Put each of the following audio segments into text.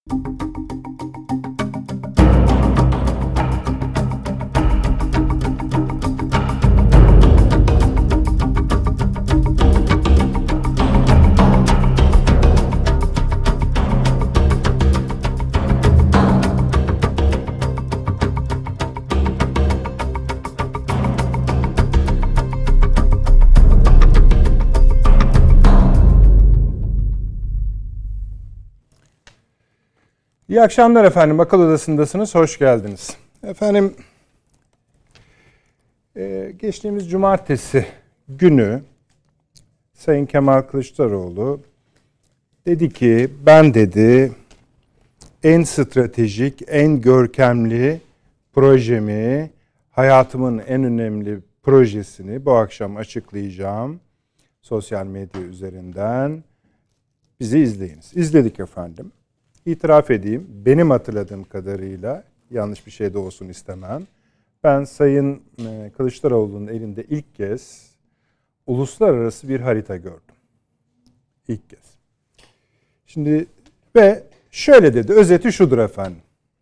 İyi akşamlar efendim. Akıl Odası'ndasınız. Hoş geldiniz. Efendim, geçtiğimiz cumartesi günü Sayın Kemal Kılıçdaroğlu dedi ki, ben dedi en stratejik, en görkemli projemi, hayatımın en önemli projesini bu akşam açıklayacağım sosyal medya üzerinden. Bizi izleyiniz. İzledik efendim. İtiraf edeyim, benim hatırladığım kadarıyla, yanlış bir şey de olsun istemem, ben Sayın Kılıçdaroğlu'nun elinde ilk kez uluslararası bir harita gördüm. İlk kez. Şimdi ve şöyle dedi, özeti şudur efendim.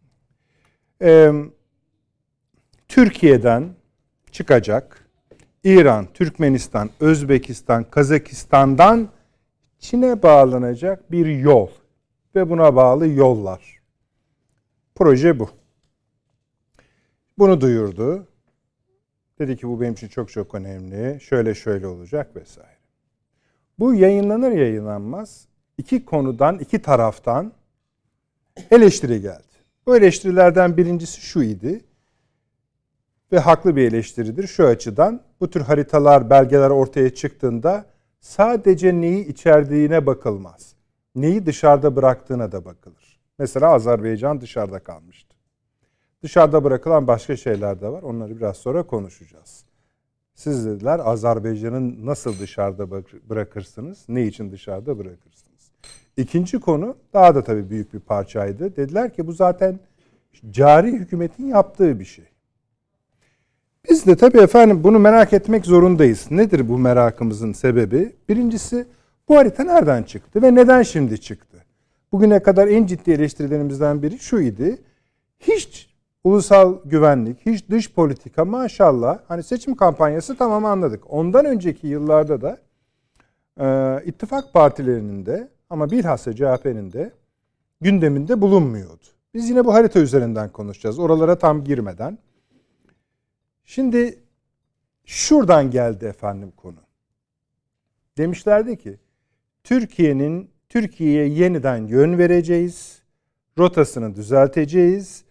Türkiye'den çıkacak, İran, Türkmenistan, Özbekistan, Kazakistan'dan Çin'e bağlanacak bir yol ve buna bağlı yollar. Proje bu. Bunu duyurdu. Dedi ki bu benim için çok çok önemli. Şöyle şöyle olacak vesaire. Bu yayınlanır yayınlanmaz iki konudan, iki taraftan eleştiri geldi. Bu eleştirilerden birincisi şu idi ve haklı bir eleştiridir şu açıdan. Bu tür haritalar, belgeler ortaya çıktığında sadece neyi içerdiğine bakılmaz. Neyi dışarıda bıraktığına da bakılır. Mesela Azerbaycan dışarıda kalmıştı. Dışarıda bırakılan başka şeyler de var. Onları biraz sonra konuşacağız. Siz dediler Azerbaycan'ı nasıl dışarıda bırakırsınız? Ne için dışarıda bırakırsınız? İkinci konu daha da tabii büyük bir parçaydı. Dediler ki bu zaten cari hükümetin yaptığı bir şey. Biz de tabii efendim bunu merak etmek zorundayız. Nedir bu merakımızın sebebi? Birincisi, bu harita nereden çıktı ve neden şimdi çıktı? Bugüne kadar en ciddi eleştirilerimizden biri şu idi. Hiç ulusal güvenlik, hiç dış politika maşallah, hani seçim kampanyası tamam anladık. Ondan önceki yıllarda da ittifak partilerinin de ama bilhassa CHP'nin de gündeminde bulunmuyordu. Biz yine bu harita üzerinden konuşacağız. Oralara tam girmeden. Şimdi şuradan geldi efendim konu. Demişlerdi ki Türkiye'ye yeniden yön vereceğiz, rotasını düzelteceğiz,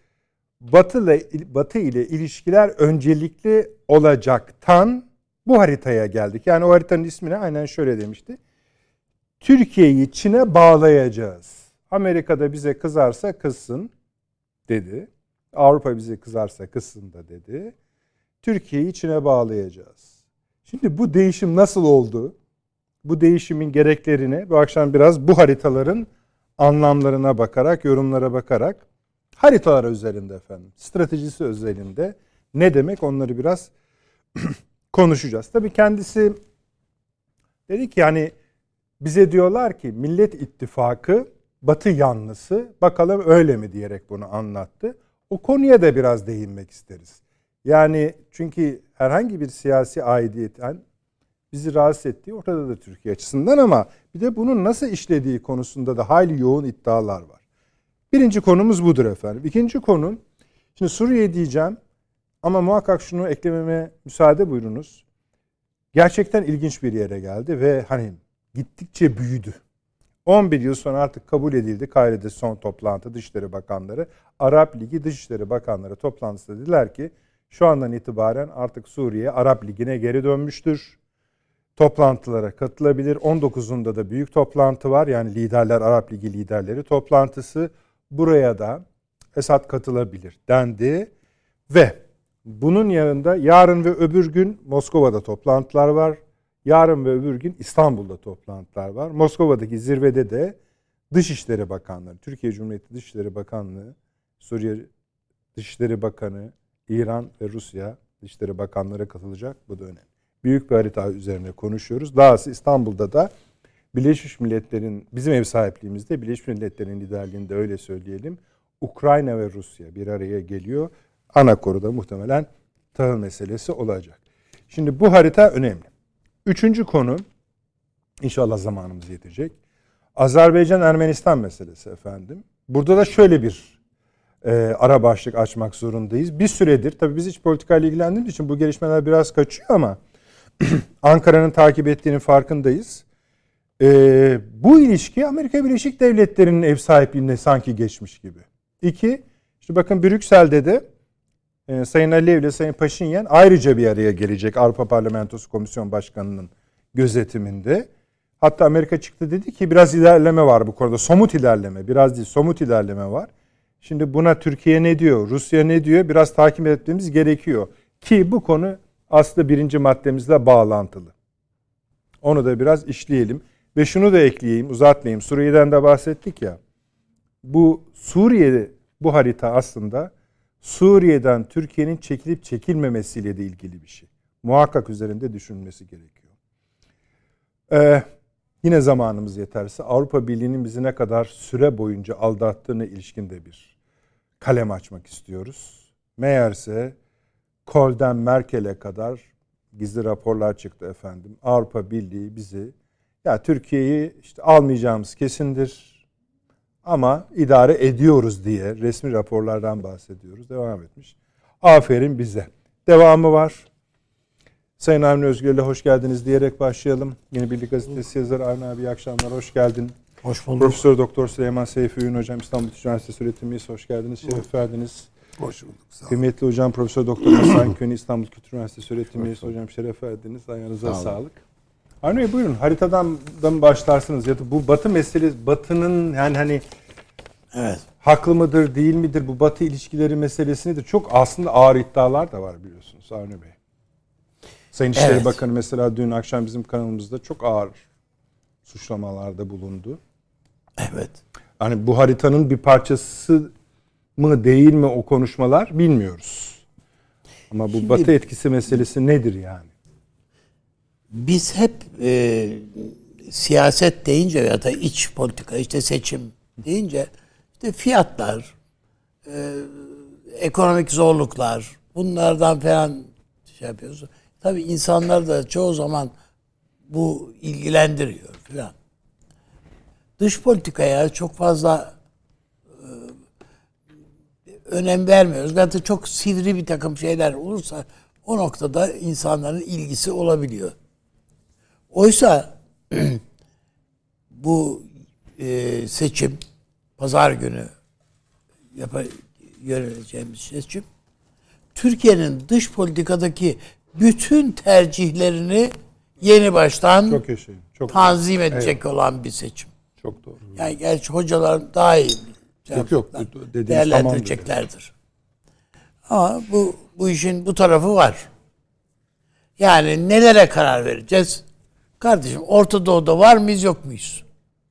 Batı ile ilişkiler öncelikli olacaktan bu haritaya geldik. Yani o haritanın ismini aynen şöyle demişti. Türkiye'yi Çin'e bağlayacağız. Amerika'da bize kızarsa kızsın dedi. Avrupa bize kızarsa kızsın da dedi. Türkiye'yi Çin'e bağlayacağız. Şimdi bu değişim nasıl oldu? Bu değişimin gereklerini bu akşam biraz bu haritaların anlamlarına bakarak, yorumlara bakarak, haritalar üzerinde efendim, stratejisi özelinde ne demek onları biraz konuşacağız. Tabii kendisi dedi ki hani bize diyorlar ki Millet İttifakı Batı yanlısı, bakalım öyle mi diyerek bunu anlattı. O konuya da biraz değinmek isteriz. Yani çünkü herhangi bir siyasi aidiyetten bizi rahatsız ettiği ortada da Türkiye açısından ama bir de bunun nasıl işlediği konusunda da hayli yoğun iddialar var. Birinci konumuz budur efendim. İkinci konu, şimdi Suriye diyeceğim ama muhakkak şunu eklememe müsaade buyurunuz. Gerçekten ilginç bir yere geldi ve hani gittikçe büyüdü. 11 yıl sonra artık kabul edildi. Kahire'de son toplantı Dışişleri Bakanları, Arap Ligi Dışişleri Bakanları toplantısında dediler ki şu andan itibaren artık Suriye Arap Ligi'ne geri dönmüştür. Toplantılara katılabilir. 19'unda da büyük toplantı var. Yani liderler, Arap Ligi liderleri toplantısı. Buraya da Esad katılabilir dendi. Ve bunun yanında yarın ve öbür gün Moskova'da toplantılar var. Yarın ve öbür gün İstanbul'da toplantılar var. Moskova'daki zirvede de Dışişleri Bakanları, Türkiye Cumhuriyeti Dışişleri Bakanlığı, Suriye Dışişleri Bakanı, İran ve Rusya Dışişleri Bakanları katılacak. Bu da önemli. Büyük bir harita üzerine konuşuyoruz. Dahası İstanbul'da da Birleşmiş Milletler'in, bizim ev sahipliğimizde Birleşmiş Milletler'in liderliğinde öyle söyleyelim, Ukrayna ve Rusya bir araya geliyor. Ana konuda muhtemelen tahıl meselesi olacak. Şimdi bu harita önemli. Üçüncü konu, inşallah zamanımız yetecek. Azerbaycan-Ermenistan meselesi efendim. Burada da şöyle bir ara başlık açmak zorundayız. Bir süredir, tabii biz iç politikayla ilgilendiğimiz için bu gelişmeler biraz kaçıyor ama Ankara'nın takip ettiğinin farkındayız. Bu ilişki Amerika Birleşik Devletleri'nin ev sahipliğine sanki geçmiş gibi. İki, işte bakın Brüksel'de de Sayın Aliyev ile Sayın Paşinyan ayrıca bir araya gelecek Avrupa Parlamentosu Komisyon Başkanı'nın gözetiminde. Hatta Amerika çıktı dedi ki biraz ilerleme var bu konuda. Somut ilerleme, biraz değil somut ilerleme var. Şimdi buna Türkiye ne diyor, Rusya ne diyor biraz takip etmemiz gerekiyor. Ki bu konu aslında birinci maddemizle bağlantılı. Onu da biraz işleyelim. Ve şunu da ekleyeyim, uzatmayayım. Suriye'den de bahsettik ya. Bu Suriye, bu harita aslında Suriye'den Türkiye'nin çekilip çekilmemesiyle de ilgili bir şey. Muhakkak üzerinde düşünülmesi gerekiyor. Yine zamanımız yeterse Avrupa Birliği'nin bizi ne kadar süre boyunca aldattığına ilişkin de bir kalem açmak istiyoruz. Meğerse Kohl'den Merkel'e kadar gizli raporlar çıktı efendim. Avrupa Birliği bizi, ya Türkiye'yi işte almayacağımız kesindir ama idare ediyoruz diye resmi raporlardan bahsediyoruz. Devam etmiş. Aferin bize. Devamı var. Sayın Avni Özgür ile hoş geldiniz diyerek başlayalım. Yeni Birlik Gazetesi yazarı Avni abi iyi akşamlar, hoş geldin. Hoş bulduk. Profesör Doktor Süleyman Seyfi Ün hocam İstanbul Üniversitesi öğretim üyesi, hoş geldiniz. Şeref verdiniz. Hoş bulduk. Sağ olun. Kıymetli hocam Profesör Doktor Hasan Köni İstanbul Kültür Üniversitesi öğretim üyesi, hocam şeref verdiniz. Ayağınıza sağlık. Avni Bey buyurun, haritadan da mı başlarsınız ya da bu Batı meselesi, Batı'nın yani hani evet, haklı mıdır değil midir bu Batı ilişkileri meselesini de çok aslında ağır iddialar da var biliyorsunuz Avni Bey. Sayın İçişleri Bakanı mesela dün akşam bizim kanalımızda çok ağır suçlamalarda bulundu. Evet. Hani bu haritanın bir parçası mı değil mi o konuşmalar bilmiyoruz. Ama bu şimdi, Batı etkisi meselesi nedir yani? Biz hep siyaset deyince ya da iç politika, işte seçim deyince işte fiyatlar, ekonomik zorluklar, bunlardan falan şey yapıyoruz. Tabii insanlar da çoğu zaman bu ilgilendiriyor falan. Dış politikaya çok fazla önem vermiyoruz. Zaten çok sivri bir takım şeyler olursa o noktada insanların ilgisi olabiliyor. Oysa bu seçim, pazar günü yöneleceğimiz seçim, Türkiye'nin dış politikadaki bütün tercihlerini yeni baştan çok tanzim edecek olan bir seçim. Çok doğru. Yani gerçi hocalar daha iyi değerlendireceklerdir. Ama bu işin bu tarafı var. Yani nelere karar vereceğiz? Kardeşim Orta Doğu'da var mıyız yok muyuz?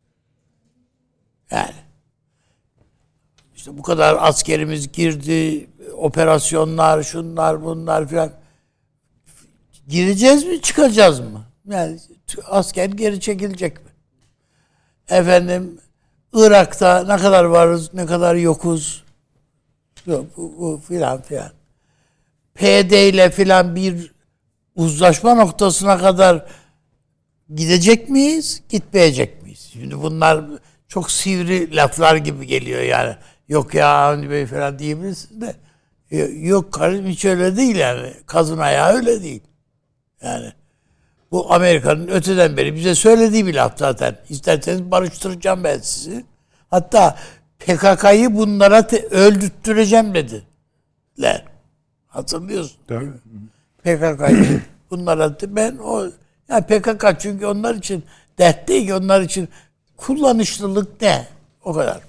Yani işte bu kadar askerimiz girdi, operasyonlar, şunlar bunlar filan. Gireceğiz mi, çıkacağız mı? Yani asker geri çekilecek mi? Efendim Irak'ta ne kadar varız, ne kadar yokuz? Yok, bu filan filan. PD ile filan bir uzlaşma noktasına kadar gidecek miyiz, gitmeyecek miyiz? Şimdi bunlar çok sivri laflar gibi geliyor yani. Yok ya Avni Bey falan diyebilirsiniz de. Yok kardeşim hiç öyle değil yani. Kazın ayağı öyle değil. Yani bu Amerika'nın öteden beri bize söylediği bir laf zaten. İsterseniz barıştıracağım ben sizi. Hatta PKK'yı bunlara öldürtüreceğim dediler. Hatırlıyorsun. Tabii. PKK'yı bunlara ben o yani PKK çünkü onlar için dert değil ki, onlar için kullanışlılık ne? O kadar.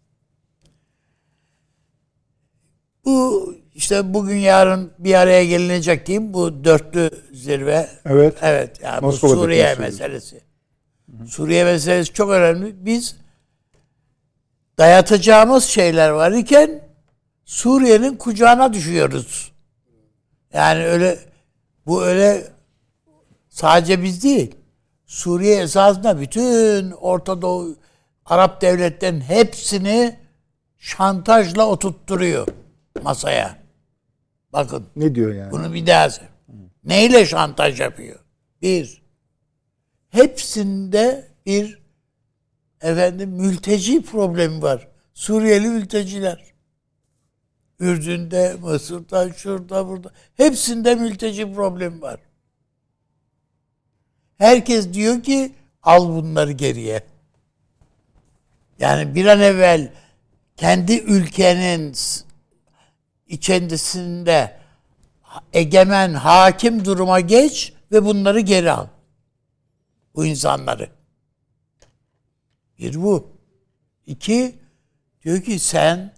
Bu işte bugün yarın bir araya gelinecek diyeyim bu dörtlü zirve. Evet. Evet yani bu Suriye meselesi. Hı-hı. Suriye meselesi çok önemli. Biz dayatacağımız şeyler var iken Suriye'nin kucağına düşüyoruz. Yani öyle bu öyle sadece biz değil. Suriye esasında bütün Orta Doğu Arap devletlerin hepsini şantajla oturtturuyor masaya. Bakın. Ne diyor yani? Bunu bir daha söyle. Neyle şantaj yapıyor? Bir, hepsinde bir mülteci problemi var. Suriyeli mülteciler. Ürdün'de, Mısır'da, şurada, burada. Hepsinde mülteci problemi var. Herkes diyor ki al bunları geriye. Yani bir an evvel kendi ülkenin içerisinde egemen, hakim duruma geç ve bunları geri al. Bu insanları. Bir bu. İki, diyor ki sen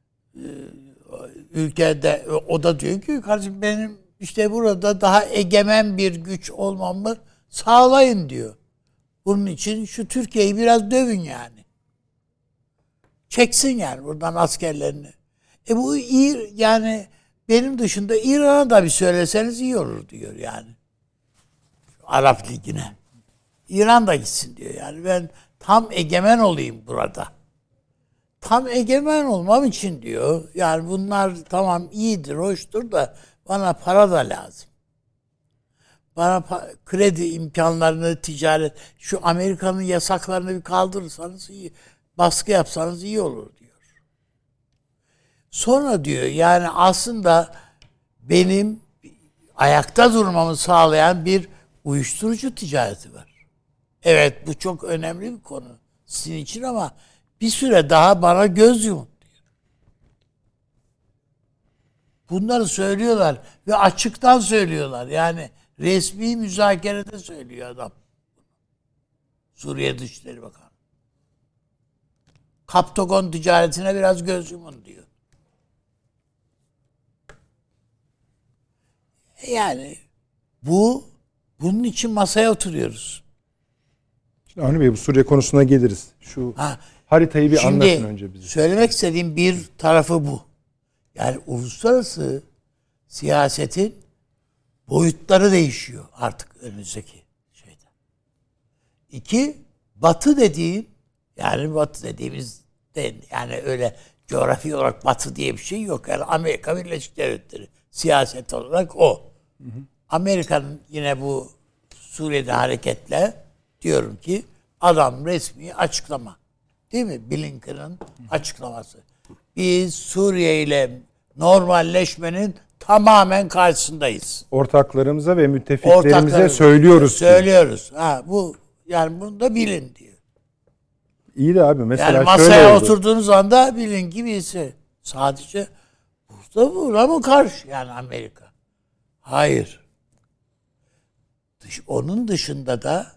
ülkede, o da diyor ki kardeşim benim işte burada daha egemen bir güç olmamı sağlayın diyor. Bunun için şu Türkiye'yi biraz dövün yani. Çeksin yani buradan askerlerini. Bu iyi yani benim dışında İran'a da bir söyleseniz iyi olur diyor yani. Arap Ligi'ne. İran da gitsin diyor yani. Ben tam egemen olayım burada. Tam egemen olmam için diyor. Yani bunlar tamam iyidir, hoştur da bana para da lazım. Bana kredi imkanlarını, ticaret, şu Amerika'nın yasaklarını bir kaldırırsanız iyi, baskı yapsanız iyi olur diyor. Sonra diyor yani aslında benim ayakta durmamı sağlayan bir uyuşturucu ticareti var. Evet bu çok önemli bir konu sizin için ama bir süre daha bana göz yumun diyor. Bunları söylüyorlar ve açıktan söylüyorlar. Yani resmi müzakerede söylüyor adam. Suriye Dışişleri Bakanı. Kaptagon ticaretine biraz göz yumun diyor. Yani bunun için masaya oturuyoruz. Şimdi Avni Bey bu Suriye konusuna geliriz. Şu haritayı bir anlatın önce bize. Söylemek istediğim bir tarafı bu. Yani uluslararası siyasetin boyutları değişiyor artık önümüzdeki şeyde. İki, Batı dediğim yani Batı dediğimiz yani öyle coğrafi olarak Batı diye bir şey yok. Yani Amerika Birleşik Devletleri siyaset olarak o. Hı hı. Amerika'nın yine bu Suriye'de hareketle diyorum ki adam resmi açıklama. Değil mi? Blinken'ın açıklaması. Biz Suriye ile normalleşmenin tamamen karşısındayız. Ortaklarımıza ve müttefiklerimize söylüyoruz. Söylüyoruz. Bu yani bunu da bilin diyor. İyi de abi mesela yani masaya oturduğunuz anda bilin gibisi. Sadece buna mı karşı yani Amerika? Hayır. Onun dışında da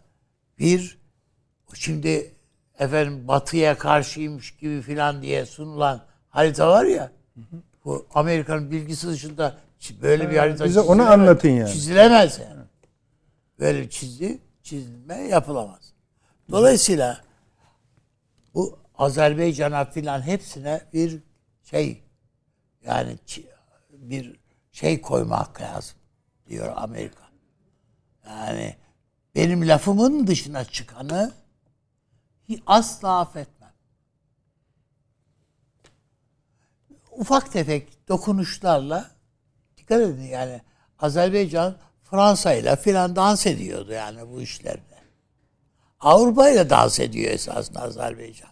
şimdi Batı'ya karşıymış gibi filan diye sunulan harita var ya. Bu Amerika'nın bilgisi dışında böyle bir harita bize onu anlatın yani. Çizilemez yani. Böyle çizilme yapılamaz. Dolayısıyla bu Azerbaycan'a filan hepsine bir yani bir koymak lazım diyor Amerika. Yani benim lafımın dışına çıkanı asla affetmem. Ufak tefek dokunuşlarla dikkat edin yani Azerbaycan Fransa ile filan dans ediyordu yani bu işlerde. Avrupa ile dans ediyor esasında Azerbaycan.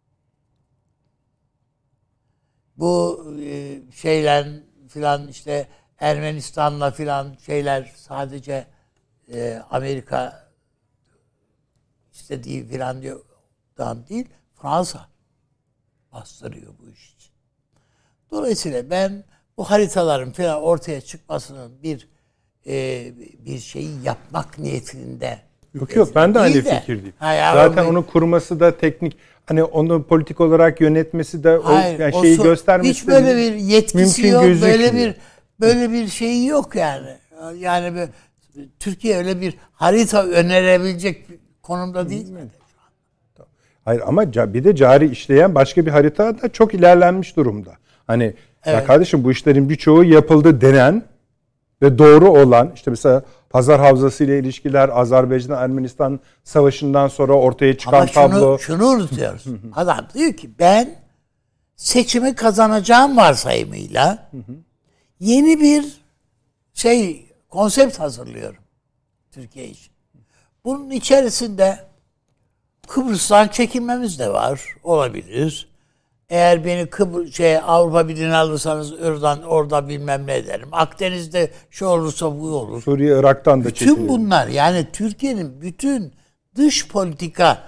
Bu şeyler filan işte Ermenistan'la filan şeyler sadece Amerika istediği filan diyordan değil Fransa bastırıyor bu iş için. Dolayısıyla ben bu haritaların filan ortaya çıkmasının bir şeyi yapmak niyetinde Yok ben de aynı fikirdeyim. Zaten onu kurması da teknik hani onu politik olarak yönetmesi de şeyi göstermesi hiç böyle bir yetkisi yok böyle bir şeyi yok yani. Yani Türkiye öyle bir harita önerebilecek konumda değil mi? Hayır ama bir de cari işleyen başka bir harita da çok ilerlenmiş durumda. Hani ya kardeşim bu işlerin birçoğu yapıldı denen ve doğru olan, işte mesela Hazar Havzası ile ilişkiler, Azerbaycan-Ermenistan savaşından sonra ortaya çıkan tablo. Şunu unutuyoruz. Adam diyor ki ben seçimi kazanacağım varsayımıyla yeni bir konsept hazırlıyorum Türkiye için. Bunun içerisinde Kıbrıs'tan çekinmemiz de var. Olabilir. Eğer beni Avrupa Birliği'ne alırsanız orada bilmem ne ederim. Akdeniz'de şu olursa bu olur. Suriye, Irak'tan da çekiliyor. Bütün bunlar, yani Türkiye'nin bütün dış politika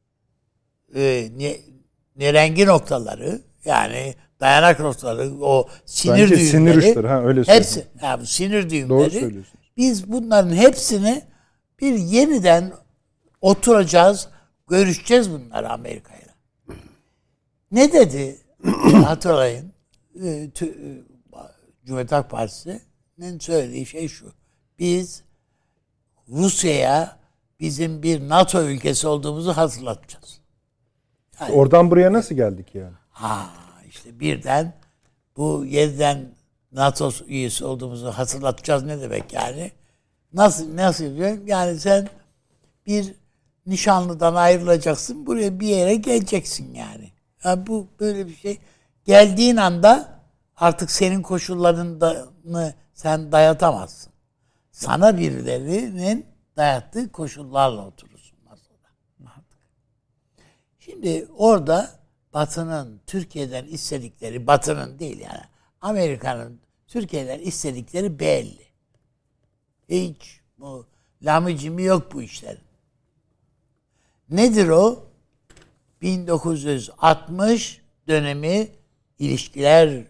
nerengi noktaları, yani dayanak noktaları, o sinir bence düğümleri. Sinir uçları, öyle hepsi, bu sinir düğümleri. Doğru söylüyorsunuz. Biz bunların hepsini bir yeniden oturacağız, görüşeceğiz bunları Amerika'yla. Ne dedi? Hatırlayın. Cumhuriyet Halk Partisi'nin söylediği şey şu. Biz Rusya'ya bizim bir NATO ülkesi olduğumuzu hatırlatacağız. Yani, oradan buraya nasıl geldik yani? İşte birden bu yeniden NATO üyesi olduğumuzu hatırlatacağız ne demek yani? Nasıl diyor? Yani sen bir nişanlıdan ayrılacaksın, buraya bir yere geleceksin yani. Yani bu böyle bir şey. Geldiğin anda artık senin koşullarını sen dayatamazsın. Sana birilerinin dayattığı koşullarla oturursun masada. Şimdi orada Batı'nın Türkiye'den istedikleri, Batı'nın değil yani, Amerika'nın Türkiye'den istedikleri belli. Hiç bu lamıcımı yok bu işlerin. Nedir o? 1960 dönemi ilişkiler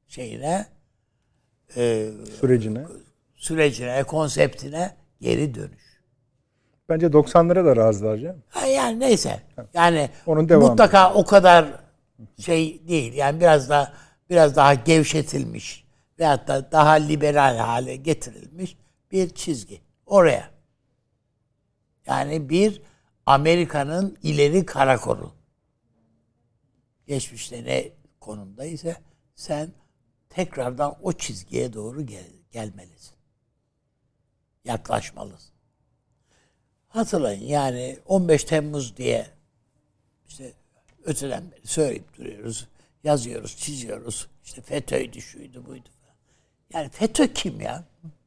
sürecine, konseptine geri dönüş. Bence 90'lara da razılar canım. Yani neyse. Yani onun mutlaka o kadar değil. Yani biraz daha gevşetilmiş veyahut da daha liberal hale getirilmiş bir çizgi. Oraya. Yani bir Amerika'nın ileri karakolu. Geçmişte ne konumdaysa sen tekrardan o çizgiye doğru gelmelisin. Yaklaşmalısın. Hatırlayın yani 15 Temmuz diye işte öteden beri söyleyip duruyoruz. Yazıyoruz, çiziyoruz. İşte FETÖ'ydü, şuydu, buydu falan. Yani FETÖ kim ya?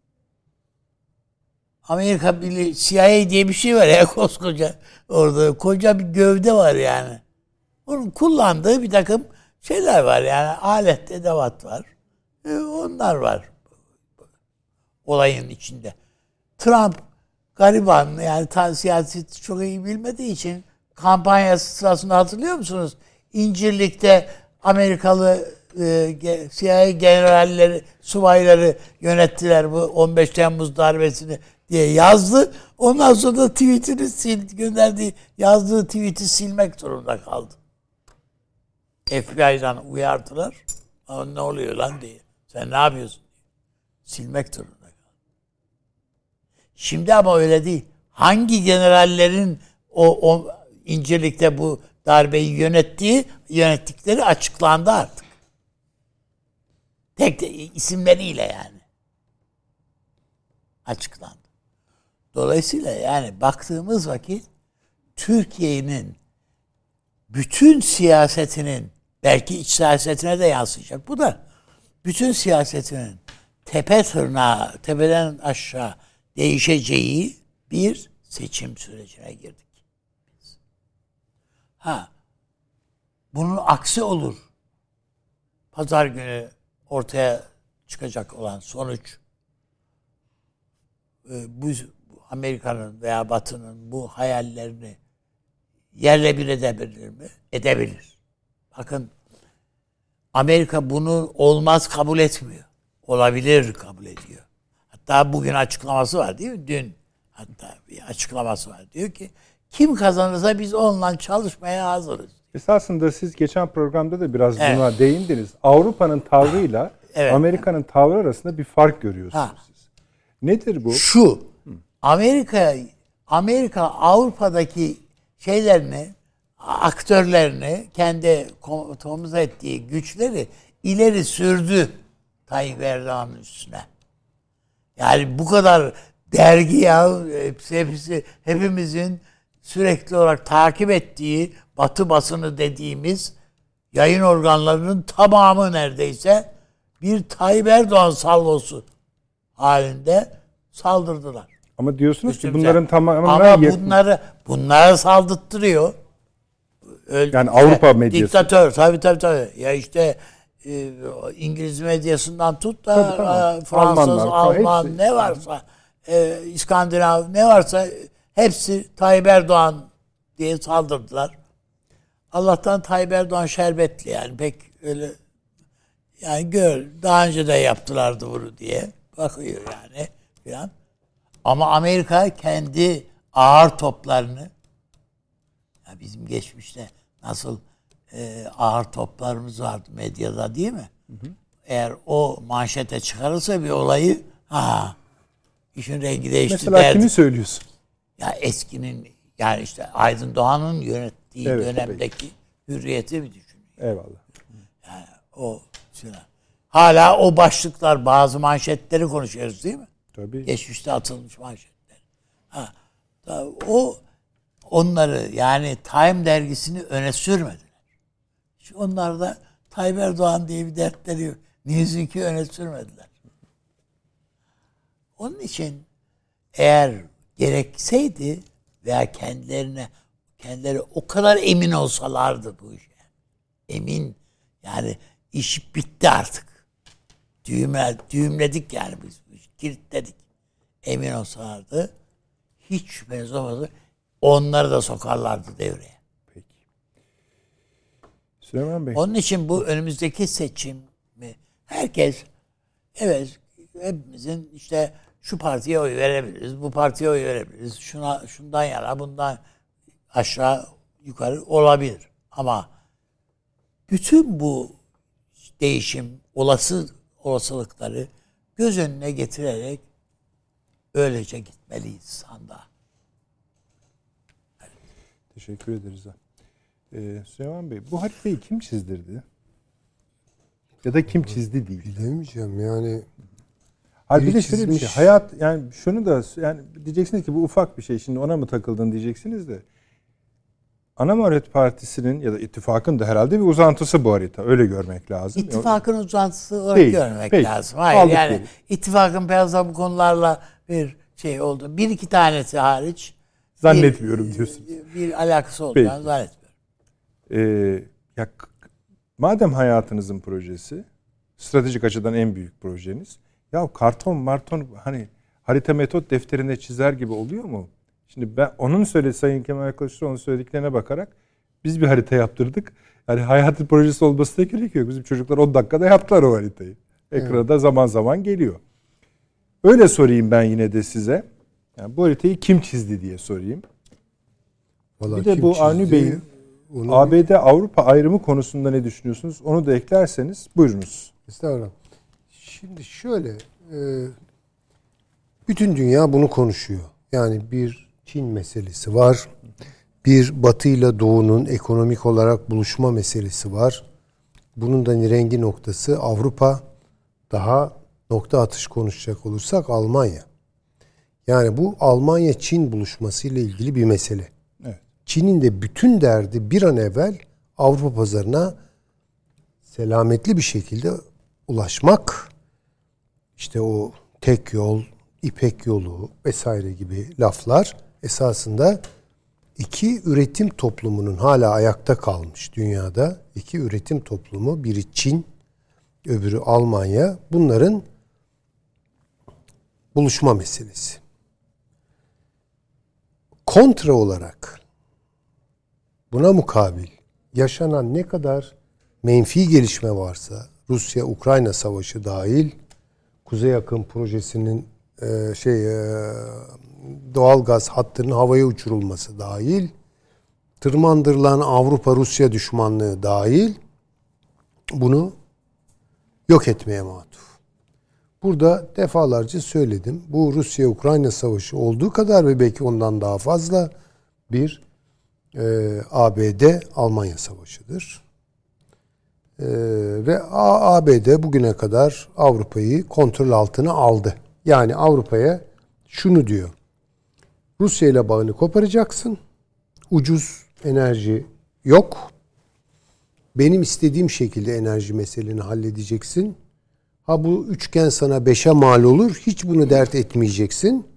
Amerika Birliği, CIA diye bir şey var ya koskoca. Orada koca bir gövde var yani. Onun kullandığı bir takım şeyler var yani. Alet, edevat var. Onlar var. Olayın içinde. Trump gariban, yani siyaseti çok iyi bilmediği için kampanyası sırasında hatırlıyor musunuz? İncirlik'te Amerikalı CIA generalleri, subayları yönettiler bu 15 Temmuz darbesini diye yazdı. Ondan sonra da yazdığı tweet'i silmek zorunda kaldı. FBI'dan uyardılar. Ama ne oluyor lan diye. Sen ne yapıyorsun? Silmek zorunda kaldı. Şimdi ama öyle değil. Hangi generallerin o İncirlik'te bu darbeyi yönettikleri açıklandı artık. Tek isimleriyle yani. Açıklandı. Dolayısıyla yani baktığımız vakit Türkiye'nin bütün siyasetinin, belki iç siyasetine de yansıyacak bu da, bütün siyasetinin tepeden aşağı değişeceği bir seçim sürecine girdik. Bunun aksi olur. Pazar günü ortaya çıkacak olan sonuç bu Amerika'nın veya Batı'nın bu hayallerini yerle bir edebilir mi? Edebilir. Bakın Amerika bunu olmaz kabul etmiyor. Olabilir kabul ediyor. Hatta bugün açıklaması var değil mi? Dün hatta bir açıklaması var. Diyor ki kim kazanırsa biz onunla çalışmaya hazırız. Esasında siz geçen programda da biraz buna değindiniz. Avrupa'nın tavrıyla Amerika'nın tavrı arasında bir fark görüyorsunuz siz. Nedir bu? Şu. Amerika Avrupa'daki şeylerini, aktörlerini, kendi komuta ettiği güçleri ileri sürdü Tayyip Erdoğan'ın üstüne. Yani bu kadar dergi ya hepsi hepimizin sürekli olarak takip ettiği Batı basını dediğimiz yayın organlarının tamamı neredeyse bir Tayyip Erdoğan salvosu halinde saldırdılar. Ama diyorsunuz ki bunların tamamına ama bunlara saldırttırıyor. Yani Avrupa medyası. Diktatör tabii. Ya işte İngiliz medyasından tut da tabii. Fransız, Alman hepsi. Ne varsa İskandinav ne varsa hepsi Tayyip Erdoğan diye saldırdılar. Allah'tan Tayyip Erdoğan şerbetli yani pek öyle yani daha önce de yaptılardı bunu diye bakıyor yani filan. Ama Amerika kendi ağır toplarını ya bizim geçmişte nasıl ağır toplarımız vardı medyada değil mi? Hı. Eğer o manşete çıkarırsa bir olayı işin rengi değişti mesela derdi. Kimi söylüyorsun? Ya eskinin yani işte Aydın Doğan'ın yönettiği dönemdeki hürriyeti mi düşünüyor? Eyvallah. Yani o hala o başlıklar bazı manşetleri konuşuyoruz değil mi? Tabii. Geçmişte atılmış manşetler. Onları yani Time dergisini öne sürmediler. Şimdi onlar da Tayyip Erdoğan diye bir dertleri yok. Newsweek'i öne sürmediler. Onun için eğer gerekseydi veya kendileri o kadar emin olsalardı bu işe. Emin yani iş bitti artık. Düğümledik yani biz. Kilitledik. Emin olsalardı hiç şüpheniz olmadı. Onları da sokarlardı devreye. Peki. Süleyman Bey. Onun için bu önümüzdeki seçimi herkes hepimizin işte şu partiye oy verebiliriz, bu partiye oy verebiliriz. Şundan yana, bundan aşağı yukarı olabilir. Ama bütün bu değişim, olasılıkları göz önüne getirerek öylece gitmeliyiz sandığa. Evet. Teşekkür ederiz. Süleyman Bey, bu haritayı kim çizdirdi? Ya da kim çizdi değil. Bilemeyeceğim yani. Hayır bir de şöyle bir şey. Hayat yani şunu da yani diyeceksiniz ki bu ufak bir şey. Şimdi ona mı takıldın diyeceksiniz de. Ana Muhalefet Partisi'nin ya da ittifakın da herhalde bir uzantısı bu harita. Öyle görmek lazım. İttifakın uzantısı olarak görmek lazım. Hayır aldık yani değil. İttifakın biraz da bu konularla bir şey oldu. Bir iki tanesi hariç. Zannetmiyorum diyorsunuz. Bir alakası olacağını zannetmiyorum. Madem hayatınızın projesi, stratejik açıdan en büyük projeniz. Ya karton hani harita metot defterine çizer gibi oluyor mu? Şimdi ben Sayın Kemal Kılıçdaroğlu'nun söylediklerine bakarak biz bir harita yaptırdık. Yani hayatın projesi olması da gerekiyor. Bizim çocuklar 10 dakikada yaptılar o haritayı. Ekranda zaman zaman geliyor. Öyle sorayım ben yine de size. Yani bu haritayı kim çizdi diye sorayım. Vallahi bir de bu Avni Bey'in ABD-Avrupa ayrımı konusunda ne düşünüyorsunuz? Onu da eklerseniz buyurunuz. Estağfurullah. Şimdi şöyle, bütün dünya bunu konuşuyor. Yani bir Çin meselesi var. Bir Batı ile Doğu'nun ekonomik olarak buluşma meselesi var. Bunun da nirengi noktası Avrupa. Daha nokta atış konuşacak olursak Almanya. Yani bu Almanya-Çin buluşması ile ilgili bir mesele. Evet. Çin'in de bütün derdi bir an evvel Avrupa pazarına selametli bir şekilde ulaşmak. İşte o tek yol, İpek yolu vesaire gibi laflar esasında iki üretim toplumunun hala ayakta kalmış dünyada. İki üretim toplumu, biri Çin, öbürü Almanya. Bunların buluşma meselesi. Kontra olarak buna mukabil yaşanan ne kadar menfi gelişme varsa Rusya-Ukrayna savaşı dahil, Kuzey Akım projesinin doğal gaz hattının havaya uçurulması dahil, tırmandırılan Avrupa-Rusya düşmanlığı dahil bunu yok etmeye matuf. Burada defalarca söyledim. Bu Rusya-Ukrayna savaşı olduğu kadar ve belki ondan daha fazla bir ABD-Almanya savaşıdır. Ve ABD bugüne kadar Avrupa'yı kontrol altına aldı. Yani Avrupa'ya şunu diyor. Rusya ile bağını koparacaksın. Ucuz enerji yok. Benim istediğim şekilde enerji meseleni halledeceksin. Ha bu üçgen sana 5'e mal olur. Hiç bunu dert etmeyeceksin.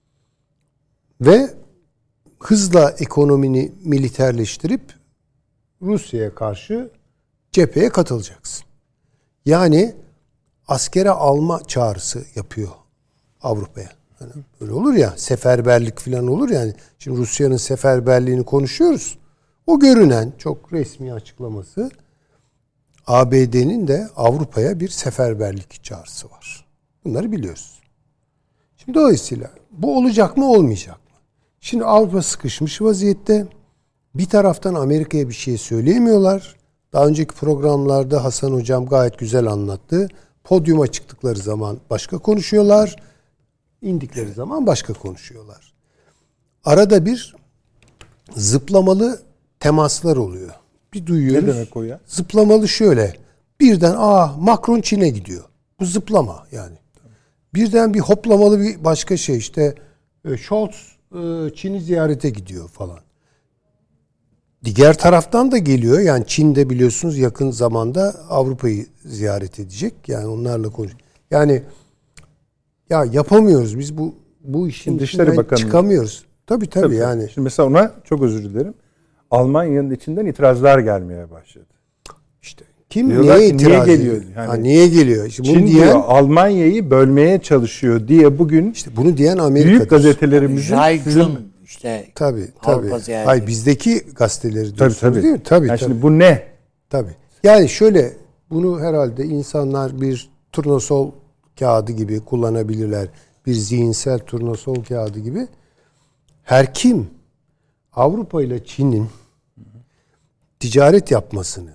Ve hızla ekonomini militerleştirip Rusya'ya karşı cepheye katılacaksın. Yani askere alma çağrısı yapıyor Avrupa'ya. Yani öyle olur ya, seferberlik falan olur yani. Şimdi Rusya'nın seferberliğini konuşuyoruz. O görünen çok resmi açıklaması, ABD'nin de Avrupa'ya bir seferberlik çağrısı var. Bunları biliyoruz. Şimdi dolayısıyla bu olacak mı olmayacak mı? Şimdi Avrupa sıkışmış vaziyette. Bir taraftan Amerika'ya bir şey söyleyemiyorlar. Daha önceki programlarda Hasan Hocam gayet güzel anlattı. Podyuma çıktıkları zaman başka konuşuyorlar. İndikleri zaman başka konuşuyorlar. Arada bir zıplamalı temaslar oluyor. Bir duyuyoruz. Ne demek o ya? Zıplamalı şöyle. Birden Macron Çin'e gidiyor. Bu zıplama yani. Birden bir hoplamalı bir başka şey işte Scholz Çin'i ziyarete gidiyor falan. Diğer taraftan da geliyor. Yani Çin de biliyorsunuz yakın zamanda Avrupa'yı ziyaret edecek. Yani onlarla konuşuyor. Yani ya yapamıyoruz. Biz bu işin dışından çıkamıyoruz. Tabii yani. Şimdi mesela ona çok özür dilerim. Almanya'nın içinden itirazlar gelmeye başladı. İşte kim diyorlar niye itiraz niye geliyor? Yani, niye geliyor? İşte Çin diyor Almanya'yı bölmeye çalışıyor diye bugün işte bunu diyen Amerika'dır. Büyük gazetelerimizin sizin işte tabii. Yani. Hayır bizdeki gazeteleri diyorsunuz değil mi? Tabii. Yani şimdi bu ne? Tabii. Yani şöyle bunu herhalde insanlar bir turnusol kağıdı gibi kullanabilirler. Bir zihinsel turnusol kağıdı gibi. Her kim Avrupa ile Çin'in ticaret yapmasını,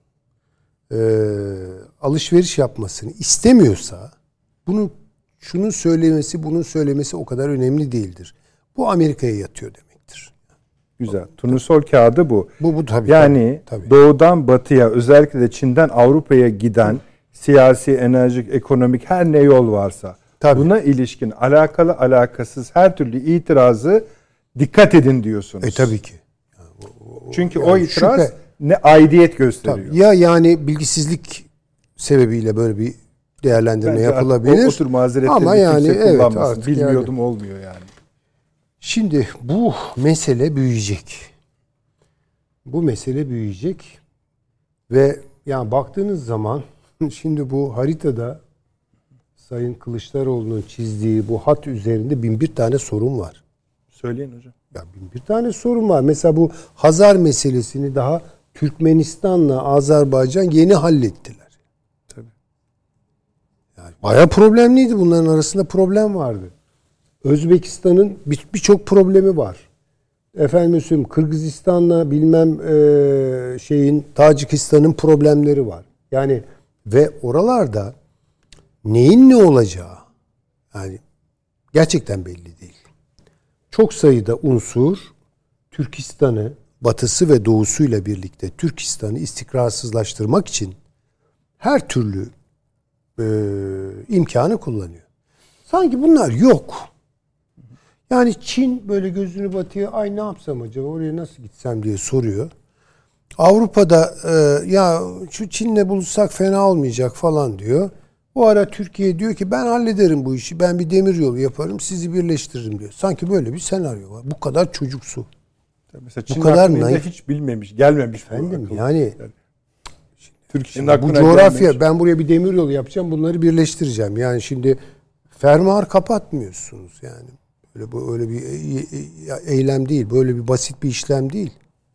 alışveriş yapmasını istemiyorsa şunun söylemesi, bunun söylemesi o kadar önemli değildir. Bu Amerika'ya yatıyor demektir. Güzel. Turnusol kağıdı bu. Bu tabii. Yani tabii. doğudan batıya, özellikle de Çin'den Avrupa'ya giden siyasi, enerjik, ekonomik her ne yol varsa buna ilişkin alakalı alakasız her türlü itirazı dikkat edin diyorsunuz. Tabii ki. Çünkü yani o itiraz ne aidiyet gösteriyor. Tabii. Ya yani bilgisizlik sebebiyle böyle bir değerlendirme bence yapılabilir. O tür mazeretleri ama yani evet artık bilmiyordum yani. Olmuyor yani. Şimdi bu mesele büyüyecek. Bu mesele büyüyecek ve yani baktığınız zaman şimdi bu haritada Sayın Kılıçdaroğlu'nun çizdiği bu hat üzerinde 1001 tane sorun var. Söyleyin hocam. Ya 1001 tane sorun var. Mesela bu Hazar meselesini daha Türkmenistan'la Azerbaycan yeni hallettiler. Tabii. Yani bayağı problemliydi. Bunların arasında problem vardı. Özbekistan'ın birçok problemi var. Efendim söyleyeyim Kırgızistan'la bilmem Tacikistan'ın problemleri var. Yani ve oralarda neyin ne olacağı yani gerçekten belli değil. Çok sayıda unsur Türkistan'ı batısı ve doğusuyla birlikte Türkistan'ı istikrarsızlaştırmak için her türlü imkanı kullanıyor. Sanki bunlar yok. Yani Çin böyle gözünü batıya ay ne yapsam acaba oraya nasıl gitsem diye soruyor. Avrupa'da ya şu Çin'le buluşsak fena olmayacak falan diyor. O ara Türkiye diyor ki ben hallederim bu işi. Ben bir demir yolu yaparım sizi birleştiririm diyor. Sanki böyle bir senaryo var. Bu kadar çocuksu. Mesela Çin bu kadar naif. Hiç bilmemiş, gelmemiş. Efendim yani Türkiye'nin bu coğrafya gelmemiş. Ben buraya bir demir yolu yapacağım. Bunları birleştireceğim. Yani şimdi fermuar kapatmıyorsunuz yani. Öyle bir eylem değil. Böyle bir basit bir işlem değil.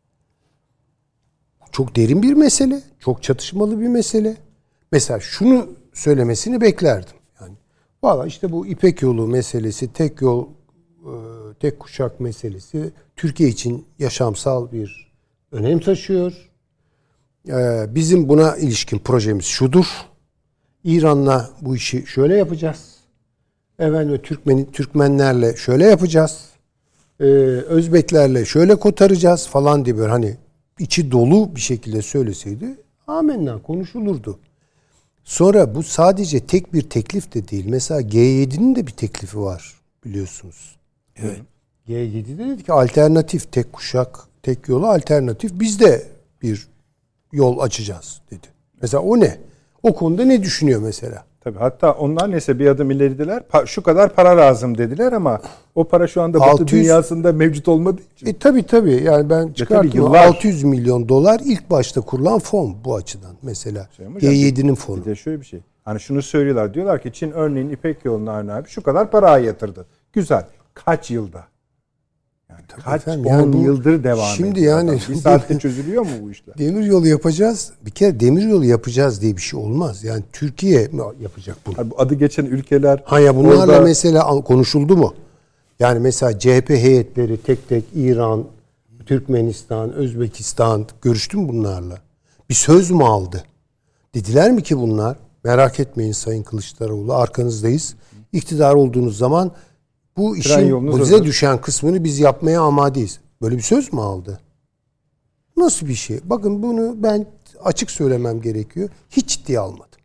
Çok derin bir mesele. Çok çatışmalı bir mesele. Mesela şunu söylemesini beklerdim. Yani valla işte bu İpek Yolu meselesi, tek yol, tek kuşak meselesi Türkiye için yaşamsal bir önem taşıyor. Bizim buna ilişkin projemiz şudur. İran'la bu işi şöyle yapacağız. Efendim Türkmenlerle şöyle yapacağız. Özbeklerle şöyle kotaracağız falan diye böyle hani içi dolu bir şekilde söyleseydi amenna konuşulurdu. Sonra bu sadece tek bir teklif de değil. Mesela G7'nin de bir teklifi var biliyorsunuz. Evet. G7'de dedi ki alternatif, tek kuşak, tek yola alternatif. Biz de bir yol açacağız dedi. Mesela o ne? O konuda ne düşünüyor mesela? Tabii, hatta onlar neyse bir adım ileridiler. Şu kadar para lazım dediler ama o para şu anda Batı 600 dünyasında mevcut olmadığı için. Tabii. Yani ben çıkarttım. yıllar. 600 milyon dolar ilk başta kurulan fon bu açıdan mesela. G7'nin fonu. Bir de şöyle bir şey. Hani şunu söylüyorlar. Diyorlar ki Çin örneğin İpek Yolu'na abi şu kadar para yatırdı. Güzel. Kaç yılda? Yani kaç efendim, 10 yani yıldır devam ediyor. şimdi yani bir saatte çözülüyor mu bu işler? Demiryolu yapacağız. Bir kere demiryolu yapacağız diye bir şey olmaz. Yani Türkiye yapacak bunu. Abi, adı geçen ülkeler. Ya bunlarla orada... mesela konuşuldu mu? Yani mesela CHP heyetleri tek tek İran, Türkmenistan, Özbekistan görüştü mü bunlarla? Bir söz mü aldı? Dediler mi ki bunlar? Merak etmeyin Sayın Kılıçdaroğlu, arkanızdayız. İktidar olduğunuz zaman bu işin bize düşen kısmını biz yapmaya amadeyiz. Böyle bir söz mü aldı? Nasıl bir şey? Bakın bunu ben açık söylemem gerekiyor. Hiç ciddiye almadım.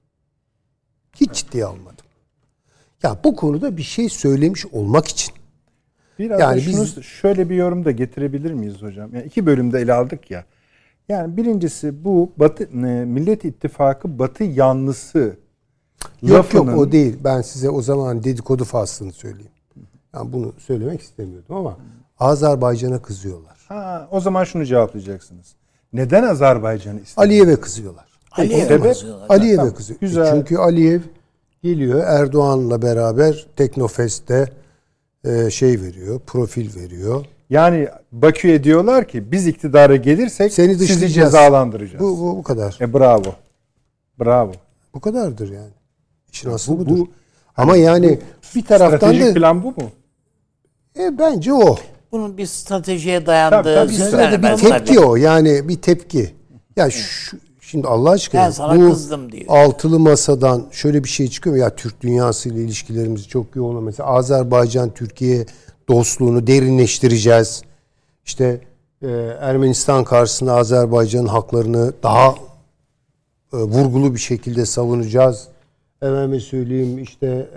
Hiç ciddiye almadım. Ya bu konuda bir şey söylemiş olmak için. Biraz yani şunu şöyle bir yorum da getirebilir miyiz hocam? Yani 2 bölümde ele aldık ya. Yani birincisi bu Millet İttifakı Batı yanlısı. Yok o değil. Ben size o zaman dedikodu faslını söyleyeyim. Yani bunu söylemek istemiyordum ama Azerbaycan'a kızıyorlar. O zaman şunu cevaplayacaksınız. Neden Azerbaycan'ı istiyor? Aliyev'e kızıyorlar. Aliyev'e kızıyor. Güzel. Çünkü Aliyev geliyor Erdoğan'la beraber Teknofest'te veriyor, profil veriyor. Yani Bakü'ye diyorlar ki biz iktidara gelirsek sizi cezalandıracağız. Bu kadar. Bravo. Bravo. Bu kadardır yani. İşin aslı budur. Ama yani bir taraftan stratejik plan bu mu? Bence o. Bunun bir stratejiye dayandığı bir tepki o. Yani bir tepki. Ya şimdi Allah aşkına ben sana kızdım diyor. Altılı masadan şöyle bir şey çıkıyor mu? Ya Türk dünyası ile ilişkilerimiz çok yoğun. Mesela Azerbaycan Türkiye dostluğunu derinleştireceğiz. İşte Ermenistan karşısında Azerbaycan'ın haklarını daha vurgulu bir şekilde savunacağız. Efendime söyleyeyim işte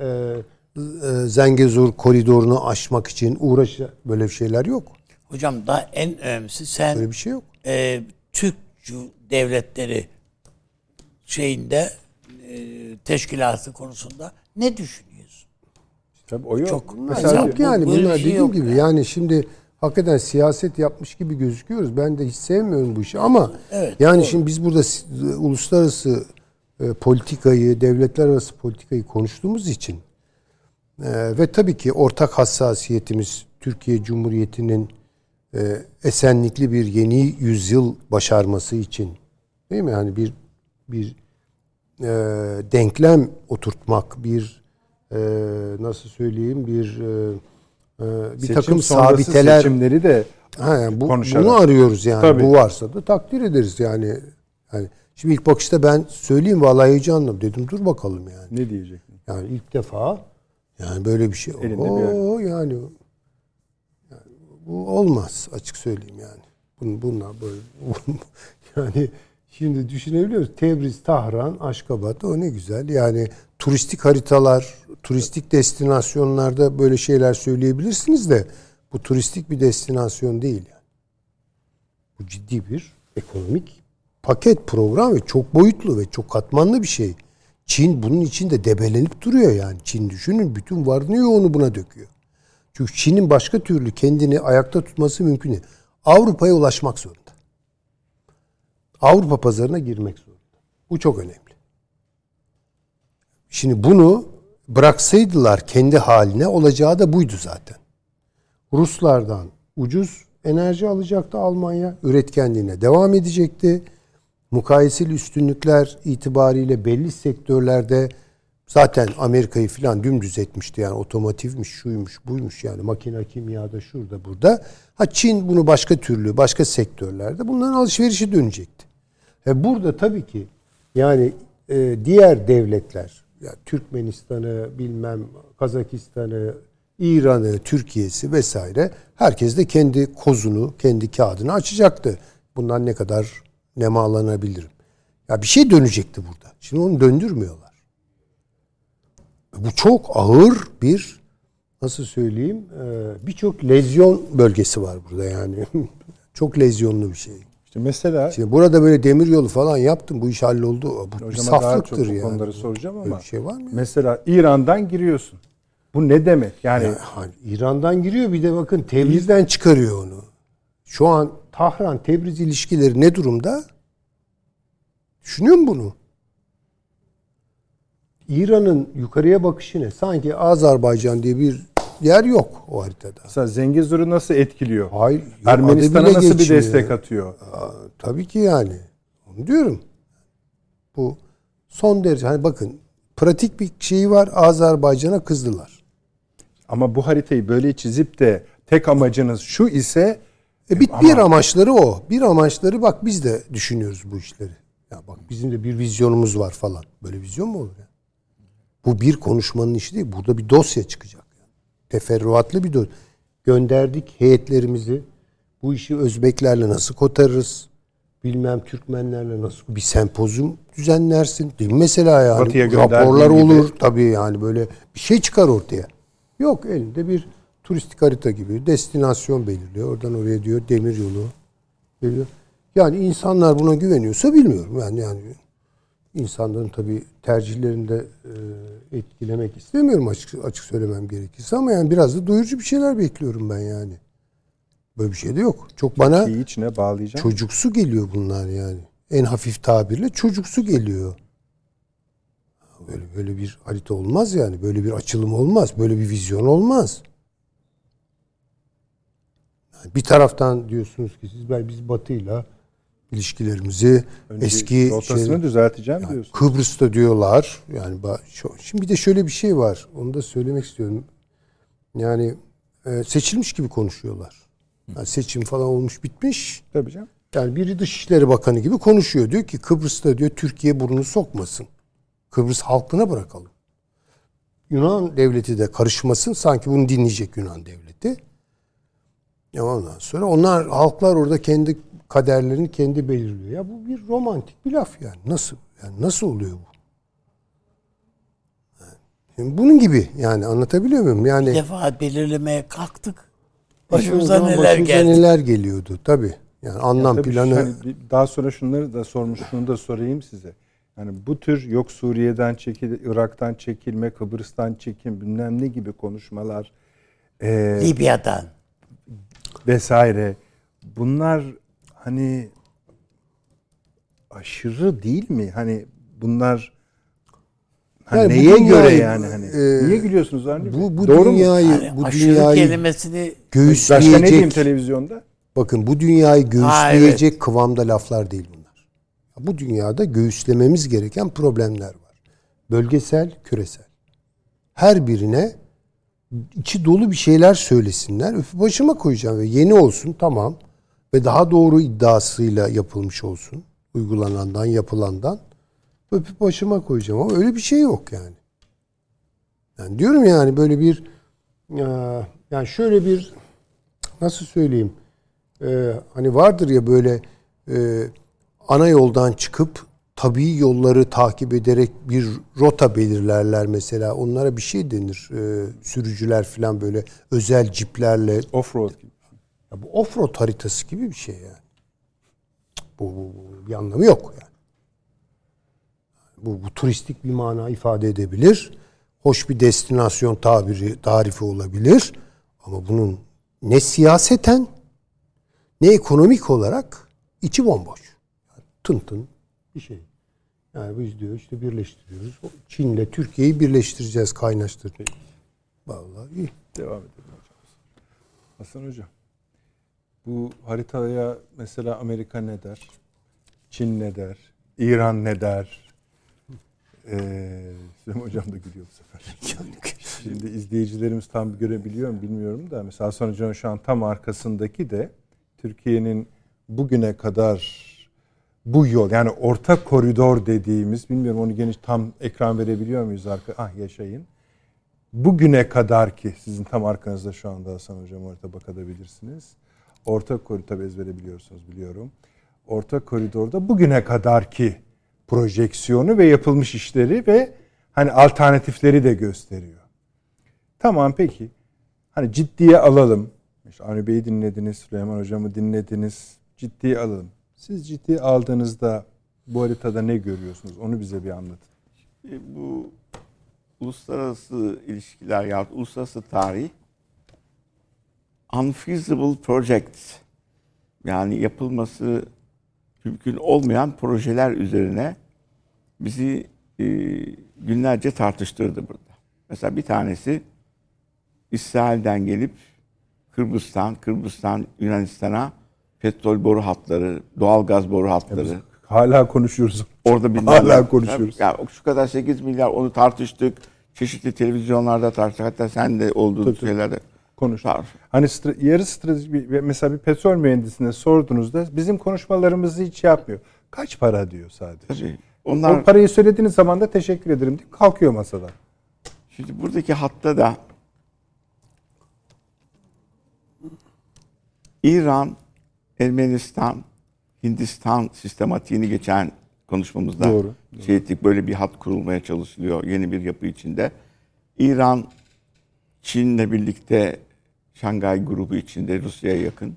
Zengezur koridorunu aşmak için böyle şeyler yok. Hocam daha en önemlisi sen böyle bir şey yok. Türk devletleri teşkilatı konusunda ne düşünüyorsun? Tabii o yok. Çok mesela yok yani bunlar dediğim gibi yani şimdi hakikaten siyaset yapmış gibi gözüküyoruz. Ben de hiç sevmiyorum bu işi ama yani doğru. Şimdi biz burada uluslararası politikayı, devletler arası politikayı konuştuğumuz için ve tabii ki ortak hassasiyetimiz Türkiye Cumhuriyeti'nin esenlikli bir yeni yüzyıl başarması için değil mi? Yani bir denklem oturtmak, bir nasıl söyleyeyim bir takım sabiteler seçimleri de bunu arıyoruz yani. Tabii. Bu varsa da takdir ederiz yani. Şimdi ilk bakışta ben söyleyeyim vallahi heyecanlıyım dedim. Dur bakalım yani. Ne diyecektin? Yani ilk defa yani böyle bir şey. Yani bu olmaz açık söyleyeyim yani. Bunlar böyle yani şimdi düşünebiliyor musun? Tebriz, Tahran, Aşkabat o ne güzel. Yani turistik haritalar, turistik destinasyonlarda böyle şeyler söyleyebilirsiniz de bu turistik bir destinasyon değil yani. Bu ciddi bir ekonomik paket, program ve çok boyutlu ve çok katmanlı bir şey. Çin bunun içinde debelenip duruyor yani. Çin düşünün bütün varını yoğunu buna döküyor. Çünkü Çin'in başka türlü kendini ayakta tutması mümkün değil. Avrupa'ya ulaşmak zorunda. Avrupa pazarına girmek zorunda. Bu çok önemli. Şimdi bunu bıraksaydılar kendi haline olacağı da buydu zaten. Ruslardan ucuz enerji alacaktı Almanya. Üretkenliğine devam edecekti. Mukayeseli üstünlükler itibariyle belli sektörlerde zaten Amerika'yı filan dümdüz etmişti. Yani otomotivmiş, şuymuş, buymuş yani makine kimyada şurada burada. Çin bunu başka türlü, başka sektörlerde bunların alışverişi dönecekti. Burada tabii ki yani diğer devletler, yani Türkmenistan'ı, Kazakistan'ı, İran'ı, Türkiye'si vesaire herkes de kendi kozunu, kendi kağıdını açacaktı. Bundan ne kadar nemalanabilirim. Ya bir şey dönecekti burada. Şimdi onu döndürmüyorlar. Bu çok ağır bir, nasıl söyleyeyim, birçok lezyon bölgesi var burada yani. Çok lezyonlu bir şey. İşte mesela şimdi burada böyle demiryolu falan yaptım, bu iş halloldu. Bu bir saflıktır yani. Konuları soracağım ama. Bir şey var mı? Mesela İran'dan giriyorsun. Bu ne demek? Yani İran'dan giriyor, bir de bakın Tebriz'den çıkarıyor onu. Şu an Tahran-Tebriz ilişkileri ne durumda? Düşünüyor musun bunu? İran'ın yukarıya bakışı ne? Sanki Azerbaycan diye bir yer yok o haritada. Mesela Zengezur'u nasıl etkiliyor? Hayır. Yok, Ermenistan'a nasıl geçmiyor. bir destek atıyor? Tabii ki yani. Onu diyorum. Bu son derece. Hani bakın, pratik bir şeyi var. Azerbaycan'a kızdılar. Ama bu haritayı böyle çizip de tek amacınız şu ise bir amaçları o. Bir amaçları, bak biz de düşünüyoruz bu işleri. Ya bak, bizim de bir vizyonumuz var falan. Böyle vizyon mu olur ya? Bu bir konuşmanın işi değil. Burada bir dosya çıkacak. Teferruatlı bir dosya. Gönderdik heyetlerimizi. Bu işi Özbeklerle nasıl kotarırız? Bilmem Türkmenlerle nasıl bir sempozyum düzenlersin. Değil mi mesela yani? Batı'ya Raporlar olur. gibi. Tabii yani böyle bir şey çıkar ortaya. Yok, elinde bir turistik harita gibi destinasyon belirliyor. Oradan oraya diyor, demir yolu geliyor. Yani insanlar buna güveniyorsa bilmiyorum. Yani insanların tabii tercihlerini de etkilemek istemiyorum, açık söylemem gerekirse, ama yani biraz da doyurucu bir şeyler bekliyorum ben yani. Böyle bir şey de yok. Çok bana içine bağlayacağım. Çocuksu geliyor bunlar yani. En hafif tabirle çocuksu geliyor. Böyle bir harita olmaz yani. Böyle bir açılım olmaz. Böyle bir vizyon olmaz. Yani bir taraftan diyorsunuz ki biz Batı'yla ilişkilerimizi önce eski rotasını düzelteceğim yani diyorsun. Kıbrıs'ta diyorlar. Yani şimdi bir de şöyle bir şey var. Onu da söylemek istiyorum. Yani seçilmiş gibi konuşuyorlar. Yani seçim falan olmuş, bitmiş. Tabii canım. Yani biri Dışişleri Bakanı gibi konuşuyor. Diyor ki Kıbrıs'ta diyor Türkiye burnunu sokmasın. Kıbrıs halkına bırakalım. Yunan devleti de karışmasın. Sanki bunu dinleyecek Yunan devleti. Ya ondan sonra halklar orada kendi kaderlerini kendi belirliyor. Ya bu bir romantik bir laf yani. Nasıl? Yani nasıl oluyor bu? Yani bunun gibi yani, anlatabiliyor muyum? Yani bir defa belirlemeye kalktık. Başımıza geldi. Neler geliyordu tabii. Yani anlam tabii planı. hani daha sonra şunları da sormuş, şunu da sorayım size. Yani bu tür yok Suriye'den çekil, Irak'tan çekilme, Kıbrıs'tan çekim, bilmem ne gibi konuşmalar, Libya'dan vesaire. Bunlar hani aşırı değil mi? Hani bunlar yani neye göre yani hani? Niye gülüyorsunuz anne? Bu doğru dünyayı, mu? yani bu aşırı dünyayı kelimesini Başka ne diyeyim göğüsleyecek. televizyonda? Bakın, bu dünyayı göğüsleyecek evet. kıvamda laflar değil bunlar. Bu dünyada göğüslememiz gereken problemler var. Bölgesel, küresel. Her birine içi dolu bir şeyler söylesinler. Öpüp başıma koyacağım ve yeni olsun, tamam. Ve daha doğru iddiasıyla yapılmış olsun. Uygulanandan, yapılandan. Öpüp başıma koyacağım ama öyle bir şey yok yani. Yani diyorum yani böyle bir yani şöyle bir, nasıl söyleyeyim, hani vardır ya böyle ana yoldan çıkıp tabii yolları takip ederek bir rota belirlerler mesela. Onlara bir şey denir. Sürücüler falan böyle özel ciplerle. Offroad gibi. Ya bu offroad haritası gibi bir şey yani. Bu bir anlamı yok yani. Bu turistik bir mana ifade edebilir. Hoş bir destinasyon tarifi olabilir. Ama bunun ne siyaseten ne ekonomik olarak içi bomboş. Yani tın bir şey. Yani biz diyor işte birleştiriyoruz. Çin'le Türkiye'yi birleştireceğiz, kaynaştıracağız. Vallahi iyi. Devam edelim hocam. Hasan Hocam, bu haritaya mesela Amerika ne der? Çin ne der? İran ne der? Süleyman Hocam da gülüyor bu sefer. Şimdi izleyicilerimiz tam görebiliyor mu bilmiyorum da mesela Hasan Hoca'nın şu an tam arkasındaki de Türkiye'nin bugüne kadar bu yol, yani orta koridor dediğimiz, bilmiyorum onu geniş tam ekran verebiliyor muyuz? Yaşayın. Bugüne kadar ki sizin tam arkanızda şu anda Hasan Hocam, orada bakabilirsiniz. Orta koridor tabi ezbere biliyorsunuz, biliyorum. Orta koridorda bugüne kadar ki projeksiyonu ve yapılmış işleri ve hani alternatifleri de gösteriyor. Tamam, peki. Hani ciddiye alalım. İşte Avni Bey'i dinlediniz, Süleyman Hocam'ı dinlediniz. Ciddiye alalım. Siz ciddiye aldığınızda bu haritada ne görüyorsunuz? Onu bize bir anlatın. Bu uluslararası ilişkiler ya uluslararası tarih unfeasible projects, yani yapılması mümkün olmayan projeler üzerine bizi günlerce tartıştırdı burada. Mesela bir tanesi İsrail'den gelip Kıbrıs'tan Yunanistan'a petrol boru hatları, doğal gaz boru hatları. Hala konuşuyoruz. Orada hala konuşuyoruz. Ya şu kadar 8 milyar onu tartıştık. Çeşitli televizyonlarda tartıştık. Hatta sen de olduğun şeylerde konuş. Hani yarı strateji mesela bir petrol mühendisine sorduğunuzda bizim konuşmalarımızı hiç yapmıyor. Kaç para diyor sadece. Tabii. Onlar, o parayı söylediğiniz zaman da teşekkür ederim deyip kalkıyor masadan. Şimdi buradaki hatta da İran, Ermenistan, Hindistan sistematiğini geçen konuşmamızda Doğru. şey ettik, böyle bir hat kurulmaya çalışılıyor yeni bir yapı içinde. İran, Çin'le birlikte Şangay grubu içinde Rusya'ya yakın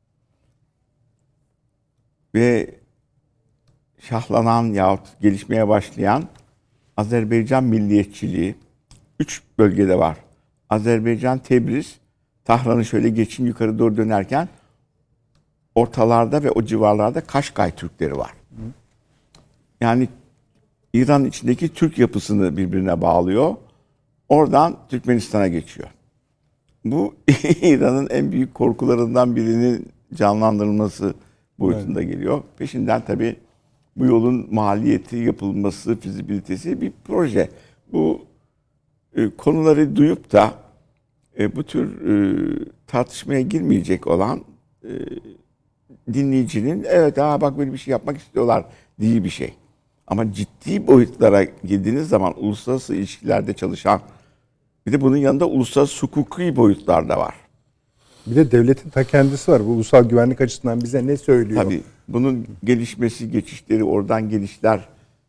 ve şahlanan yahut gelişmeye başlayan Azerbaycan milliyetçiliği 3 bölgede var. Azerbaycan, Tebriz, Tahran'ı şöyle geçin yukarı doğru dönerken ortalarda ve o civarlarda Kaşkay Türkleri var. Yani İran içindeki Türk yapısını birbirine bağlıyor. Oradan Türkmenistan'a geçiyor. Bu İran'ın en büyük korkularından birinin canlandırılması boyutunda geliyor. Peşinden tabii bu yolun maliyeti, yapılması, fizibilitesi bir proje. Bu konuları duyup da bu tür tartışmaya girmeyecek olan dinleyicinin evet bak böyle bir şey yapmak istiyorlar diye bir şey. Ama ciddi boyutlara girdiğiniz zaman uluslararası ilişkilerde çalışan, bir de bunun yanında uluslararası hukuki boyutlar da var. Bir de devletin ta kendisi var. Bu ulusal güvenlik açısından bize ne söylüyor? Tabii bunun gelişmesi, geçişleri, oradan gelişler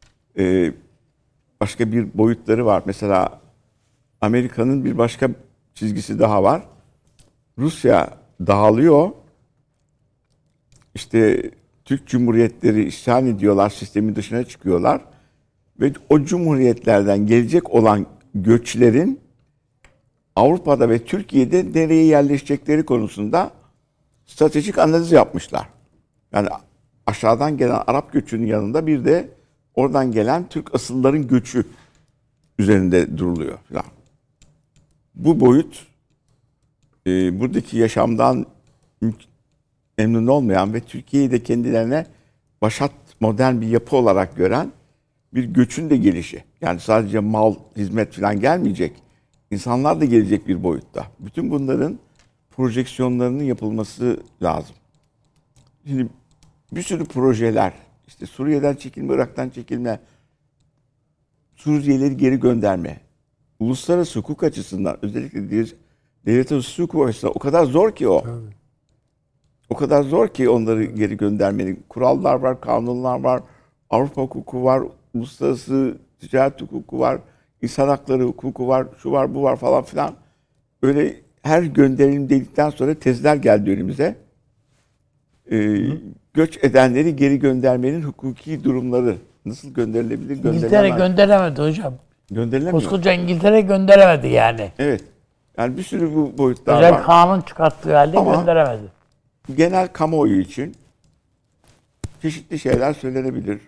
başka bir boyutları var. Mesela Amerika'nın bir başka çizgisi daha var. Rusya dağılıyor. İşte Türk Cumhuriyetleri isyan ediyorlar, sistemin dışına çıkıyorlar. Ve o cumhuriyetlerden gelecek olan göçlerin Avrupa'da ve Türkiye'de nereye yerleşecekleri konusunda stratejik analiz yapmışlar. Yani aşağıdan gelen Arap göçünün yanında bir de oradan gelen Türk asılların göçü üzerinde duruluyor falan. Bu boyut buradaki yaşamdan memnun olmayan ve Türkiye'yi de kendilerine başat modern bir yapı olarak gören bir göçün de gelişi. Yani sadece mal, hizmet falan gelmeyecek. İnsanlar da gelecek bir boyutta. Bütün bunların projeksiyonlarının yapılması lazım. Şimdi bir sürü projeler, işte Suriye'den çekilme, Irak'tan çekilme, Suriyelileri geri gönderme, uluslararası hukuk açısından özellikle devlet arası hukuk açısından o kadar zor ki o. Evet. O kadar zor ki onları geri göndermenin. Kurallar var, kanunlar var, Avrupa hukuku var, uluslararası ticaret hukuku var, insan hakları hukuku var, şu var, bu var falan filan. Öyle her gönderelim dedikten sonra tezler geldi önümüze. Göç edenleri geri göndermenin hukuki durumları nasıl gönderilebilir? İngiltere gönderemedi hocam. Gönderilemiyor. Koskoca İngiltere gönderemedi yani. Evet. Yani bir sürü bu boyutlar özel var. Özel kanun çıkarttığı halde ama gönderemedi. Genel kamuoyu için çeşitli şeyler söylenebilir.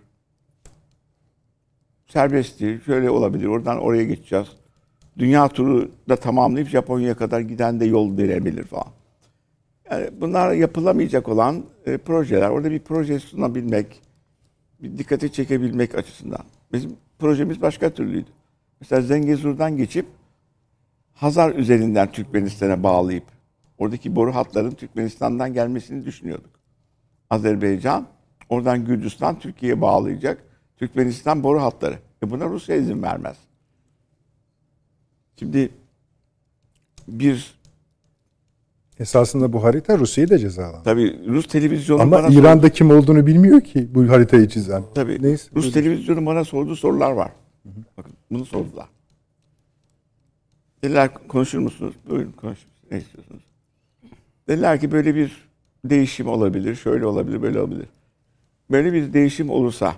Serbesttir, şöyle olabilir, oradan oraya geçeceğiz. Dünya turu da tamamlayıp Japonya'ya kadar giden de yol verebilir falan. Yani bunlar yapılamayacak olan projeler. Orada bir proje sunabilmek, bir dikkate çekebilmek açısından. Bizim projemiz başka türlüydü. Mesela Zengezur'dan geçip Hazar üzerinden Türkmenistan'a bağlayıp oradaki boru hatların Türkmenistan'dan gelmesini düşünüyorduk. Azerbaycan, oradan Gürcistan, Türkiye'ye bağlayacak Türkmenistan boru hatları. Buna Rusya izin vermez. Şimdi Esasında bu harita Rusya'yı da cezalandırır. Tabii Rus televizyonu Ama bana İran'da kim olduğunu bilmiyor ki bu haritayı çizen. Tabii. Neyse, Rus televizyonu bana sorduğu sorular var. Bakın bunu sordular. Dediler konuşur musunuz? Buyurun konuşun. Ne istiyorsunuz? Dediler ki böyle bir değişim olabilir. Şöyle olabilir, böyle olabilir. Böyle bir değişim olursa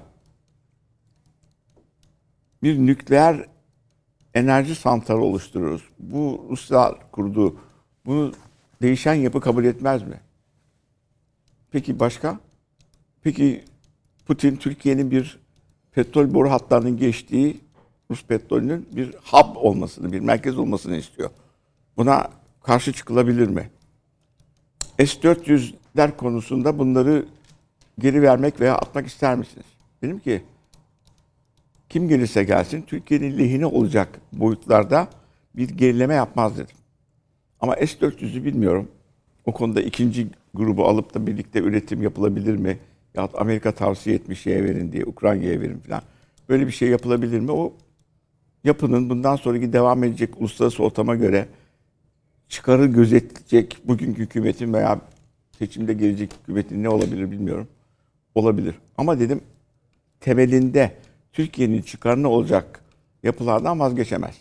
bir nükleer enerji santrali oluştururuz. Bu Ruslar kurduğu bunu değişen yapı kabul etmez mi? Peki başka? Peki Putin Türkiye'nin bir petrol boru hatlarının geçtiği Rus petrolünün bir hub olmasını, bir merkez olmasını istiyor. Buna karşı çıkılabilir mi? S-400'ler konusunda bunları geri vermek veya atmak ister misiniz? Dedim ki kim gelirse gelsin Türkiye'nin lehine olacak boyutlarda bir gerileme yapmaz dedim. Ama S-400'ü bilmiyorum. O konuda ikinci grubu alıp da birlikte üretim yapılabilir mi? Ya Amerika tavsiye etmiş şeye verin diye, Ukrayna'ya verin falan. Böyle bir şey yapılabilir mi? O yapının bundan sonraki devam edecek uluslararası ortama göre çıkarı gözetleyecek bugünkü hükümetin veya seçimde gelecek hükümetin ne olabilir bilmiyorum. Olabilir. Ama dedim temelinde Türkiye'nin çıkarına olacak yapılardan vazgeçemez.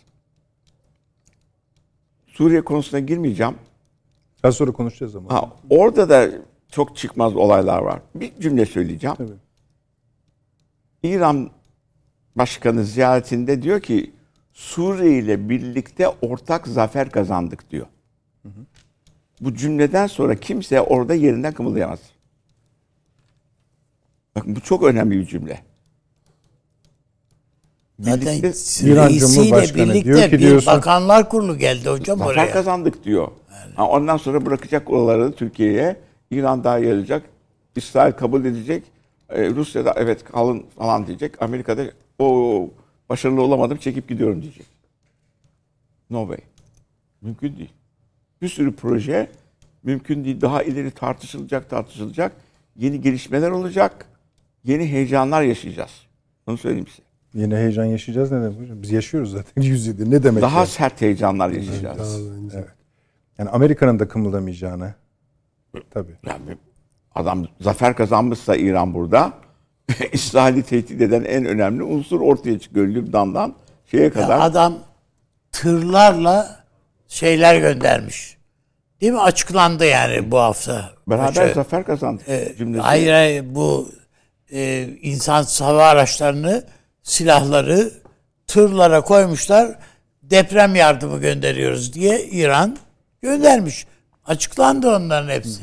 Suriye konusuna girmeyeceğim. Daha sonra konuşacağız ama. Orada da çok çıkmaz olaylar var. Bir cümle söyleyeceğim. Tabii. İran Başkanı ziyaretinde diyor ki Suriye ile birlikte ortak zafer kazandık diyor. Bu cümleden sonra kimse orada yerinden kımıldayamaz. Bakın bu çok önemli bir cümle. Zaten İran reisiyle Cumhurbaşkanı birlikte diyor ki bir diyorsun, bakanlar kurulu geldi hocam Zafer oraya. kazandık diyor. Ondan sonra bırakacak oraları Türkiye'ye. İran daha yarayacak. İsrail kabul edecek. Rusya da evet kalın falan diyecek. Amerika'da o başarılı olamadım çekip gidiyorum diyecek. No way. Mümkün değil. Bir sürü proje mümkün değil. Daha ileri tartışılacak. Yeni gelişmeler olacak. Yeni heyecanlar yaşayacağız. Onu söyleyeyim size. yeni heyecan yaşayacağız ne demek hocam? Biz yaşıyoruz zaten 107. Ne demek? Daha yani? sert heyecanlar yaşayacağız. Evet. Yani Amerika'nın da kımıldamayacağını. Tabii. Yani adam zafer kazanmışsa İran burada İsrail'i tehdit eden en önemli unsur ortaya çıkıyor. Lübnan'dan şeye kadar. Ya adam tırlarla şeyler göndermiş. Değil mi? Açıklandı yani bu hafta. Beraber zafer kazandık cümlesi. Hayır bu insan hava araçlarını, silahları tırlara koymuşlar. Deprem yardımı gönderiyoruz diye İran göndermiş. Açıklandı onların hepsi.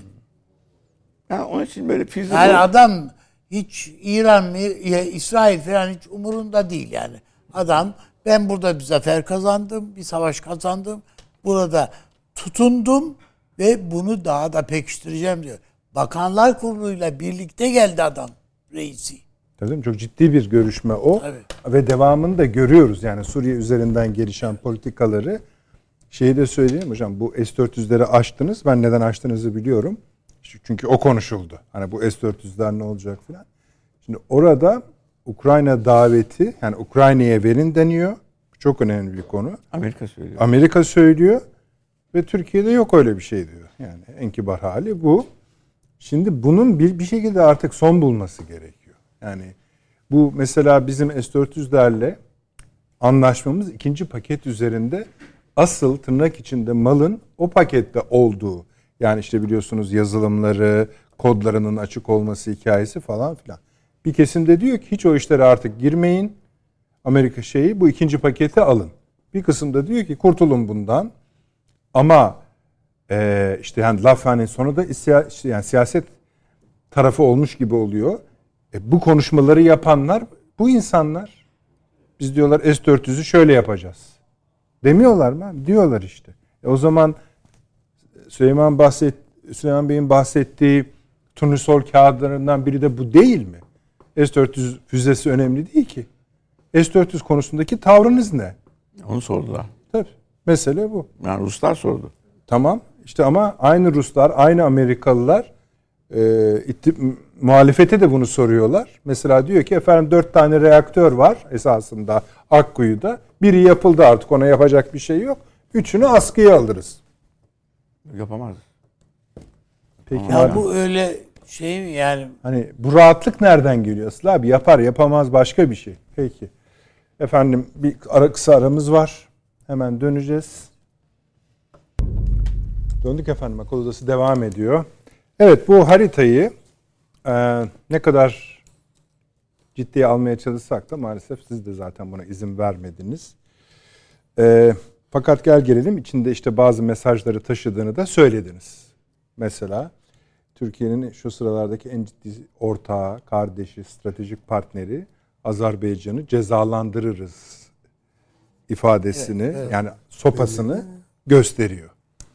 Yani onun için böyle feasible. Yani adam hiç İran, İsrail falan hiç umurunda değil yani. Adam ben burada bir zafer kazandım, bir savaş kazandım. Burada tutundum ve bunu daha da pekiştireceğim diyor. Bakanlar Kurulu'yla birlikte geldi adam reisi. Tabii çok ciddi bir görüşme o. Tabii. Ve devamını da görüyoruz. Yani Suriye üzerinden gelişen politikaları. Şeyi de söyleyeyim hocam, bu S-400'leri açtınız. Ben neden açtığınızı biliyorum. Çünkü o konuşuldu. Hani bu S-400'ler ne olacak filan. Şimdi orada Ukrayna daveti, yani Ukrayna'ya verin deniyor. Çok önemli bir konu. Amerika söylüyor. Amerika söylüyor ve Türkiye'de yok öyle bir şey diyor. Yani en kibar hali bu. Şimdi bunun bir şekilde artık son bulması gerekiyor. Yani bu mesela bizim S-400'lerle anlaşmamız ikinci paket üzerinde asıl tırnak içinde malın o pakette olduğu. Yani işte biliyorsunuz yazılımları, kodlarının açık olması hikayesi falan filan. Bir kesim de diyor ki hiç o işlere artık girmeyin. Amerika bu ikinci paketi alın. Bir kısım da diyor ki kurtulun bundan. Ama işte yani laf hani sonu da yani siyaset tarafı olmuş gibi oluyor. Bu konuşmaları yapanlar bu insanlar. Biz diyorlar S-400'ü şöyle yapacağız. Demiyorlar mı? Diyorlar işte. O zaman Süleyman Bey'in bahsettiği turnusol kağıtlarından biri de bu değil mi? S-400 füzesi önemli değil ki. S-400 konusundaki tavrınız ne? Onu sordular. Tabii. Mesele bu. Yani Ruslar sordu. Tamam. İşte ama aynı Ruslar, aynı Amerikalılar muhalefete de bunu soruyorlar. Mesela diyor ki efendim 4 tane reaktör var esasında Akkuyu'da. Biri yapıldı artık ona yapacak bir şey yok. 3'ünü askıya alırız. Yapamaz. Peki Ya bu öyle şey mi yani? hani bu rahatlık nereden geliyor asıl abi? Yapar yapamaz başka bir şey. Peki. Efendim bir kısa aramız var. Hemen döneceğiz. Döndük efendim. Akıl Odası devam ediyor. Evet, bu haritayı ne kadar ciddiye almaya çalışsak da maalesef siz de zaten buna izin vermediniz. Fakat gel gelelim, içinde işte bazı mesajları taşıdığını da söylediniz. Mesela Türkiye'nin şu sıralardaki en ciddi ortağı, kardeşi, stratejik partneri Azerbaycan'ı cezalandırırız ifadesini, yani sopasını gösteriyor.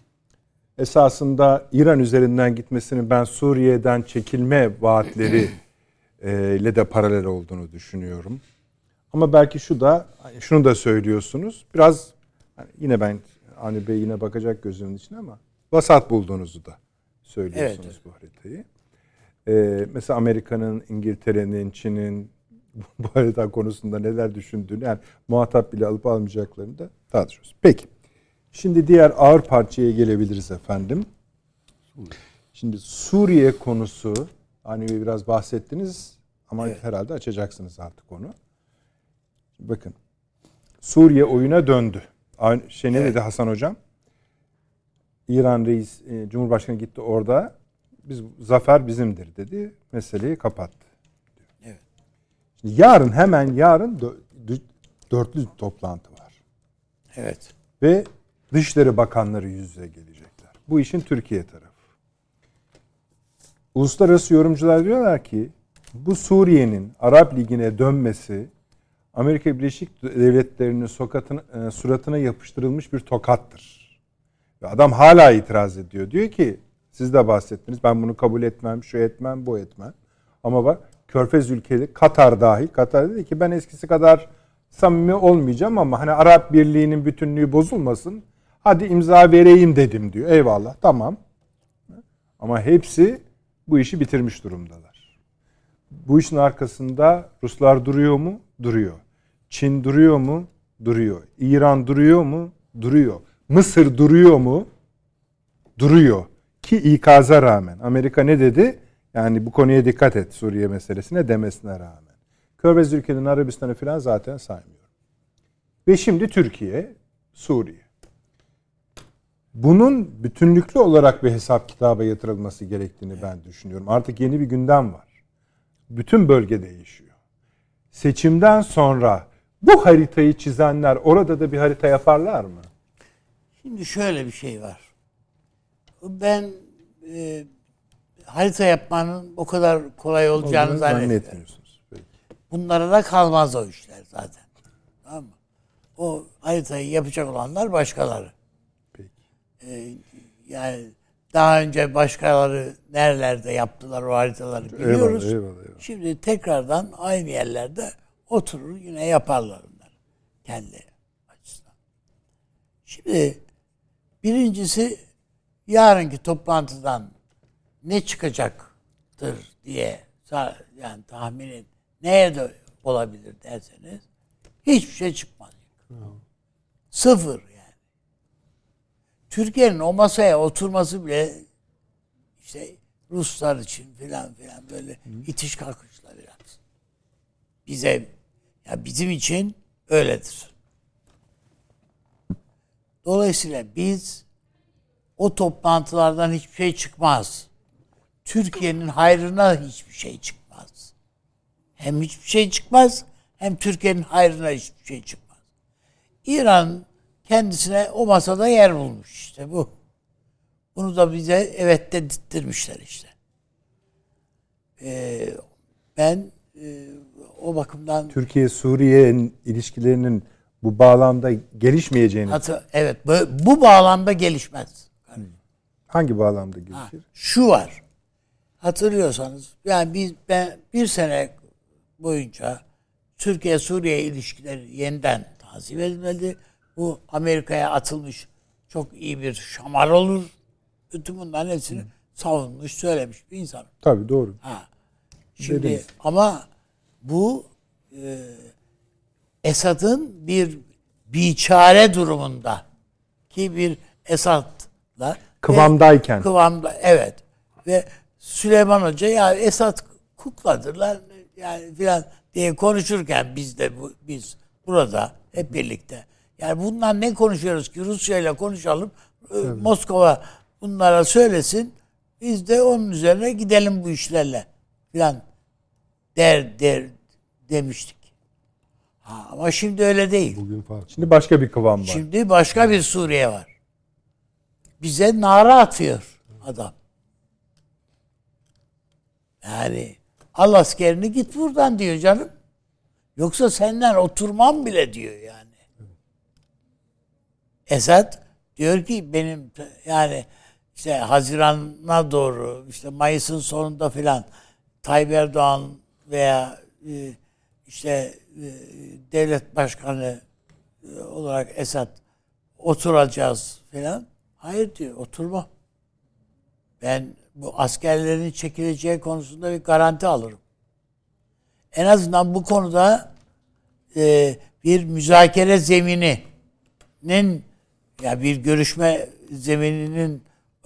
Esasında İran üzerinden gitmesinin ben Suriye'den çekilme vaatleri ile de paralel olduğunu düşünüyorum. Ama belki şunu da söylüyorsunuz. Biraz yine ben Avni Bey yine bakacak gözünün içine ama vasat bulduğunuzu da söylüyorsunuz, evet, bu haritayı. Mesela Amerika'nın, İngiltere'nin, Çin'in bu harita konusunda neler düşündüğünü, yani muhatap bile alıp almayacaklarını da tartışıyoruz. Peki. Şimdi diğer ağır parçaya gelebiliriz efendim. Şimdi Suriye konusu, hani biraz bahsettiniz ama evet, herhalde açacaksınız artık onu. Bakın, Suriye oyuna döndü. Ne dedi Hasan Hocam? İran reis, Cumhurbaşkanı gitti orada. Zafer bizimdir dedi. Meseleyi kapattı. Evet. Şimdi hemen yarın dörtlü toplantı var. Evet. Ve Dışişleri Bakanları yüz yüze gelecekler. Bu işin Türkiye tarafı. Uluslararası yorumcular diyorlar ki bu Suriye'nin Arap Ligi'ne dönmesi Amerika Birleşik Devletleri'nin suratına yapıştırılmış bir tokattır. Ve adam hala itiraz ediyor. Diyor ki siz de bahsettiniz, ben bunu kabul etmem, şu etmem, bu etmem. Ama bak Körfez ülkeleri, Katar dahil, Katar dedi ki ben eskisi kadar samimi olmayacağım ama hani Arap Birliği'nin bütünlüğü bozulmasın, hadi imza vereyim dedim diyor. Eyvallah, tamam. Ama hepsi bu işi bitirmiş durumdalar. Bu işin arkasında Ruslar duruyor mu? Duruyor. Çin duruyor mu? Duruyor. İran duruyor mu? Duruyor. Mısır duruyor mu? Duruyor. Ki ikaza rağmen. Amerika ne dedi? Yani bu konuya dikkat et Suriye meselesine demesine rağmen. Körfez ülkenin Arabistan'ı falan zaten saymıyorum. Ve şimdi Türkiye, Suriye. Bunun bütünlüklü olarak bir hesap kitaba yatırılması gerektiğini ben düşünüyorum. Artık yeni bir gündem var. Bütün bölge değişiyor. Seçimden sonra bu haritayı çizenler orada da bir harita yaparlar mı? Şimdi şöyle bir şey var. Ben harita yapmanın o kadar kolay olacağını zannetmiyorum. Bunlara da kalmaz o işler zaten. Tamam mı? O haritayı yapacak olanlar başkaları. Peki. Yani daha önce başkaları nerelerde yaptılar o haritaları biliyoruz. Eyvallah. Şimdi tekrardan aynı yerlerde oturur yine yaparlar onları. Kendi açısından. Şimdi birincisi yarınki toplantıdan ne çıkacaktır diye yani tahminin neye de olabilir derseniz hiçbir şey çıkmaz. Sıfır yani. Türkiye'nin o masaya oturması bile işte Ruslar için filan böyle itiş kakışlar yapsın. Bizim için öyledir. Dolayısıyla biz o toplantılardan hiçbir şey çıkmaz. Türkiye'nin hayrına hiçbir şey çıkmaz. Hem hiçbir şey çıkmaz, hem Türkiye'nin hayrına hiçbir şey çıkmaz. İran kendisine o masada yer bulmuş işte bu. Bunu da bize evet dedirtmişler işte. Ben o bakımdan Türkiye-Suriye ilişkilerinin bu bağlamda gelişmeyeceğini... Evet, bu bağlamda gelişmez. Hangi bağlamda gelişir? Şu var. Hatırlıyorsanız yani ben bir sene boyunca Türkiye-Suriye ilişkileri yeniden tanzim edilmedi. Bu Amerika'ya atılmış çok iyi bir şamar olur. Bütün bunların hepsini savunmuş, söylemiş bir insan. Tabii doğru. Şimdi dediniz. Ama bu Esad'ın bir biçare durumunda ki bir Esad'la kıvamdayken. Evet. Ve Süleyman Hoca ya Esad kukladırlar yani filan diye konuşurken biz burada hep birlikte. Yani bundan ne konuşuyoruz ki? Rusya ile konuşalım. Moskova bunlara söylesin. Biz de onun üzerine gidelim bu işlerle filan demiştik. Ama şimdi öyle değil. Bugün farklı. Şimdi başka bir kıvam var. Şimdi başka bir Suriye var. Bize nara atıyor adam. Yani al askerini git buradan diyor canım. Yoksa senden oturmam bile diyor yani. Esad diyor ki benim yani işte Haziran'a doğru işte Mayıs'ın sonunda filan Tayyip Erdoğan veya devlet başkanı olarak Esad oturacağız filan. Hayır diyor, oturmam. Ben bu askerlerin çekileceği konusunda bir garanti alırım. En azından bu konuda bir müzakere zemininin ya bir görüşme zemininin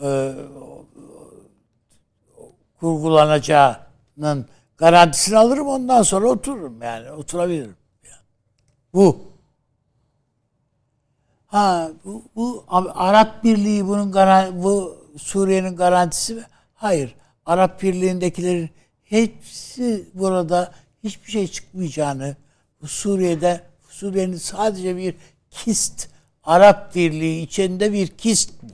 kurgulanacağının garantisini alırım, ondan sonra otururum yani oturabilirim. Yani. Bu Arap Birliği bu Suriye'nin garantisi mi? Hayır. Arap Birliği'ndekilerin hepsi burada hiçbir şey çıkmayacağını, bu Suriye'nin sadece bir kist, Arap Birliği içinde bir kist bu.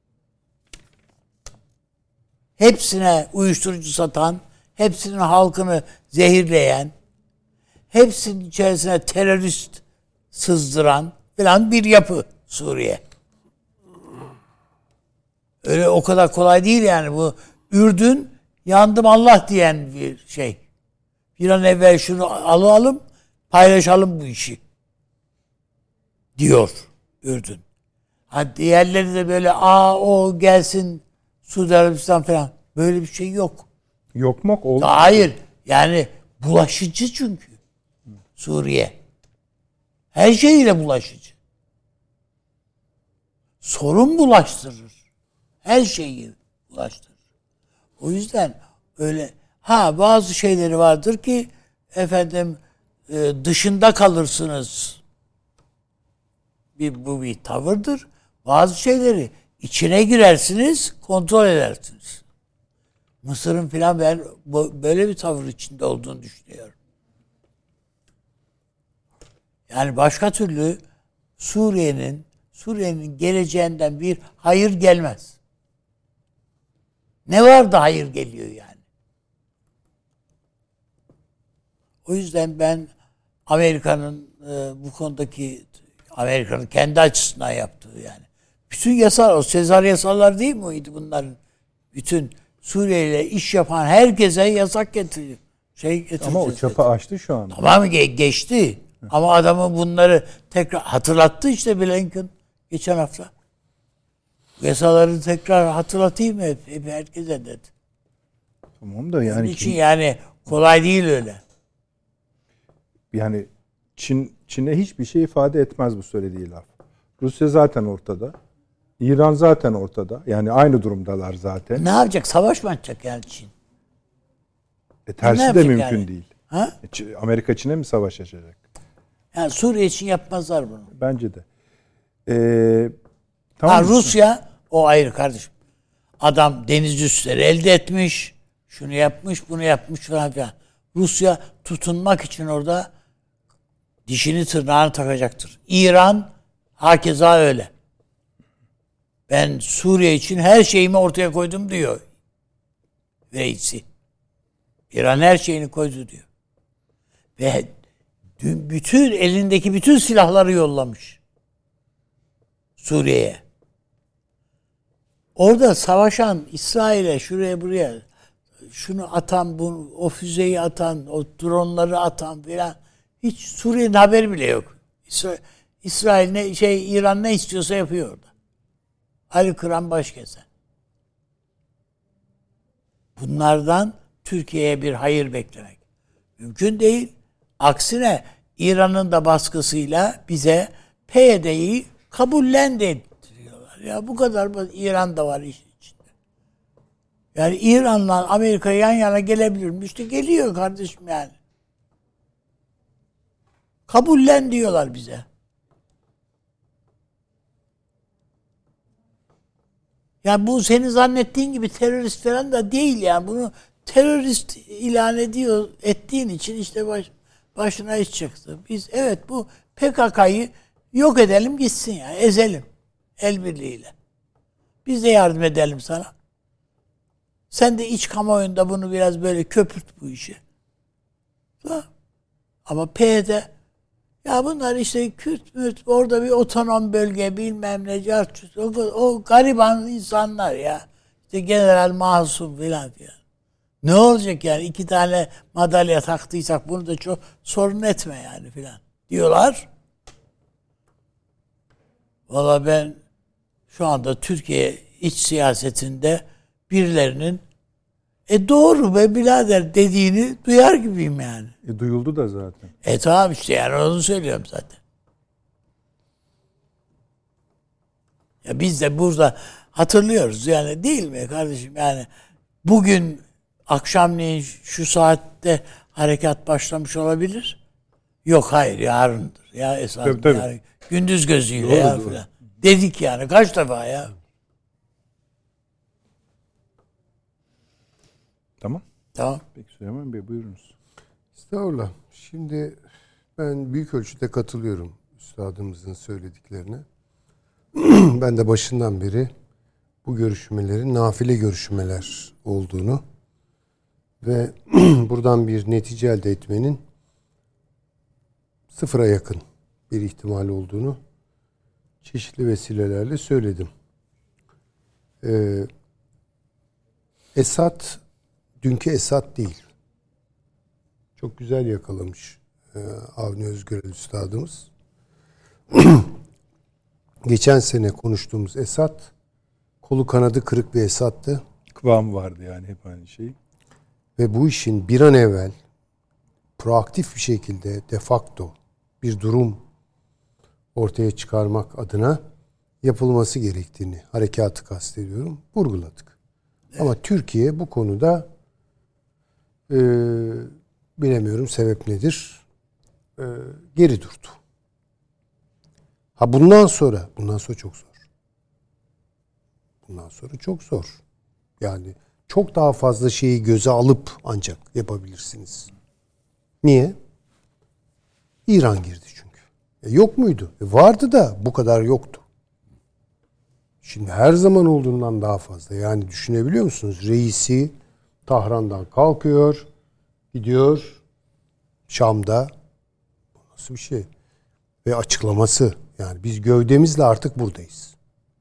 Hepsine uyuşturucu satan, hepsinin halkını zehirleyen, hepsinin içerisine terörist sızdıran falan bir yapı Suriye. Öyle o kadar kolay değil yani bu. Ürdün yandım Allah diyen bir şey. Bir an evvel şunu alalım, paylaşalım bu işi diyor Ürdün. Diğerleri de böyle o gelsin Suudi Arabistan falan. Böyle bir şey yok. Yok mu? Oldu. Hayır. Yani bulaşıcı çünkü. Suriye. Her şeyiyle bulaşıcı. Sorun bulaştırır. Her şeyi bulaştırır. O yüzden öyle bazı şeyleri vardır ki dışında kalırsınız. Bu bir tavırdır. Bazı şeyleri içine girersiniz, kontrol edersiniz. Mısır'ın filan ben böyle bir tavır içinde olduğunu düşünüyorum. Yani başka türlü Suriye'nin geleceğinden bir hayır gelmez. Ne var da hayır geliyor yani. O yüzden ben Amerika'nın bu konudaki Amerika'nın kendi açısından yaptığı yani. Bütün yasalar, o Sezar yasalar değil miydi bunların? Bütün Suriye ile iş yapan herkese yasak getiriyor. Ama o çapı aştı şu anda. Tamam geçti. Ama adamın bunları tekrar hatırlattı işte Blinken geçen hafta. Yasaları tekrar hatırlatayım mı hep herkese dedi. Tamam da yani. Onun için yani kolay değil öyle. Yani Çin'e hiçbir şey ifade etmez bu söylediği laf. Rusya zaten ortada. İran zaten ortada. Yani aynı durumdalar zaten. Ne yapacak? Savaş mı açacak yani Çin? Tersi de mümkün yani? değil. Ha? Amerika Çin'e mi savaş açacak? Yani Suriye için yapmazlar bunu. Bence de. Tamam. Rusya o ayrı kardeşim. Adam deniz üsleri elde etmiş. Şunu yapmış, bunu yapmış falan filan. Rusya tutunmak için orada dişini tırnağını takacaktır. İran hakeza öyle. Ben Suriye için her şeyimi ortaya koydum diyor reisi. İran her şeyini koydu diyor. Ve bütün elindeki bütün silahları yollamış Suriye'ye. Orada savaşan İsrail'e şuraya buraya şunu atan, o füzeyi atan, o dronları atan filan hiç Suriye'nin haberi bile yok. İsrail İran ne istiyorsa yapıyor orada. Ali Kıran başkesen. Bunlardan Türkiye'ye bir hayır beklemek mümkün değil. Aksine İran'ın da baskısıyla bize PYD'yi kabullendi diyorlar. Ya bu kadar İran da var işin içinde. Yani İran'la Amerika yan yana gelebilir mi? İşte geliyor kardeşim yani. Kabullen diyorlar bize. Yani bu senin zannettiğin gibi terörist falan da değil yani. Bunu terörist ilan ettiğin için işte başına iş çıktı. Biz evet bu PKK'yı yok edelim gitsin yani. Ezelim. El birliğiyle. Biz de yardım edelim sana. Sen de iç kamuoyunda bunu biraz böyle köpürt bu işi. Ama PYD ya bunlar işte Kürt mürt orada bir otonom bölge bilmem ne o gariban insanlar ya. İşte General Masum filan filan. Ne olacak yani 2 tane madalya taktıysak bunu da çok sorun etme yani filan diyorlar. Valla ben şu anda Türkiye iç siyasetinde birilerinin doğru be birader dediğini duyar gibiyim yani. Duyuldu da zaten. Tamam işte yani onu söylüyorum zaten. Ya biz de burada hatırlıyoruz yani değil mi kardeşim yani bugün akşamleyin şu saatte harekat başlamış olabilir. Yok hayır yarındır. Ya esas tabii. Yani, gündüz gözüyle ya falan. Dedik yani kaç defa ya. Tamam. Tamam. Peki Süleyman Bey buyurunuz. Estağfurullah. Şimdi ben büyük ölçüde katılıyorum üstadımızın söylediklerine. Ben de başından beri bu görüşmelerin nafile görüşmeler olduğunu ve buradan bir netice elde etmenin sıfıra yakın bir ihtimal olduğunu çeşitli vesilelerle söyledim. Esad dünkü Esad değil. Çok güzel yakalamış Avni Özgürel üstadımız. Geçen sene konuştuğumuz Esad kolu kanadı kırık bir Esad'tı. Kıvam vardı yani hep aynı şey. Ve bu işin bir an evvel proaktif bir şekilde de facto bir durum ortaya çıkarmak adına yapılması gerektiğini, harekatı kastediyorum, vurguladık. Evet. Ama Türkiye bu konuda bilemiyorum sebep nedir, geri durdu. Bundan sonra çok zor. Bundan sonra çok zor. Yani çok daha fazla şeyi göze alıp ancak yapabilirsiniz. Niye? İran girdi çünkü. Yok muydu? Vardı da bu kadar yoktu. Şimdi her zaman olduğundan daha fazla. Yani düşünebiliyor musunuz? Reisi Tahran'dan kalkıyor, gidiyor Şam'da. Nasıl bir şey? Ve açıklaması. Yani biz gövdemizle artık buradayız.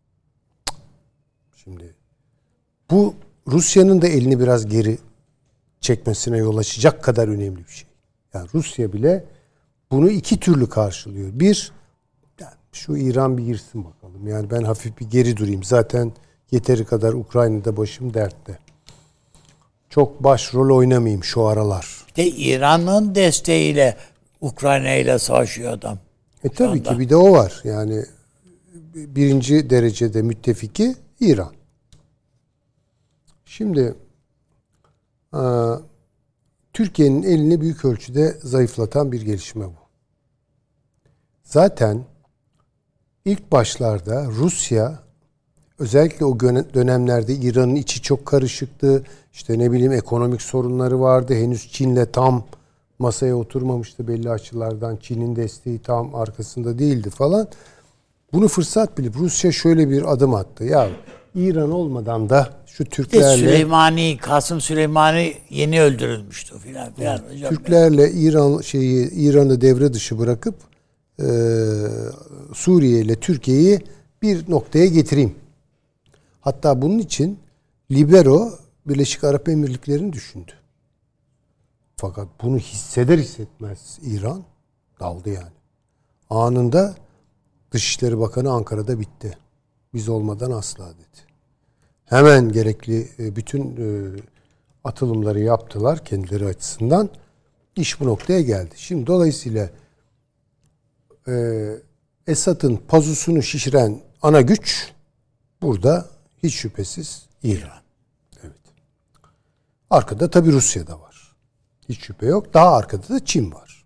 Şimdi bu Rusya'nın da elini biraz geri çekmesine yol açacak kadar önemli bir şey. Yani Rusya bile bunu iki türlü karşılıyor. Bir, yani şu İran bir girsin bakalım. Yani ben hafif bir geri durayım. Zaten yeteri kadar Ukrayna'da başım dertte. Çok başrol oynamayayım şu aralar. De İran'ın desteğiyle Ukrayna ile savaşıyor adam. Tabii ki bir de o var. Yani birinci derecede müttefiki İran. Şimdi Türkiye'nin elini büyük ölçüde zayıflatan bir gelişme bu. Zaten ilk başlarda Rusya özellikle o dönemlerde İran'ın içi çok karışıktı. İşte ne bileyim ekonomik sorunları vardı. Henüz Çin'le tam masaya oturmamıştı belli açılardan. Çin'in desteği tam arkasında değildi falan. Bunu fırsat bilip Rusya şöyle bir adım attı. Ya İran olmadan da şu Türklerle Kasım Süleymani yeni öldürülmüştü filan. Türklerle İran'ı devre dışı bırakıp Suriye ile Türkiye'yi bir noktaya getireyim. Hatta bunun için libero Birleşik Arap Emirlikleri'ni düşündü. Fakat bunu hisseder hissetmez İran daldı yani. Anında Dışişleri Bakanı Ankara'da bitti. Biz olmadan asla dedi. Hemen gerekli bütün atılımları yaptılar kendileri açısından. İş bu noktaya geldi. Şimdi dolayısıyla Esad'ın pazusunu şişiren ana güç burada hiç şüphesiz İran. Evet. Arkada tabii Rusya da var. Hiç şüphe yok. Daha arkada da Çin var.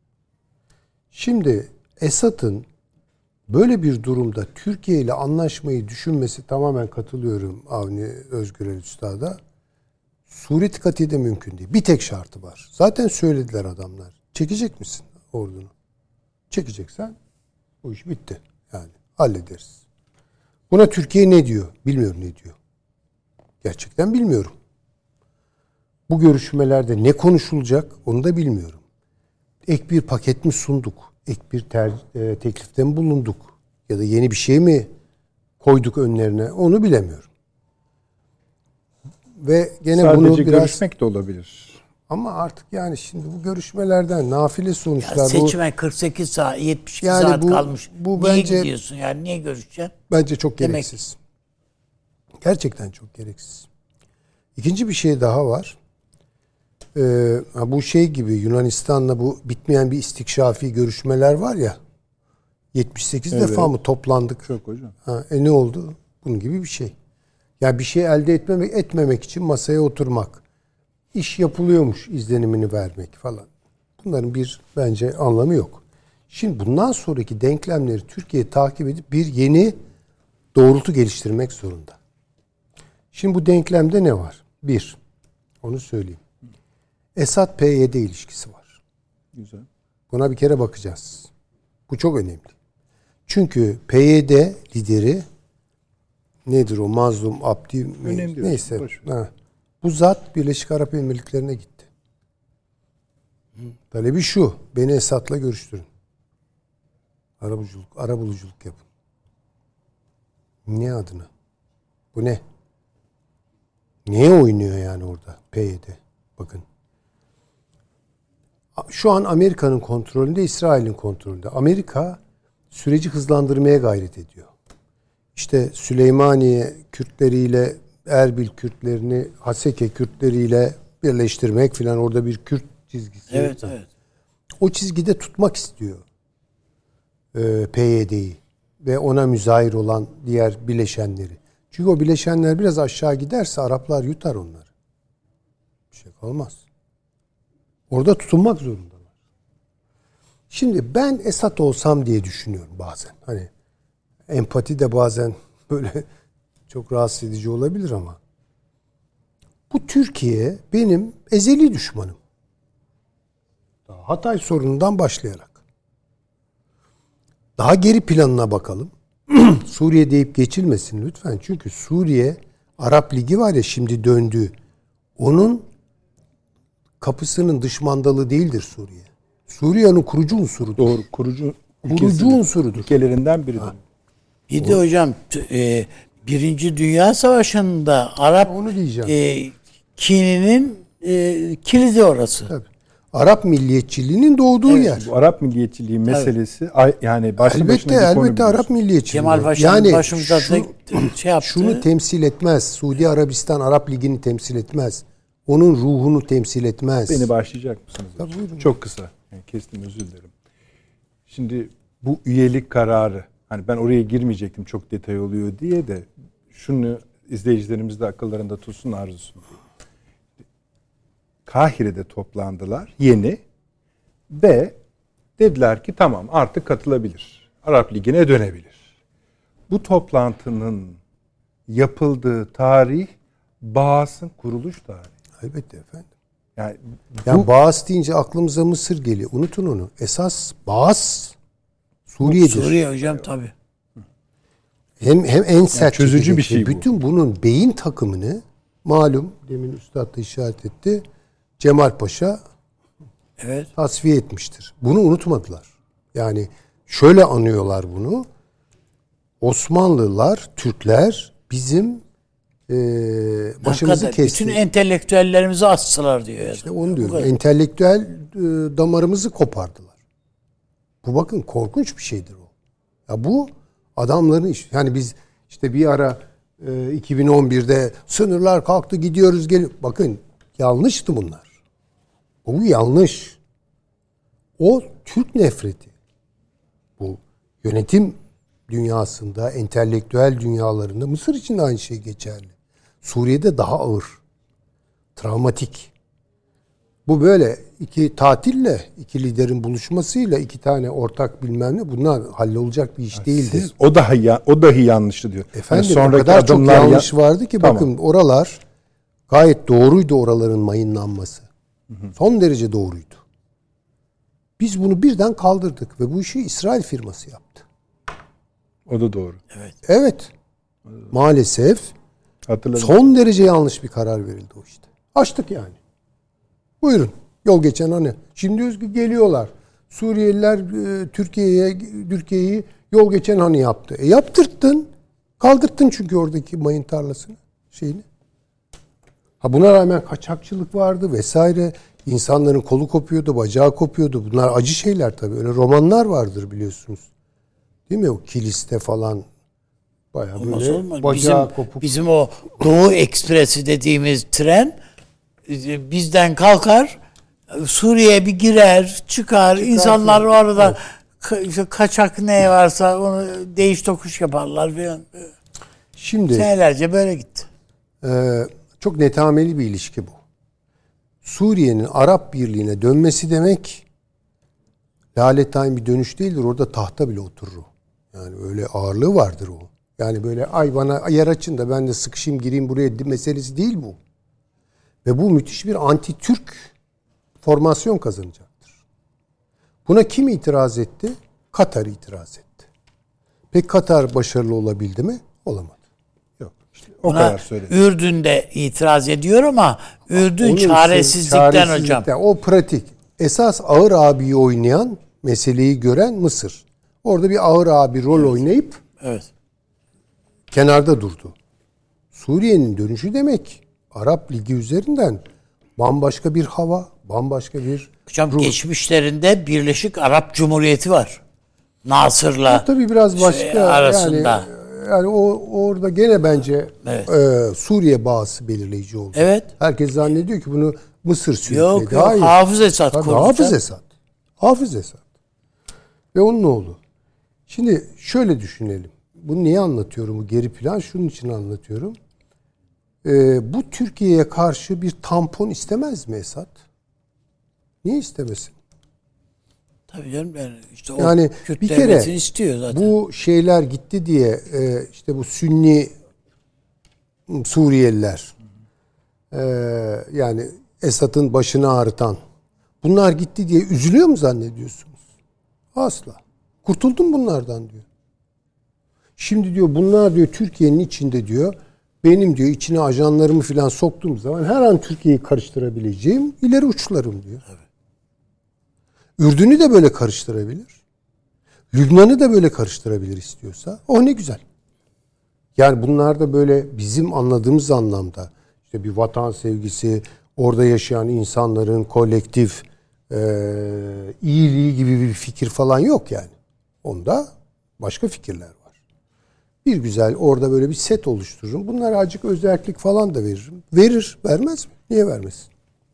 Şimdi Esad'ın böyle bir durumda Türkiye ile anlaşmayı düşünmesi, tamamen katılıyorum Avni Özgürel Üstad'a. Sureti katiyede mümkün değil. Bir tek şartı var. Zaten söylediler adamlar. Çekecek misin ordunu? Çekeceksen o iş bitti. Yani hallederiz. Buna Türkiye ne diyor? Bilmiyorum ne diyor. Gerçekten bilmiyorum. Bu görüşmelerde ne konuşulacak onu da bilmiyorum. Ek bir paket mi sunduk? Ek bir teklifte mi bulunduk? Ya da yeni bir şey mi koyduk önlerine? Onu bilemiyorum. Ve gene Sadece bunu biraz... görüşmek de olabilir. Ama artık yani şimdi bu görüşmelerden nafile sonuçlar... Ya seçime 48 saat, 72 yani saat kalmış. Bu niye bence, gidiyorsun yani? Niye görüşeceksin? Bence çok gereksiz. Gerçekten çok gereksiz. İkinci bir şey daha var. Bu şey gibi Yunanistan'la bu bitmeyen bir istikşafi görüşmeler var ya. 78 evet. defa mı toplandık? Çok hocam. Ne oldu? Bunun gibi bir şey. Ya bir şey elde etmemek için masaya oturmak. İş yapılıyormuş izlenimini vermek falan. Bunların bir bence anlamı yok. Şimdi bundan sonraki denklemleri Türkiye takip edip bir yeni doğrultu geliştirmek zorunda. Şimdi bu denklemde ne var? Bir, onu söyleyeyim. Esad-PYD ilişkisi var. Güzel. Buna bir kere bakacağız. Bu çok önemli. Çünkü PYD lideri nedir o? Mazlum Abdi mi? Önemli. Neyse. Bu zat Birleşik Arap Emirlikleri'ne gitti. Talebi şu. Beni Esad'la görüştürün. Arabuluculuk yapın. Ne adına? Bu ne? Neye oynuyor yani orada PYD? Bakın. Şu an Amerika'nın kontrolünde, İsrail'in kontrolünde. Amerika süreci hızlandırmaya gayret ediyor. İşte Süleymaniye Kürtleriyle Erbil Kürtlerini Haseke Kürtleriyle birleştirmek filan, orada bir Kürt çizgisi. Evet. O çizgide tutmak istiyor PYD'yi ve ona müzahir olan diğer bileşenleri. Çünkü o bileşenler biraz aşağı giderse Araplar yutar onları. Bir şey kalmaz. Orada tutunmak zorundalar. Şimdi ben Esad olsam diye düşünüyorum bazen. Hani empati de bazen böyle çok rahatsız edici olabilir ama bu Türkiye benim ezeli düşmanım. Hatay sorunundan başlayarak. Daha geri planına bakalım. Suriye deyip geçilmesin lütfen. Çünkü Suriye, Arap Ligi var ya şimdi döndü. Onun kapısının dış mandalı değildir Suriye. Suriye'nin kurucu unsurudur. Doğru. Kurucu unsurudur. Ülkelerinden biridir. Bir de hocam Birinci Dünya Savaşı'nda Arap onu diyeceğim. kininin kilidi orası. Tabii. Arap milliyetçiliğinin doğduğu yer. Bu Arap milliyetçiliği meselesi yani başlı başına bir konu. Elbette Arap milliyetçiliği. Kemal Paşa'nın yani başımıza şey yaptı. Şunu temsil etmez. Suudi Arabistan Arap Ligi'ni temsil etmez. Onun ruhunu temsil etmez. Beni başlayacak mısınız? Tabii, buyurun. Çok kısa. Yani kestim, özür dilerim. Şimdi bu üyelik kararı, hani ben oraya girmeyecektim çok detay oluyor diye de şunu izleyicilerimiz de akıllarında tutsun arzusunu. Kahire'de toplandılar yeni ve dediler ki tamam artık katılabilir. Arap Ligi'ne dönebilir. Bu toplantının yapıldığı tarih Baas'ın kuruluş tarihi. Elbette efendim. Yani Baas deyince aklımıza Mısır geliyor. Unutun onu. Esas Baas Suriye'dir. Suriye hocam tabii. Hem en sert çözücü bir şey bu. Bütün bunun beyin takımını malum demin Üstad da işaret etti. Cemal Paşa tasfiye etmiştir. Bunu unutmadılar. Yani şöyle anıyorlar bunu. Osmanlılar, Türkler bizim başımızı kesti. Bütün entelektüellerimizi astılar diyor. İşte onu diyorum. Entelektüel damarımızı kopardılar. Bu bakın korkunç bir şeydir o. Ya bu adamların iş. Yani biz işte bir ara 2011'de sınırlar kalktı gidiyoruz bakın yanlıştı bunlar. Bu yanlış. O Türk nefreti. Bu yönetim dünyasında, entelektüel dünyalarında, Mısır için de aynı şey geçerli. Suriye'de daha ağır. Travmatik. Bu böyle iki tatille, iki liderin buluşmasıyla iki tane ortak bilmem ne bunlar hallolacak bir iş değildir. O dahi yanlıştı diyor. Efendim o kadar çok yanlış vardı ki bakın oralar gayet doğruydu oraların mayınlanması. Son derece doğruydu. Biz bunu birden kaldırdık ve bu işi İsrail firması yaptı. O da doğru. Evet. Maalesef hatırladım. Son derece yanlış bir karar verildi o işte. Açtık yani. Buyurun. Yol geçen hani. Şimdi diyoruz ki geliyorlar. Suriyeliler Türkiye'yi yol geçen hani yaptı. Yaptırttın. Kaldırttın çünkü oradaki mayın tarlasını. Şeyini. Buna rağmen kaçakçılık vardı vesaire. İnsanların kolu kopuyordu, bacağı kopuyordu. Bunlar acı şeyler tabii. Öyle romanlar vardır biliyorsunuz. Değil mi? O Kilis'te falan bayağı böyle bacağı kopuk. Bizim o Doğu Ekspresi dediğimiz tren bizden kalkar, Suriye'ye bir girer, çıkar. İnsanlar orada kaçak ne varsa onu değiş tokuş yaparlar falan. Şimdi senelerce böyle gitti. Çok netameli bir ilişki bu. Suriye'nin Arap Birliği'ne dönmesi demek lalettayn bir dönüş değildir. Orada tahta bile oturur o. Yani öyle ağırlığı vardır o. Yani böyle ay bana yer açın da ben de sıkışayım gireyim buraya meselesi değil bu. Ve bu müthiş bir anti-Türk formasyon kazanacaktır. Buna kim itiraz etti? Katar itiraz etti. Peki Katar başarılı olabildi mi? Olamadı. Yok. İşte o kadar söyledi. Ürdün de itiraz ediyor ama Ürdün çaresizlikten hocam. O pratik. Esas ağır abiyi oynayan, meseleyi gören Mısır. Orada bir ağır abi rol oynayıp kenarda durdu. Suriye'nin dönüşü demek Arap Ligi üzerinden bambaşka bir hava, bambaşka bir hocam geçmişlerinde Birleşik Arap Cumhuriyeti var. Nasır'la tabii biraz başka arasında. Yani o orada gene bence Suriye bağısı belirleyici oldu. Evet. Herkes zannediyor ki bunu Mısır sürükledi. Yok. Hafız Esad kurdu. Hafız Esad. Ve onun oğlu. Şimdi şöyle düşünelim. Bunu niye anlatıyorum? Bu geri plan şunun için anlatıyorum. Bu Türkiye'ye karşı bir tampon istemez mi Esad? Niye istemesin? Tabii canım. İşte yani Kürt bir kere istiyor zaten. Bu şeyler gitti diye işte bu Sünni Suriyeliler yani Esad'ın başını ağrıtan bunlar gitti diye üzülüyor mu zannediyorsunuz? Asla. Kurtuldum bunlardan diyor. Şimdi diyor bunlar diyor Türkiye'nin içinde diyor benim diyor içine ajanlarımı falan soktuğum zaman her an Türkiye'yi karıştırabileceğim ileri uçlarım diyor. Evet. Ürdün'ü de böyle karıştırabilir. Lübnan'ı da böyle karıştırabilir istiyorsa. Oh ne güzel. Yani bunlar da böyle bizim anladığımız anlamda işte bir vatan sevgisi, orada yaşayan insanların kolektif iyiliği gibi bir fikir falan yok yani. Onda başka fikirler var. Bir güzel orada böyle bir set oluştururum. Bunlara azıcık özellik falan da veririm. Verir, vermez mi? Niye vermesin?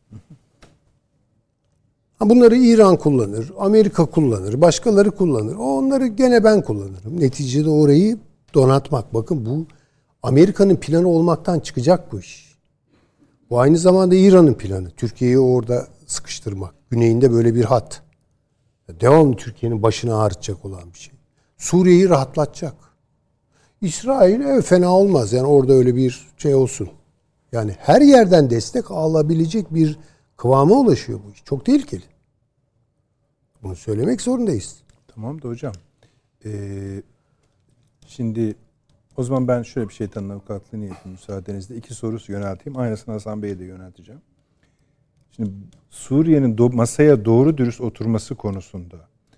Bunları İran kullanır, Amerika kullanır, başkaları kullanır. Onları gene ben kullanırım. Neticede orayı donatmak. Bakın bu Amerika'nın planı olmaktan çıkacak bu iş. Bu aynı zamanda İran'ın planı. Türkiye'yi orada sıkıştırmak. Güneyinde böyle bir hat. Devamlı Türkiye'nin başını ağrıtacak olan bir şey. Suriye'yi rahatlatacak. İsrail fena olmaz. Yani orada öyle bir şey olsun. Yani her yerden destek alabilecek bir kıvama ulaşıyor bu iş. Çok tehlikeli. Bunu söylemek zorundayız. Tamam da hocam. Şimdi o zaman ben şöyle bir şeytanın avukatlığını yapayım müsaadenizle. 2 soru yönelteyim. Aynısını Hasan Bey'e de yönelteceğim. Şimdi Suriye'nin masaya doğru dürüst oturması konusunda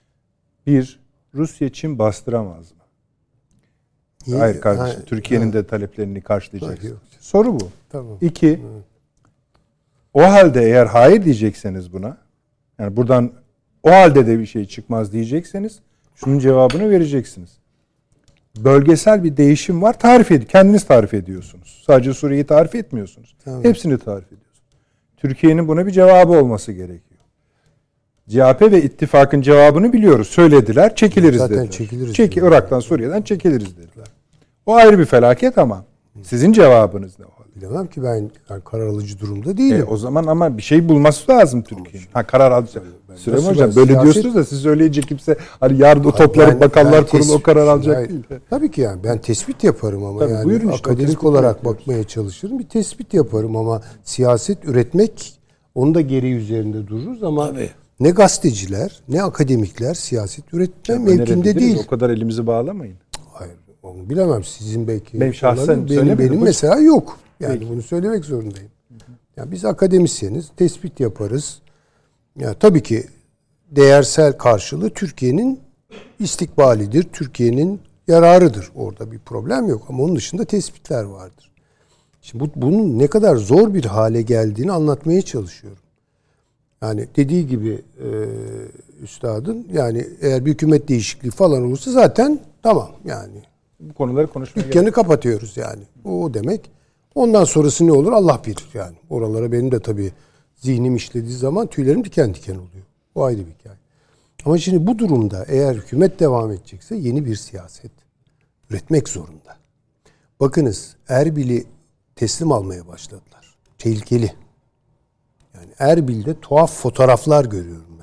Rusya Çin bastıramaz mı? Hayır kardeşim. Türkiye'nin de taleplerini karşılayacaksın. Soru bu. Tamam. 2. O halde eğer hayır diyecekseniz buna, yani buradan o halde de bir şey çıkmaz diyecekseniz şunun cevabını vereceksiniz. Bölgesel bir değişim var. Kendiniz tarif ediyorsunuz. Sadece Suriye'yi tarif etmiyorsunuz. Tamam. Hepsini tarif ediyorsunuz. Türkiye'nin buna bir cevabı olması gerekiyor. CHP ve ittifakın cevabını biliyoruz. Söylediler, çekiliriz zaten dediler. Çekiliriz. Irak'tan, Suriye'den çekiliriz dediler. O ayrı bir felaket ama sizin cevabınız ne o halde? Bilemem ki ben karar alıcı durumda değilim. O zaman ama bir şey bulması lazım Türkiye'nin. Karar alacak. Süleyman nasıl Hocam ben böyle siyaset- diyorsunuz da siz söyleyince kimse hani yarın o toplanıp bakanlar kurulu o karar alacak değil. Tabii ki yani ben tespit yaparım ama Tabii, yani buyurun işte, o akademik tespiti olarak yapıyoruz. bakmaya çalışırım. Bir tespit yaparım ama siyaset üretmek onun da gereği üzerinde dururuz ama Tabii. ne gazeteciler ne akademikler siyaset üretme mevkinde Önerebiliriz, değil. O kadar elimizi bağlamayın. Hayır, onu bilemem. Sizin belki Benim şahsen olabilir. söylemedim benim hocam. mesela yok. Yani Peki. bunu söylemek zorundayım. Yani biz akademisyeniz, tespit yaparız. Ya tabii ki değersel karşılığı Türkiye'nin istikbalidir, Türkiye'nin yararıdır. Orada bir problem yok ama onun dışında tespitler vardır. Şimdi bunun ne kadar zor bir hale geldiğini anlatmaya çalışıyorum. Yani dediği gibi üstadın yani eğer bir hükümet değişikliği falan olursa zaten tamam yani. Bu konuları konuşmaya gerek Dükkanı kapatıyoruz yani. O demek. Ondan sonrası ne olur Allah bilir yani. Oralara benim de tabii zihnim işlediği zaman tüylerim diken diken oluyor. O ayrı bir hikaye. Ama şimdi bu durumda eğer hükümet devam edecekse yeni bir siyaset üretmek zorunda. Bakınız Erbil'i teslim almaya başladılar. Tehlikeli. Yani Erbil'de tuhaf fotoğraflar görüyorum ben.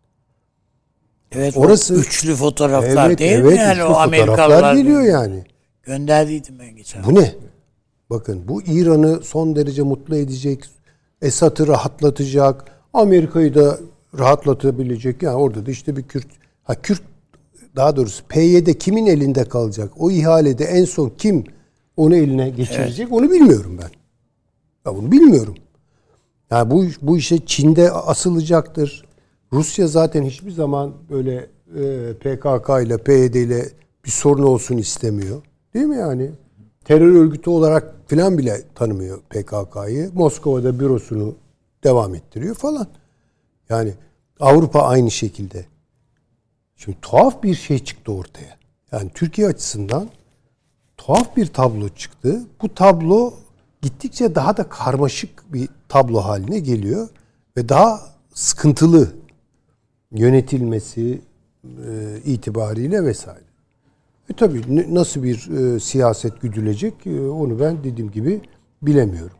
Evet, Orası üçlü fotoğraflar değil mi yani üçlü o Amerikalılar geliyor yani. gönderdiydim ben geçen. Bu ne? Bakın bu İran'ı son derece mutlu edecek, Esad'ı rahatlatacak, Amerika'yı da rahatlatabilecek. Yani orada da işte bir Kürt daha doğrusu PYD kimin elinde kalacak? O ihalede en son kim onu eline geçirecek? Onu bilmiyorum ben. Ya bunu bilmiyorum. Yani bu işe Çin'de asılacaktır. Rusya zaten hiçbir zaman böyle PKK ile PYD ile bir sorun olsun istemiyor. Değil mi yani? Terör örgütü olarak filan bile tanımıyor PKK'yı. Moskova'da bürosunu devam ettiriyor falan. Yani Avrupa aynı şekilde. Şimdi tuhaf bir şey çıktı ortaya. Yani Türkiye açısından tuhaf bir tablo çıktı. Bu tablo gittikçe daha da karmaşık bir tablo haline geliyor ve daha sıkıntılı yönetilmesi itibariyle vesaire. Tabii nasıl bir siyaset güdülecek onu ben dediğim gibi bilemiyorum.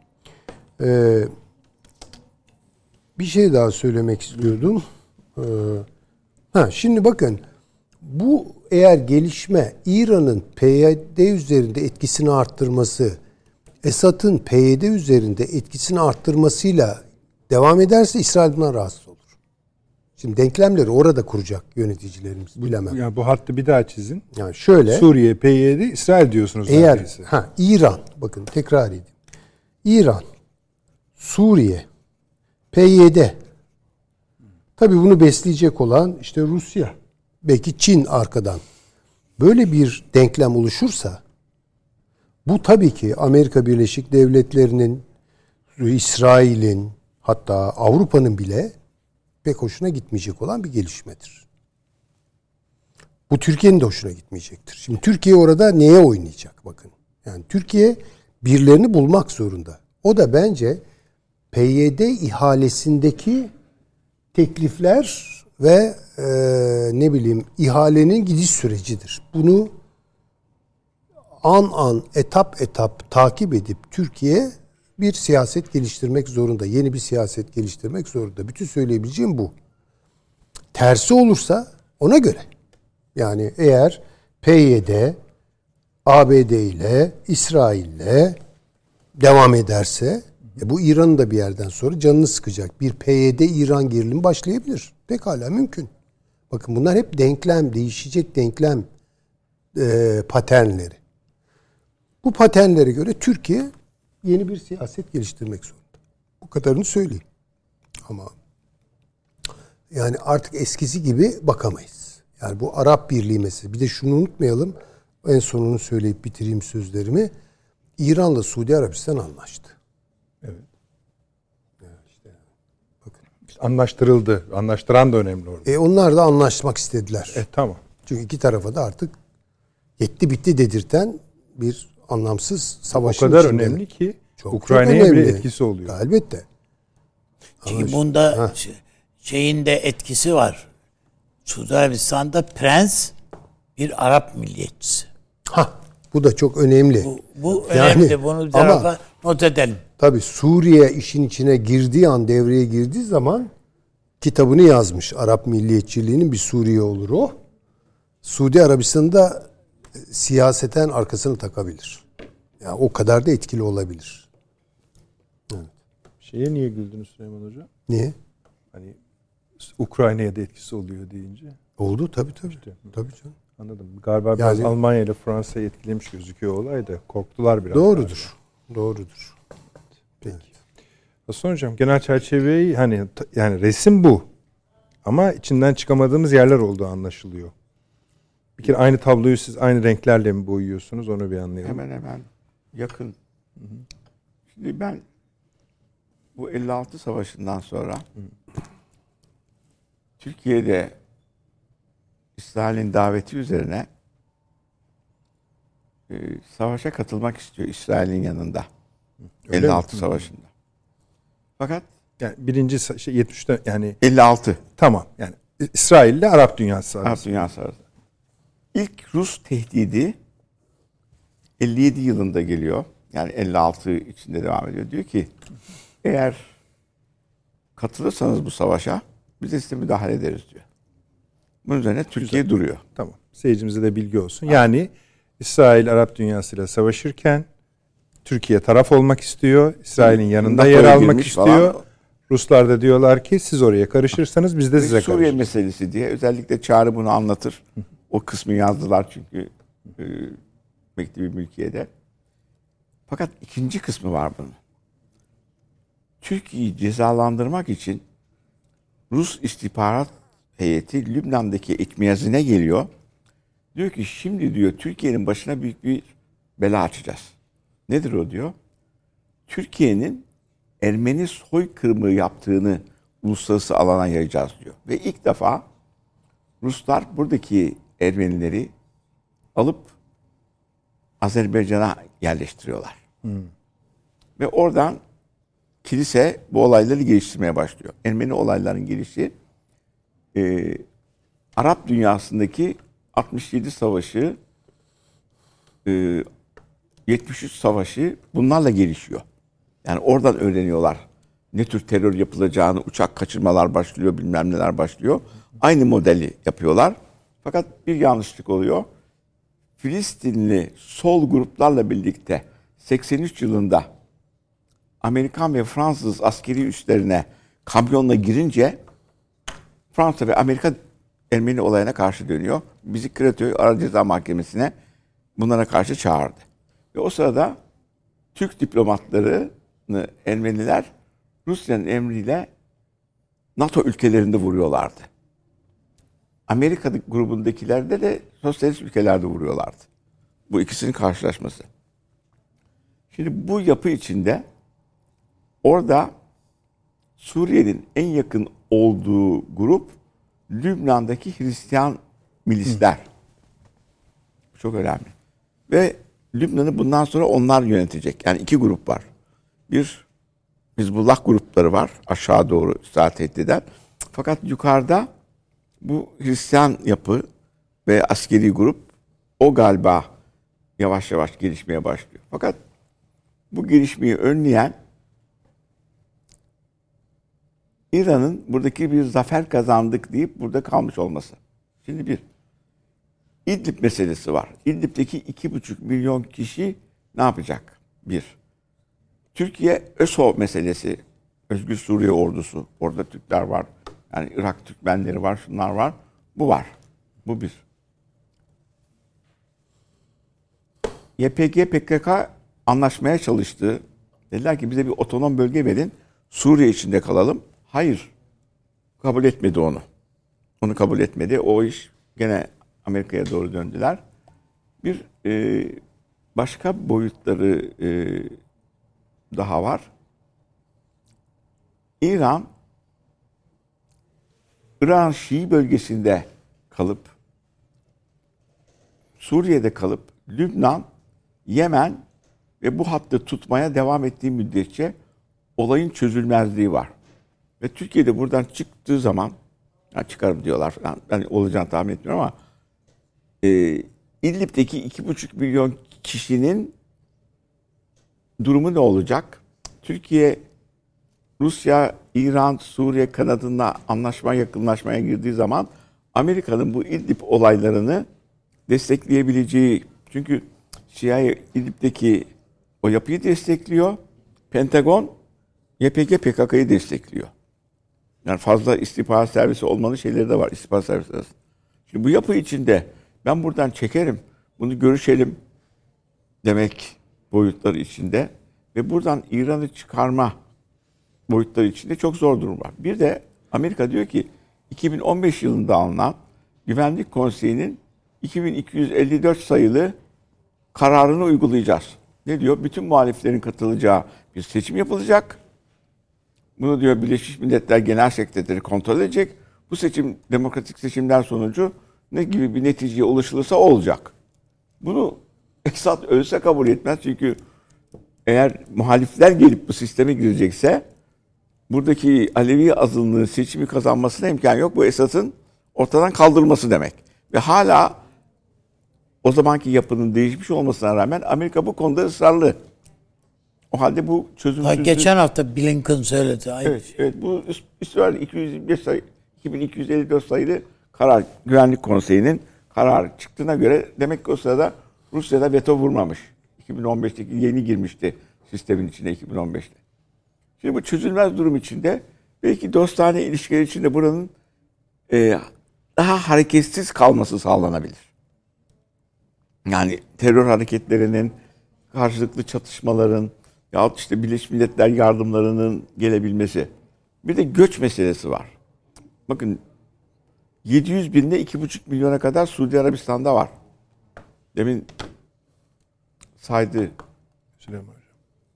Bir şey daha söylemek istiyordum. Şimdi bakın bu eğer gelişme İran'ın PYD üzerinde etkisini arttırması, Esad'ın PYD üzerinde etkisini arttırmasıyla devam ederse İsrail bundan rahatsız olur. Şimdi denklemleri orada kuracak yöneticilerimiz bilemem. Yani bu hattı bir daha çizin. Yani şöyle Suriye, PYD, İsrail diyorsunuz. eğer neredeyse. İran bakın tekrar edeyim. İran, Suriye, PYD. Tabii bunu besleyecek olan işte Rusya, belki Çin arkadan. Böyle bir denklem oluşursa bu tabii ki Amerika Birleşik Devletleri'nin, İsrail'in hatta Avrupa'nın bile pek hoşuna gitmeyecek olan bir gelişmedir. Bu Türkiye'nin de hoşuna gitmeyecektir. Şimdi Türkiye orada neye oynayacak bakın. Yani Türkiye birilerini bulmak zorunda. O da bence PYD ihalesindeki teklifler ve ihalenin gidiş sürecidir. Bunu an etap takip edip Türkiye bir siyaset geliştirmek zorunda. Yeni bir siyaset geliştirmek zorunda. Bütün söyleyebileceğim bu. Tersi olursa ona göre. Yani eğer PYD ABD ile İsrail'le devam ederse bu İran'ın da bir yerden sonra canını sıkacak. Bir PYD-İran gerilimi başlayabilir. Pekala mümkün. Bakın bunlar hep denklem, değişecek denklem paternleri. Bu paternlere göre Türkiye yeni bir siyaset geliştirmek zorunda. Bu kadarını söyleyeyim. Ama yani artık eskisi gibi bakamayız. Yani bu Arap Birliği meselesi. Bir de şunu unutmayalım. En sonunu söyleyip bitireyim sözlerimi. İran'la Suudi Arabistan anlaştı. Evet. Yani işte, bakın. Anlaştırıldı. Anlaştıran da önemli orada. Onlar da anlaşmak istediler. Tamam. Çünkü iki tarafa da artık yetti bitti dedirten bir anlamsız savaşın o kadar içinde. önemli ki Çok Ukrayna'ya önemli. bile etkisi oluyor. Elbette. Çünkü bunda şeyin de etkisi var. Suudi Arabistan'da prens bir Arap milliyetçisi. Bu da çok önemli. Bu önemli. Bunu bir tarafa not edelim. Tabii Suriye işin içine girdiği an, devreye girdiği zaman kitabını yazmış. Arap milliyetçiliğinin bir Suriye olur o. Suudi Arabistan'da siyaseten arkasını takabilir. Yani o kadar da etkili olabilir. Evet. Şeye niye güldünüz Süleyman Hoca? Niye? Hani Ukrayna'ya da etkisi oluyor deyince. Oldu tabii. İşte. Tabii canım. Anladım. Galiba biraz Almanya ile Fransa'yı etkilemiş gözüküyor olay da korktular biraz. Doğrudur. Doğrudur. Peki. Hasan Hocam, genel çerçeveyi yani resim bu. Ama içinden çıkamadığımız yerler olduğu anlaşılıyor. Bir kere aynı tabloyu siz aynı renklerle mi boyuyorsunuz, onu bir anlayalım. Hemen yakın. Şimdi ben bu 56 Savaşı'ndan sonra Türkiye'de İsrail'in daveti üzerine savaşa katılmak istiyor İsrail'in yanında. Öyle 56 mi? Savaşı'nda. Fakat Yani birinci 70'te yani 56. tamam. Yani İsrail ile Arap dünyası arası. Arap dünyası arasında. İlk Rus tehdidi 57 yılında geliyor. Yani 56 içinde devam ediyor. Diyor ki eğer katılırsanız bu savaşa biz de size müdahale ederiz diyor. Bunun üzerine Türkiye duruyor. Tamam. Seyircimize de bilgi olsun. Yani İsrail Arap dünyasıyla savaşırken Türkiye taraf olmak istiyor. İsrail'in yanında yer almak istiyor. Falan. Ruslar da diyorlar ki siz oraya karışırsanız biz de size karışırız. Suriye meselesi diye özellikle Çağrı bunu anlatır. O kısmı yazdılar çünkü Mektebi Mülkiye'de. Fakat ikinci kısmı var bunun. Türkiye'yi cezalandırmak için Rus istihbarat heyeti Lübnan'daki ekmiyazine geliyor. Diyor ki şimdi diyor Türkiye'nin başına büyük bir bela açacağız. Nedir o diyor? Türkiye'nin Ermeni soykırımı yaptığını uluslararası alana yayacağız diyor. Ve ilk defa Ruslar buradaki Ermenileri alıp Azerbaycan'a yerleştiriyorlar. Ve oradan kilise bu olayları geliştirmeye başlıyor. Ermeni olayların gelişi Arap dünyasındaki 67 Savaşı 73 Savaşı bunlarla gelişiyor. Yani oradan öğreniyorlar. Ne tür terör yapılacağını, uçak kaçırmalar başlıyor, bilmem neler başlıyor. Aynı modeli yapıyorlar. Fakat bir yanlışlık oluyor. Filistinli sol gruplarla birlikte 83 yılında Amerikan ve Fransız askeri üslerine kamyonla girince Fransa ve Amerika Ermeni olayına karşı dönüyor. Bizi Kretoy Ağır Ceza Mahkemesi'ne bunlara karşı çağırdı. Ve o sırada Türk diplomatlarını Ermeniler Rusya'nın emriyle NATO ülkelerinde vuruyorlardı. Amerika grubundakilerde de sosyalist ülkelerde vuruyorlardı. Bu ikisinin karşılaşması. Şimdi bu yapı içinde orada Suriye'nin en yakın olduğu grup Lübnan'daki Hristiyan milisler. Çok önemli. Ve Lübnan'ı bundan sonra onlar yönetecek. Yani iki grup var. Bir Hizbullah grupları var. Aşağı doğru istirahat eden. Fakat yukarıda bu Hristiyan yapı ve askeri grup o galiba yavaş yavaş gelişmeye başlıyor. Fakat bu gelişmeyi önleyen İran'ın buradaki bir zafer kazandık deyip burada kalmış olması. Şimdi bir İdlib meselesi var. İdlib'deki 2,5 milyon kişi ne yapacak? Bir. Türkiye ÖSO meselesi. Özgür Suriye Ordusu. Orada Türkler var. Yani Irak Türkmenleri var. Şunlar var. Bu var. Bu bir. YPG, PKK anlaşmaya çalıştı. Dediler ki bize bir otonom bölge verin. Suriye içinde kalalım. Hayır. Kabul etmedi onu. Onu kabul etmedi. O iş gene Amerika'ya doğru döndüler. Bir başka boyutları daha var. İran, İran Şii bölgesinde kalıp, Suriye'de kalıp, Lübnan, Yemen ve bu hattı tutmaya devam ettiği müddetçe olayın çözülmezliği var. Ve Türkiye'de buradan çıktığı zaman, yani çıkarım diyorlar falan, yani olacağını tahmin etmiyorum ama İdlib'deki 2,5 milyon kişinin durumu ne olacak? Türkiye, Rusya, İran, Suriye kanadında yakınlaşmaya girdiği zaman Amerika'nın bu İdlib olaylarını destekleyebileceği, çünkü CIA İdlib'deki o yapıyı destekliyor. Pentagon YPG PKK'yı destekliyor. Yani fazla istihbarat servisi olmanın şeyleri de var, istihbarat servisi arasında. Şimdi bu yapı içinde ben buradan çekerim, bunu görüşelim demek boyutları içinde ve buradan İran'ı çıkarma boyutları içinde çok zor durum var. Bir de Amerika diyor ki 2015 yılında alınan Güvenlik Konseyi'nin 2254 sayılı kararını uygulayacağız. Ne diyor? Bütün muhaliflerin katılacağı bir seçim yapılacak. Bunu diyor Birleşmiş Milletler Genel Sekreteri kontrol edecek. Bu seçim, demokratik seçimler sonucu ne gibi bir neticeye ulaşılırsa o olacak. Bunu Esad ölse kabul etmez. Çünkü eğer muhalifler gelip bu sisteme girecekse buradaki Alevi azınlığın seçimi kazanmasına imkan yok. Bu Esad'ın ortadan kaldırılması demek. Ve hala o zamanki yapının değişmiş olmasına rağmen Amerika bu konuda ısrarlı. O halde bu çözümsüzlük... Geçen hafta Blinken söyledi. Evet, bu ısrarlı 2254 sayılı karar, Güvenlik Konseyi'nin kararı çıktığına göre demek ki o sırada Rusya'da veto vurmamış. 2015'teki yeni girmişti sistemin içine 2015'te. Şimdi bu çözülmez durum içinde belki dostane ilişkiler içinde buranın daha hareketsiz kalması sağlanabilir. Yani terör hareketlerinin, karşılıklı çatışmaların yahut işte Birleşmiş Milletler yardımlarının gelebilmesi. Bir de göç meselesi var. Bakın 700 binde 2,5 milyona kadar Suudi Arabistan'da var. Demin saydı Süleyman Hocam.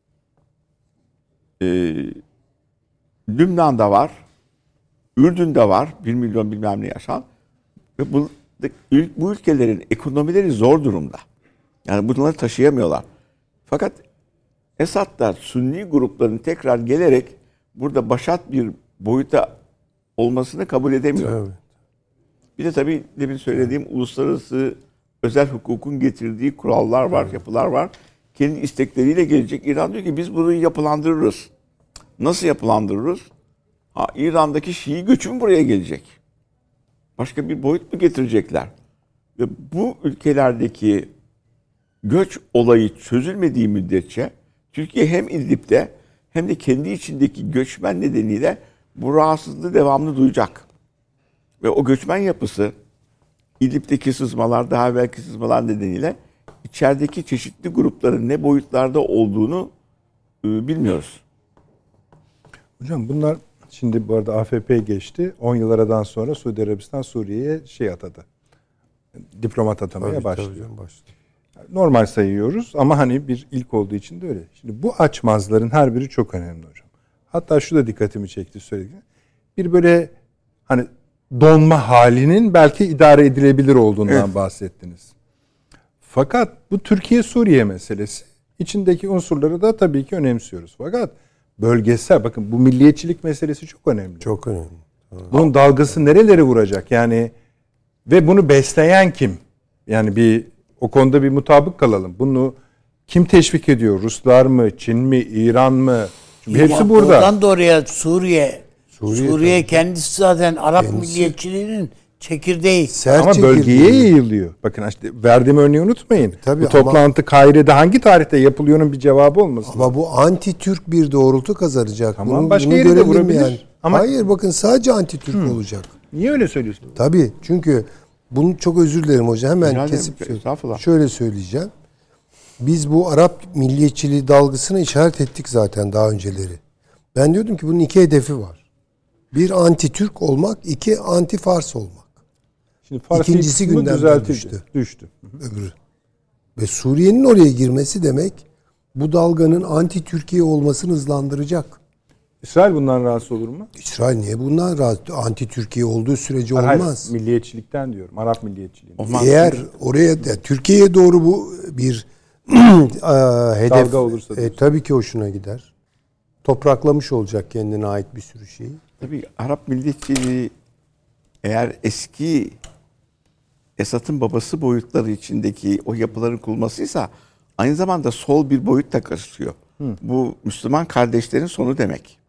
Lübnan'da var. Ürdün'de var. 1 milyon bilmem ne yaşam. Ve bu ülkelerin ekonomileri zor durumda. Yani bunları taşıyamıyorlar. Fakat Esad'lar Sünni grupların tekrar gelerek burada başat bir boyuta olmasını kabul edemiyor. Evet. Bir de tabii demin söylediğim uluslararası özel hukukun getirdiği kurallar var, yapılar var. Kendi istekleriyle gelecek. İran diyor ki biz bunu yapılandırırız. Nasıl yapılandırırız? İran'daki Şii göçü mü buraya gelecek? Başka bir boyut mu getirecekler? Ve bu ülkelerdeki göç olayı çözülmediği müddetçe Türkiye hem İdlib'de hem de kendi içindeki göçmen nedeniyle bu rahatsızlığı devamlı duyacak. Ve o göçmen yapısı İdlib'deki sızmalar, daha evvelki sızmalar nedeniyle içerideki çeşitli grupların ne boyutlarda olduğunu bilmiyoruz. Hocam bunlar şimdi bu arada AFP geçti. 10 yıl aradan sonra Suudi Arabistan Suriye'ye atadı. Diplomat atamaya başlıyor. Normal sayıyoruz ama hani bir ilk olduğu için de öyle. Şimdi bu açmazların her biri çok önemli hocam. Hatta şu da dikkatimi çekti söylediğiniz. Bir böyle hani donma halinin belki idare edilebilir olduğundan bahsettiniz. Fakat bu Türkiye-Suriye meselesi. İçindeki unsurları da tabii ki önemsiyoruz. Fakat bölgesel, bakın bu milliyetçilik meselesi çok önemli. Çok önemli. Bunun dalgası nerelere vuracak? Yani ve bunu besleyen kim? Yani o konuda bir mutabık kalalım. Bunu kim teşvik ediyor? Ruslar mı? Çin mi? İran mı? Çünkü hepsi burada. Oradan doğruya Suriye kendisi zaten Arap milliyetçiliğinin çekirdeği. Ama bölgeye yayılıyor. Bakın işte verdiğim örneği unutmayın. Tabii bu toplantı Kahire'de hangi tarihte yapılıyor'nun bir cevabı olmasın. Ama bu anti-Türk bir doğrultu kazanacak. Tamam, başka yeri de vurabilir. Yani. Ama hayır, bakın sadece anti-Türk olacak. Niye öyle söylüyorsun? Tabii, çünkü bunu çok özür dilerim hocam. Hemen kesip şöyle söyleyeceğim. Biz bu Arap milliyetçiliği dalgasını işaret ettik zaten daha önceleri. Ben diyordum ki bunun iki hedefi var. Bir anti-Türk olmak, iki anti-Fars olmak. Şimdi Farsi İkincisi gündemden düştü. Öbürü. Ve Suriye'nin oraya girmesi demek bu dalganın anti-Türkiye olmasını hızlandıracak. İsrail bundan rahatsız olur mu? İsrail niye bundan rahatsız? Anti-Türkiye olduğu sürece olmaz. Hayır, milliyetçilikten diyorum. Arap milliyetçiliği. Eğer oraya Türkiye'ye doğru bu bir hedef dalga olursa tabii ki hoşuna gider. Topraklamış olacak kendine ait bir sürü şeyi. Tabii Arap milliyetçiliği eğer eski Esad'ın babası boyutları içindeki o yapıların kurulmasıysa aynı zamanda sol bir boyut da karışıyor. Bu Müslüman kardeşlerin sonu demek.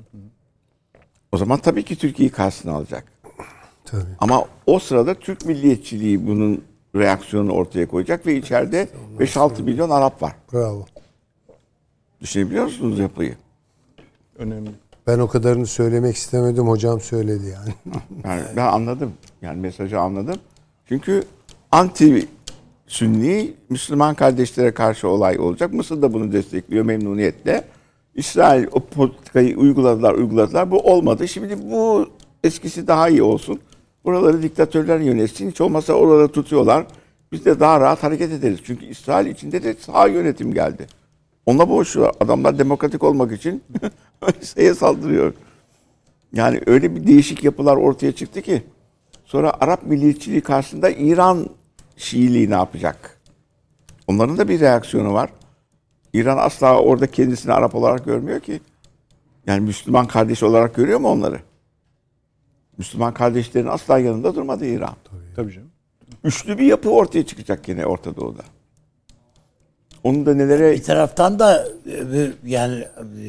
O zaman tabii ki Türkiye'yi karşısına alacak. Tabii. Ama o sırada Türk milliyetçiliği bunun reaksiyonunu ortaya koyacak ve içeride 5-6 milyon Arap var. Bravo. Düşünebiliyor musunuz yapıyı? Önemli. Ben o kadarını söylemek istemedim. Hocam söyledi yani. Yani ben anladım. Yani mesajı anladım. Çünkü anti Sünni Müslüman kardeşlere karşı olay olacak. Mısır da bunu destekliyor memnuniyetle. İsrail o politikayı uyguladılar. Bu olmadı. Şimdi bu eskisi daha iyi olsun. Buraları diktatörler yönetsin. Hiç olmazsa oraları tutuyorlar. Biz de daha rahat hareket ederiz. Çünkü İsrail içinde de sağ yönetim geldi. Onunla boğuşuyorlar. Adamlar demokratik olmak için şeye saldırıyor. Yani öyle bir değişik yapılar ortaya çıktı ki sonra Arap milliyetçiliği karşısında İran Şiiliği ne yapacak? Onların da bir reaksiyonu var. İran asla orada kendisini Arap olarak görmüyor ki. Yani Müslüman kardeş olarak görüyor mu onları? Müslüman kardeşlerin asla yanında durmadı İran. Tabii canım. Üçlü bir yapı ortaya çıkacak yine Orta Doğu'da. Onu da nelere... Bir taraftan da yani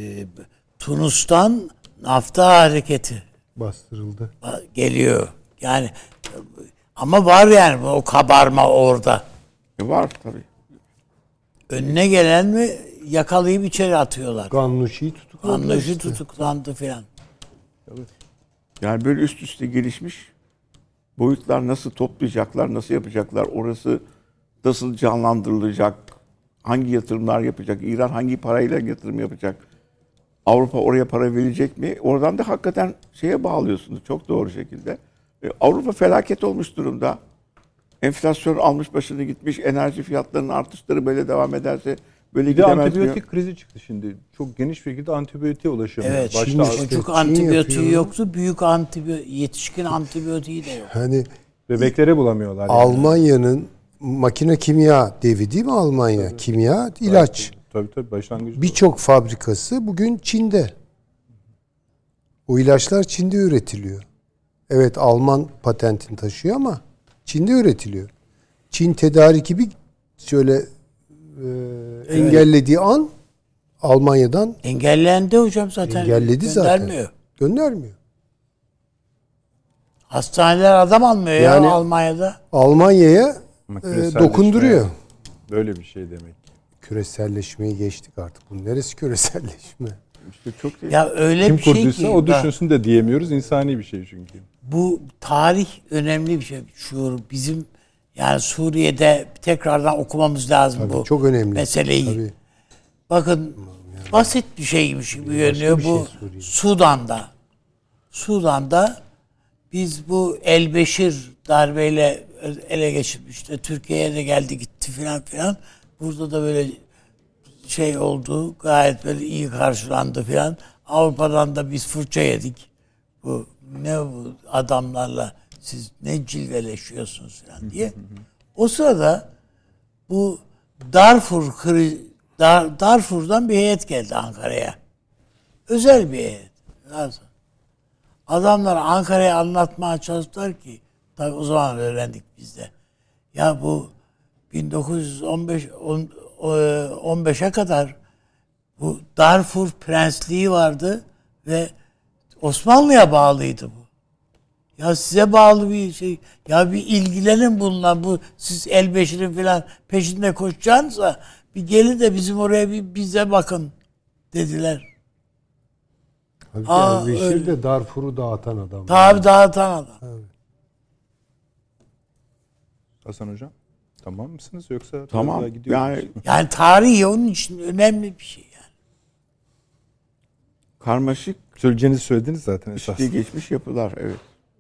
Tunus'tan nafta hareketi Bastırıldı. geliyor. Yani ama var yani o kabarma orada. Var tabii. Önüne gelen mi yakalayıp içeri atıyorlar. Gannuşi'yi tutukladı. Anlışı tutuklandı filan. Yani böyle üst üste gelişmiş boyutlar nasıl toplayacaklar, nasıl yapacaklar, orası nasıl canlandırılacak, hangi yatırımlar yapacak, İran hangi parayla yatırım yapacak, Avrupa oraya para verecek mi? Oradan da hakikaten şeye bağlıyorsunuz çok doğru şekilde. Avrupa felaket olmuş durumda. Enflasyon almış başını gitmiş, enerji fiyatlarının artışları böyle devam ederse böyle Bir de gidemez antibiyotik diyor. krizi çıktı şimdi. Çok geniş bir şekilde antibiyotiğe ulaşamıyor. Evet. Başta Çocuk Çin antibiyotiği yapıyor. yoktu. Büyük yetişkin antibiyotiği de yok. Hani bebeklere bulamıyorlar. Yani. Almanya'nın makine kimya devi değil mi Almanya? Tabii. Kimya, ilaç. Tabii başlangıcı. Birçok fabrikası bugün Çin'de. O ilaçlar Çin'de üretiliyor. Evet Alman patentini taşıyor ama Çin'de üretiliyor. Çin tedariki bir şöyle engellediği an Almanya'dan Engellendi hocam zaten. engelledi Göndermiyor. zaten. Göndermiyor. Hastaneler adam almıyor Yani ya Almanya'da. Almanya'ya Ama küreselleşme dokunduruyor. Böyle bir şey demek. Küreselleşmeyi geçtik artık. Bu neresi küreselleşme? İşte çok Ya öyle Kim bir şey kurduysa ki. o düşünsün de diyemiyoruz. İnsani bir şey çünkü. Bu tarih önemli bir şey. Şu bizim yani Suriye'de tekrardan okumamız lazım Tabii, bu çok önemli. meseleyi. Tabii. Bakın basit bir şeymiş gibi görünüyor bir şey bu Suriye. Sudan'da biz bu El-Beşir darbeyle ele geçirmişti. Türkiye'ye de geldi gitti filan filan. Burada da böyle şey oldu. Gayet böyle iyi karşılandı filan. Avrupa'dan da biz fırça yedik. Bu ne bu adamlarla siz ne cilveleşiyorsunuz filan diye. O sırada bu Darfur'dan bir heyet geldi Ankara'ya. Özel bir heyet. Adamlar Ankara'ya anlatmaya çalıştılar ki tabii o zaman öğrendik biz de. Ya bu 1915'e kadar bu Darfur Prensliği vardı ve Osmanlı'ya bağlıydı bu. Ya size bağlı bir şey. Ya bir ilgilenin bununla. Bu siz El-Beşir'in falan peşinde koşacağınızsa bir gelin de bizim oraya bir bize bakın dediler. Halbuki El-Beşir de Darfur'u dağıtan adam. Tabii dağıtan adam. Evet. Hasan Hocam tamam mısınız yoksa Tamam. daha gidiyor musunuz? Yani tarihi onun için önemli bir şey yani. Karmaşık Söyleyeceğinizi söylediniz zaten esas. işte geçmiş yapılar evet.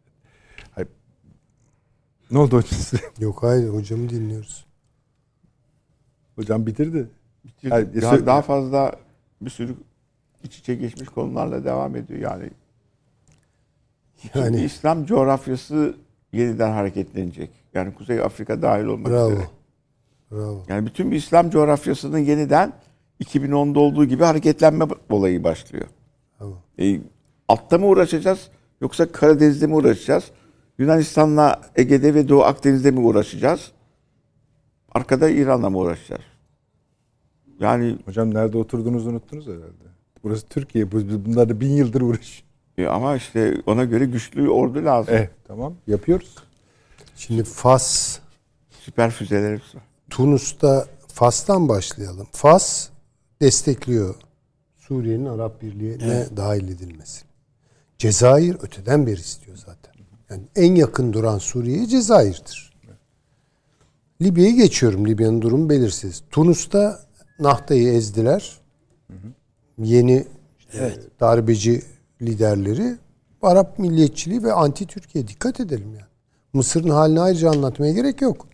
Ne oldu hocam size? Yok hayır hocamı dinliyoruz. Hocam bitirdi. Hayır, Hayır, daha fazla bir sürü iç içe geçmiş konularla devam ediyor yani. Şimdi İslam coğrafyası yeniden hareketlenecek. Yani Kuzey Afrika dahil olmak üzere. Bravo. Yani bütün bir İslam coğrafyasının yeniden 2010'da olduğu gibi hareketlenme olayı başlıyor. Tamam. Altta mı uğraşacağız yoksa Karadeniz'de mi uğraşacağız? Yunanistan'la Ege'de ve Doğu Akdeniz'de mi uğraşacağız? Arkada İran'la mı uğraşacağız? Yani Hocam nerede oturduğunuzu unuttunuz herhalde. Burası Türkiye. Bunlar da 1000 yıldır uğraşıyor. ama işte ona göre güçlü ordu lazım. Tamam yapıyoruz. Şimdi Fas, Süper füzelerimiz var. Tunus'ta Fas'tan başlayalım. Fas destekliyor Suriye'nin Arap Birliği'ne dahil edilmesini. Cezayir öteden beri istiyor zaten. Yani en yakın duran Suriye Cezayir'dir. Libya'yı geçiyorum. Libya'nın durumu belirsiz. Tunus'ta Nahda'yı ezdiler. Yeni darbeci liderleri Arap milliyetçiliği ve anti Türkiye, dikkat edelim yani. Mısır'ın halini ayrıca anlatmaya gerek yok.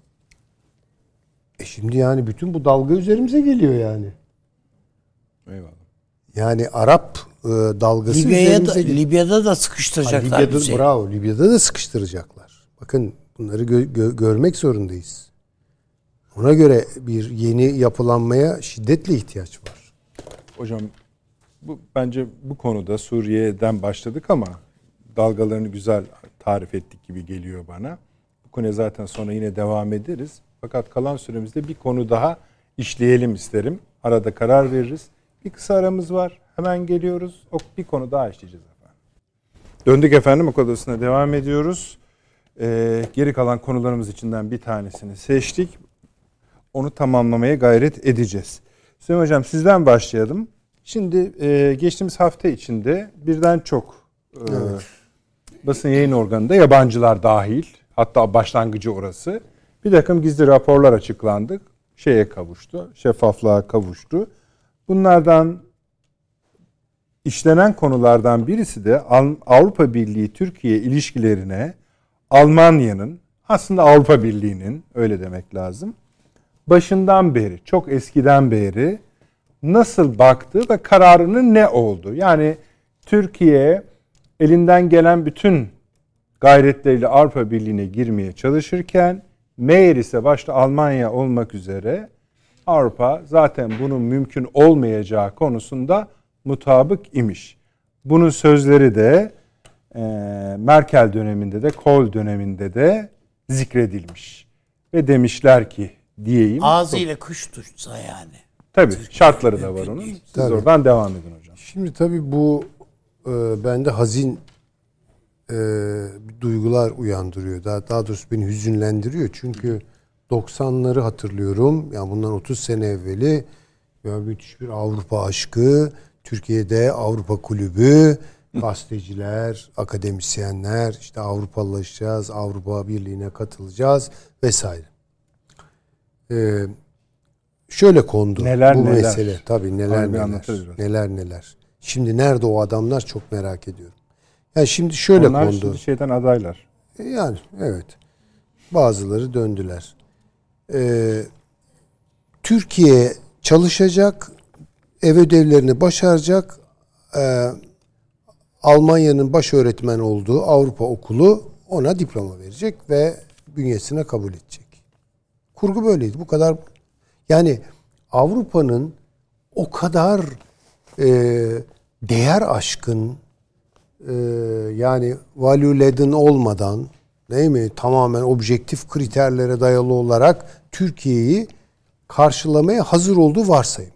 Şimdi yani bütün bu dalga üzerimize geliyor yani. Eyvallah. Yani Arap dalgası üzerimize geliyor. Libya'da da sıkıştıracaklar. Libya'da, bravo, Libya'da da sıkıştıracaklar. Bakın bunları görmek zorundayız. Ona göre bir yeni yapılanmaya şiddetle ihtiyaç var. Hocam bence bu konuda Suriye'den başladık ama dalgalarını güzel tarif ettik gibi geliyor bana. Bu konuya zaten sonra yine devam ederiz. Fakat kalan süremizde bir konu daha işleyelim isterim. Arada karar veririz. Bir kısa aramız var. Hemen geliyoruz. Bir konu daha işleyeceğiz efendim. Döndük efendim. Okul odasına devam ediyoruz. Geri kalan konularımız içinden bir tanesini seçtik. Onu tamamlamaya gayret edeceğiz. Süleyman Hocam sizden başlayalım. Şimdi geçtiğimiz hafta içinde birden çok basın yayın organında yabancılar dahil, hatta başlangıcı orası, bir takım gizli raporlar açıklandı. Şeffaflığa kavuştu. Bunlardan işlenen konulardan birisi de Avrupa Birliği Türkiye ilişkilerine Almanya'nın, aslında Avrupa Birliği'nin, öyle demek lazım, başından beri, çok eskiden beri nasıl baktı ve kararının ne oldu? Yani Türkiye elinden gelen bütün gayretleriyle Avrupa Birliği'ne girmeye çalışırken meğer ise başta Almanya olmak üzere Avrupa zaten bunun mümkün olmayacağı konusunda mutabık imiş. Bunun sözleri de Merkel döneminde de Kohl döneminde de zikredilmiş. Ve demişler ki diyeyim. Ağzıyla kuş tutsa yani. Tabii şartları da var onun. Siz oradan devam edin hocam. Şimdi tabii bu bende hazin duygular uyandırıyor. Daha doğrusu beni hüzünlendiriyor. Çünkü 90'ları hatırlıyorum. Yani bundan 30 sene evveli müthiş bir Avrupa aşkı. Türkiye'de Avrupa Kulübü, gazeteciler, akademisyenler, işte Avrupalılaşacağız, Avrupa Birliği'ne katılacağız vesaire. Şöyle kondu bu mesele. Tabii neler. Şimdi nerede o adamlar çok merak ediyorum. Yani şimdi şöyle onlar kondu. Onlar şimdi adaylar. Yani evet. Bazıları döndüler. Türkiye çalışacak, ev ödevlerini başaracak. Almanya'nın baş öğretmen olduğu Avrupa Okulu ona diploma verecek ve bünyesine kabul edecek. Kurgu böyleydi. Bu kadar. Yani Avrupa'nın o kadar değer aşkın, yani value laden olmadan, değil mi, tamamen objektif kriterlere dayalı olarak Türkiye'yi karşılamaya hazır olduğu varsayımı.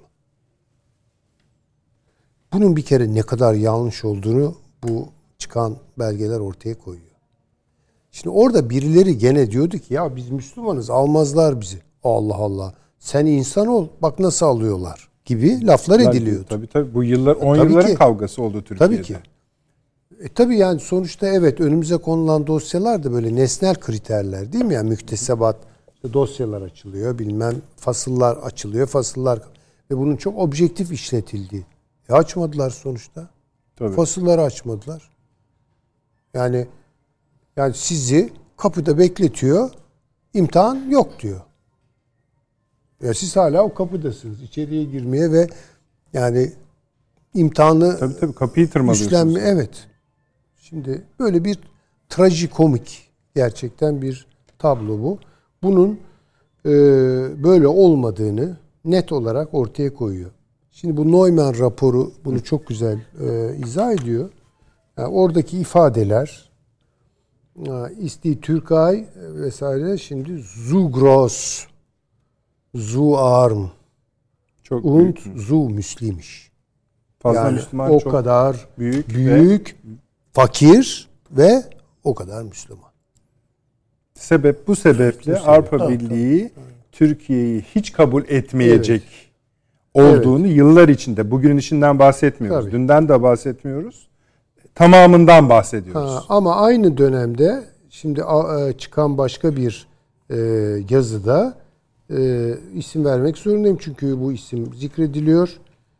Bunun bir kere ne kadar yanlış olduğunu bu çıkan belgeler ortaya koyuyor. Şimdi orada birileri gene diyordu ki ya biz Müslümanız, almazlar bizi. Allah Allah. Sen insan ol. Bak nasıl alıyorlar gibi laflar ediliyordu. Tabii bu yıllar 10 yılların kavgası oldu Türkiye'de. Tabii ki. Tabii yani sonuçta evet, önümüze konulan dosyalar da böyle nesnel kriterler değil mi? Yani müktesebat, dosyalar açılıyor, bilmem fasıllar açılıyor, fasıllar ve bunun çok objektif işletildiği. Açmadılar sonuçta. Tabii. Fasılları açmadılar. Yani sizi kapıda bekletiyor, imtihan yok diyor. Ya siz hala o kapıdasınız. İçeriye girmeye ve yani imtihanı tabii kapıyı tırmalıyorsunuz. Evet. Şimdi böyle bir trajikomik gerçekten bir tablo bu. Bunun böyle olmadığını net olarak ortaya koyuyor. Şimdi bu Neumann raporu bunu çok güzel izah ediyor. Yani oradaki ifadeler İsti Türkay vesaire, şimdi zu groß, zu arm Çok und büyük. zu Müslimmiş. Fazla Yani Müslüman, o çok kadar büyük, büyük, fakir ve o kadar Müslüman. Bu sebeple Bu sebep. Avrupa Birliği Türkiye'yi hiç kabul etmeyecek Evet. olduğunu yıllar içinde, bugünün içinden bahsetmiyoruz. Tabii. Dünden de bahsetmiyoruz. Tamamından bahsediyoruz. Ama aynı dönemde şimdi çıkan başka bir yazıda isim vermek zorundayım çünkü bu isim zikrediliyor.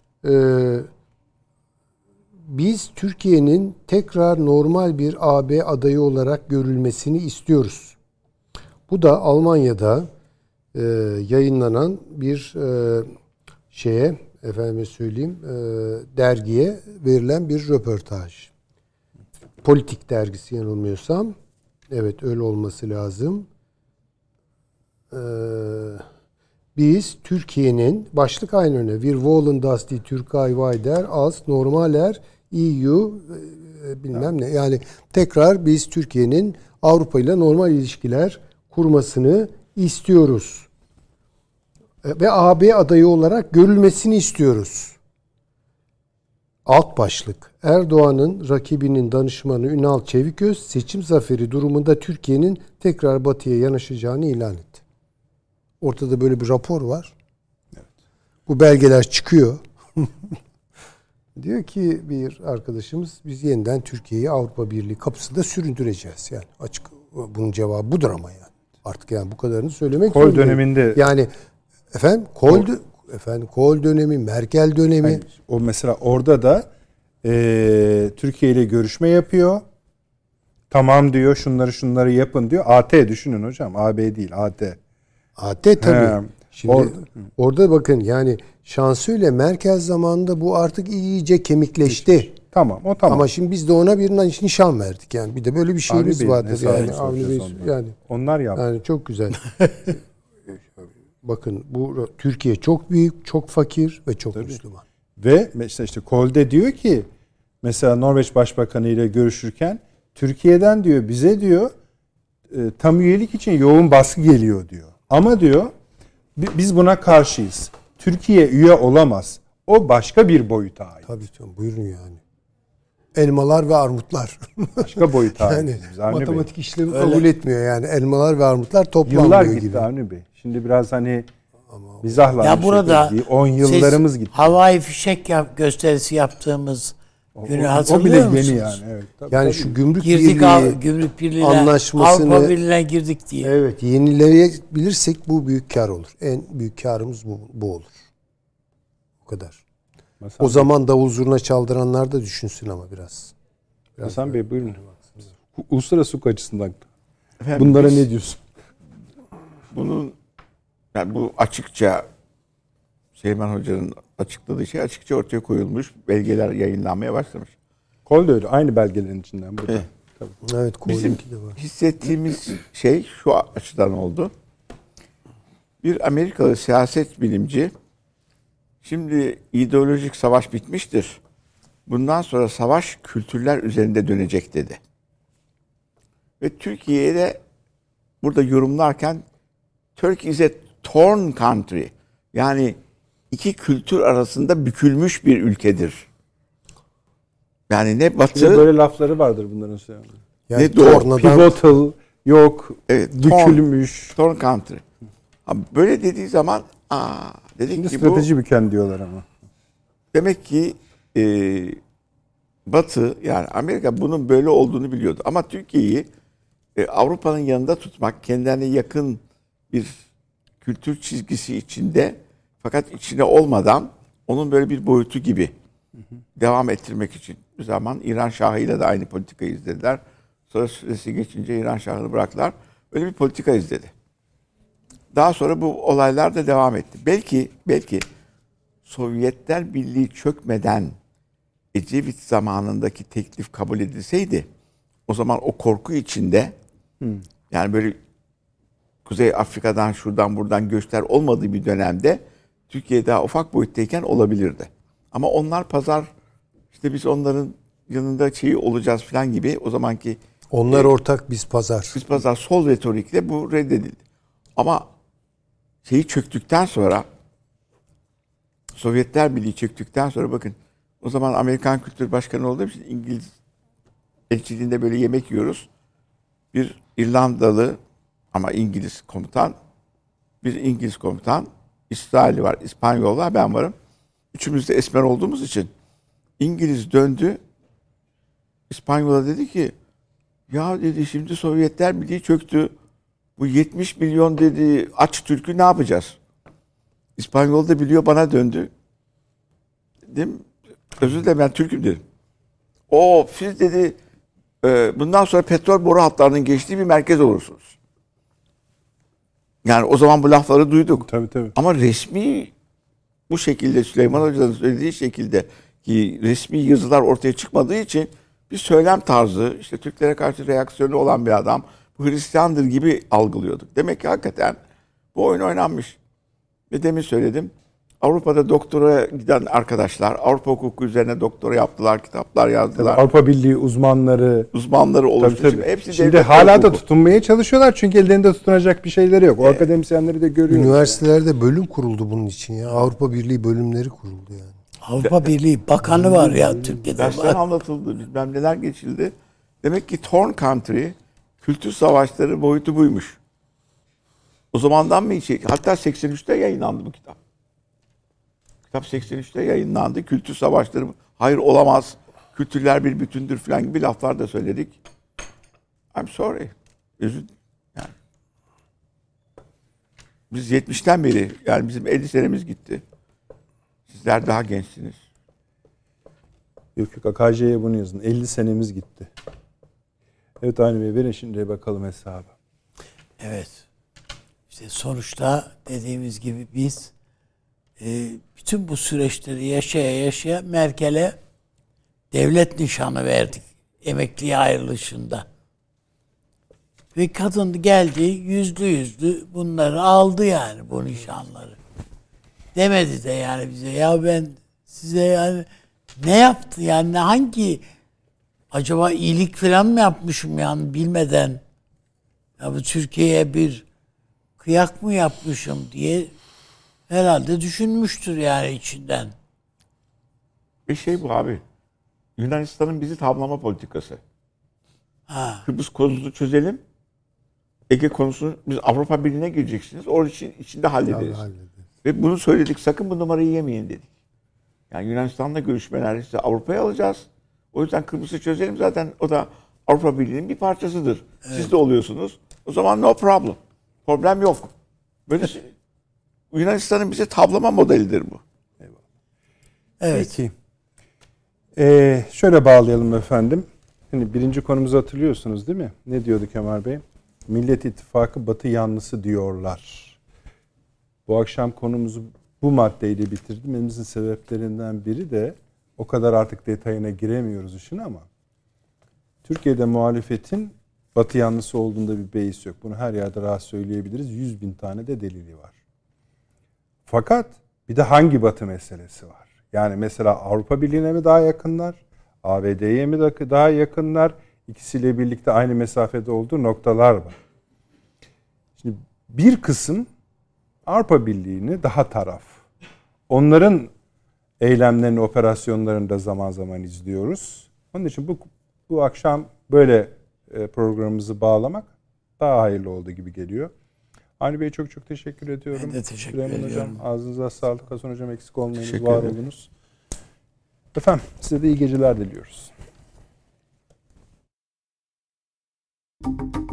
Biz Türkiye'nin tekrar normal bir AB adayı olarak görülmesini istiyoruz. Bu da Almanya'da yayınlanan bir dergiye verilen bir röportaj. Politik dergisi yanılmıyorsam. Evet, öyle olması lazım. Biz Türkiye'nin, başlık aynı öyle. Wir wollen dass die Türkei weiter als normaler EU bilmem ne. Yani tekrar biz Türkiye'nin Avrupa ile normal ilişkiler kurmasını istiyoruz. Ve AB adayı olarak görülmesini istiyoruz. Alt başlık. Erdoğan'ın rakibinin danışmanı Ünal Çeviköz seçim zaferi durumunda Türkiye'nin tekrar batıya yanaşacağını ilan etti. Ortada böyle bir rapor var. Evet. Bu belgeler çıkıyor. Diyor ki bir arkadaşımız, biz yeniden Türkiye'yi Avrupa Birliği kapısında süründüreceğiz. Yani açık, bunun cevabı budur ama yani. Artık yani bu kadarını söylemek Kohl zorundayım. döneminde yani Kohl dönemi, Merkel dönemi. yani, o mesela orada da Türkiye ile görüşme yapıyor. Tamam diyor, şunları yapın diyor. AT düşünün hocam. AB değil, AT. AT tabii. Şimdi orada bakın yani şansölye Merkel zamanında bu artık iyice kemikleşti. Tamam, o tamam. Ama şimdi biz de ona bir nişan verdik yani. Bir de böyle bir şeyimiz Avni Bey'in vardır yani. hesabını Avni Bey, soracağız yani. Onlar yaptı. Yani çok güzel. Bakın bu Türkiye çok büyük, çok fakir ve çok Müslüman. Ve mesela işte Kohl'de diyor ki mesela Norveç Başbakanı ile görüşürken Türkiye'den diyor bize diyor tam üyelik için yoğun baskı geliyor diyor. Ama diyor biz buna karşıyız. Türkiye üye olamaz. O başka bir boyuta ait. Tabii canım, buyurun yani. Elmalar ve armutlar. Başka boyuta ait. Yani Avni matematik Bey. işlemi kabul etmiyor yani. Elmalar ve armutlar toplanmıyor Yıllar gibi. gitti Avni Bey. Şimdi biraz hani mizahla Ya burada 10 yıllarımız siz gitti. havai fişek gösterisi yaptığımız günü O hatırlıyor bile musunuz? yeni yani. Evet, tabii, Yani tabii. şu gümrük Gümrük Birliği'ne, anlaşmasını, Avrupa Birliği'ne girdik diye. evet, yenileyebilirsek bu büyük kar olur. En büyük karımız bu olur. O kadar. O zaman davul zurna çaldıranlar da düşünsün ama biraz. Hasan Bey buyurun. Uluslararası hukuk açısından Efendim, bunlara ne diyorsun? Bunun yani bu açıkça Süleyman Hoca'nın açıkladığı şey açıkça ortaya koyulmuş. Belgeler yayınlanmaya başlamış. Kohl de öyle. Aynı belgelerin içinden. Burada. Evet. Tabii. Evet, Bizim de var. hissettiğimiz şey şu açıdan oldu. Bir Amerikalı siyaset bilimci şimdi ideolojik savaş bitmiştir. Bundan sonra savaş kültürler üzerinde dönecek dedi. Ve Türkiye'ye de burada yorumlarken Turkey is a torn country. Yani iki kültür arasında bükülmüş bir ülkedir. Yani ne batı... Şimdi böyle lafları vardır bunların söylemesi. Yani ne doğru, tornadan, Pivotal, yok, Evet, bükülmüş. torn country. Ama böyle dediği zaman dedik Şimdi ki strateji bu büken diyorlar ama. demek ki Batı yani Amerika bunun böyle olduğunu biliyordu. Ama Türkiye'yi Avrupa'nın yanında tutmak, kendilerine yakın bir kültür çizgisi içinde fakat içine olmadan onun böyle bir boyutu gibi devam ettirmek için. Bir zaman İran Şahı'yla da aynı politikayı izlediler. Sonra süresi geçince İran Şahı'nı bıraktılar. Öyle bir politika izledi. Daha sonra bu olaylar da devam etti. Belki Sovyetler Birliği çökmeden Ecevit zamanındaki teklif kabul edilseydi o zaman o korku içinde yani böyle Kuzey Afrika'dan şuradan buradan göçler olmadığı bir dönemde Türkiye daha ufak boyuttayken olabilirdi. Ama onlar pazar işte biz onların yanında olacağız falan gibi o zamanki Onlar ortak, biz pazar. Biz pazar sol retorikle bu reddedildi. Ama şeyi çöktükten sonra, Sovyetler Birliği çöktükten sonra, bakın o zaman Amerikan Kültür Başkanı olduğum için İngiliz elçiliğinde böyle yemek yiyoruz. Bir İrlandalı ama İngiliz komutan, bir İngiliz komutan, İsrailli var, İspanyol var, ben varım. Üçümüz de esmer olduğumuz için İngiliz döndü. İspanyol'a dedi ki, ya dedi, şimdi Sovyetler Birliği çöktü. Bu 70 milyon dedi aç Türk'ü ne yapacağız? İspanyol da biliyor, bana döndü. Dedim, özür dilerim, ben Türk'üm dedim. O siz dedi bundan sonra petrol boru hatlarının geçtiği bir merkez olursunuz. Yani o zaman bu lafları duyduk. Tabii. Ama resmi bu şekilde, Süleyman Hoca'nın söylediği şekilde ki resmi yazılar ortaya çıkmadığı için bir söylem tarzı, işte Türklere karşı reaksiyonu olan bir adam, bu Hristiyandır gibi algılıyorduk. Demek ki hakikaten bu oyun oynanmış. Ve demin söyledim, Avrupa'da doktora giden arkadaşlar, Avrupa hukuku üzerine doktora yaptılar, kitaplar yazdılar. Tabii Avrupa Birliği uzmanları oluştu. tabii. Hepsi Şimdi hala da tutunmaya çalışıyorlar çünkü ellerinde tutunacak bir şeyleri yok. O akademisyenleri de görüyoruz. Üniversitelerde bölüm kuruldu bunun için ya. Avrupa Birliği bölümleri kuruldu yani. Avrupa Birliği Bakanı var ya Türkiye'de. Dersler anlatıldı, bilmem neler geçildi. Demek ki Torn Country, kültür savaşları boyutu buymuş. O zamandan mı hiç? Hatta 83'te yayınlandı bu kitap. Kitap 83'te yayınlandı. Kültür savaşları, hayır olamaz, kültürler bir bütündür falan gibi laflar da söyledik. I'm sorry. Yani. Biz 70'ten beri, yani bizim 50 senemiz gitti. Sizler daha gençsiniz. Yok AKJ'ye bunu yazın. 50 senemiz gitti. Evet Avni Bey, verin şimdi bakalım hesabı. Evet. İşte sonuçta dediğimiz gibi biz bütün bu süreçleri yaşaya Merkel'e devlet nişanı verdik. Emekliye ayrılışında. Ve kadın geldi yüzlü bunları aldı yani, bu nişanları. Demedi de yani bize, ya ben size yani ne yaptı yani, hangi acaba iyilik falan mı yapmışım yani bilmeden, ya bu Türkiye'ye bir kıyak mı yapmışım diye herhalde düşünmüştür yani içinden. Bir şey bu abi. Yunanistan'ın bizi tavlama politikası. Kıbrıs konusunu çözelim. Ege konusunu, biz Avrupa Birliği'ne gireceksiniz. Orada içinde hallederiz. Ve bunu söyledik. Sakın bu numarayı yemeyin dedik. Yani Yunanistan'la görüşmeler, işte Avrupa'ya alacağız. O yüzden Kıbrıs'ı çözelim. Zaten o da Avrupa Birliği'nin bir parçasıdır. Evet. Siz de oluyorsunuz. O zaman no problem. Problem yok. Böyle Yunanistan'ın bize tavlama modelidir bu. Eyvallah. Evet. Peki. Şöyle bağlayalım efendim. Hani birinci konumuzu hatırlıyorsunuz değil mi? Ne diyordu Kemal Bey? Millet İttifakı Batı yanlısı diyorlar. Bu akşam konumuzu bu maddeyle bitirdim. Elimizin sebeplerinden biri de, o kadar artık detayına giremiyoruz işin ama Türkiye'de muhalefetin Batı yanlısı olduğunda bir beis yok. Bunu her yerde rahat söyleyebiliriz. 100.000 tane de delili var. Fakat bir de hangi Batı meselesi var? Yani mesela Avrupa Birliği'ne mi daha yakınlar? ABD'ye mi daha yakınlar? İkisiyle birlikte aynı mesafede olduğu noktalar var. Şimdi bir kısım Avrupa Birliği'ni daha taraf. Onların eylemlerini, operasyonlarını da zaman zaman izliyoruz. Onun için bu akşam böyle programımızı bağlamak daha hayırlı oldu gibi geliyor. Avni Bey çok teşekkür ediyorum. Ben de teşekkür ediyorum. Hocam, ağzınıza sağlık. Hasan Hocam, eksik olmayınız, var olunuz. Efendim, size de iyi geceler diliyoruz.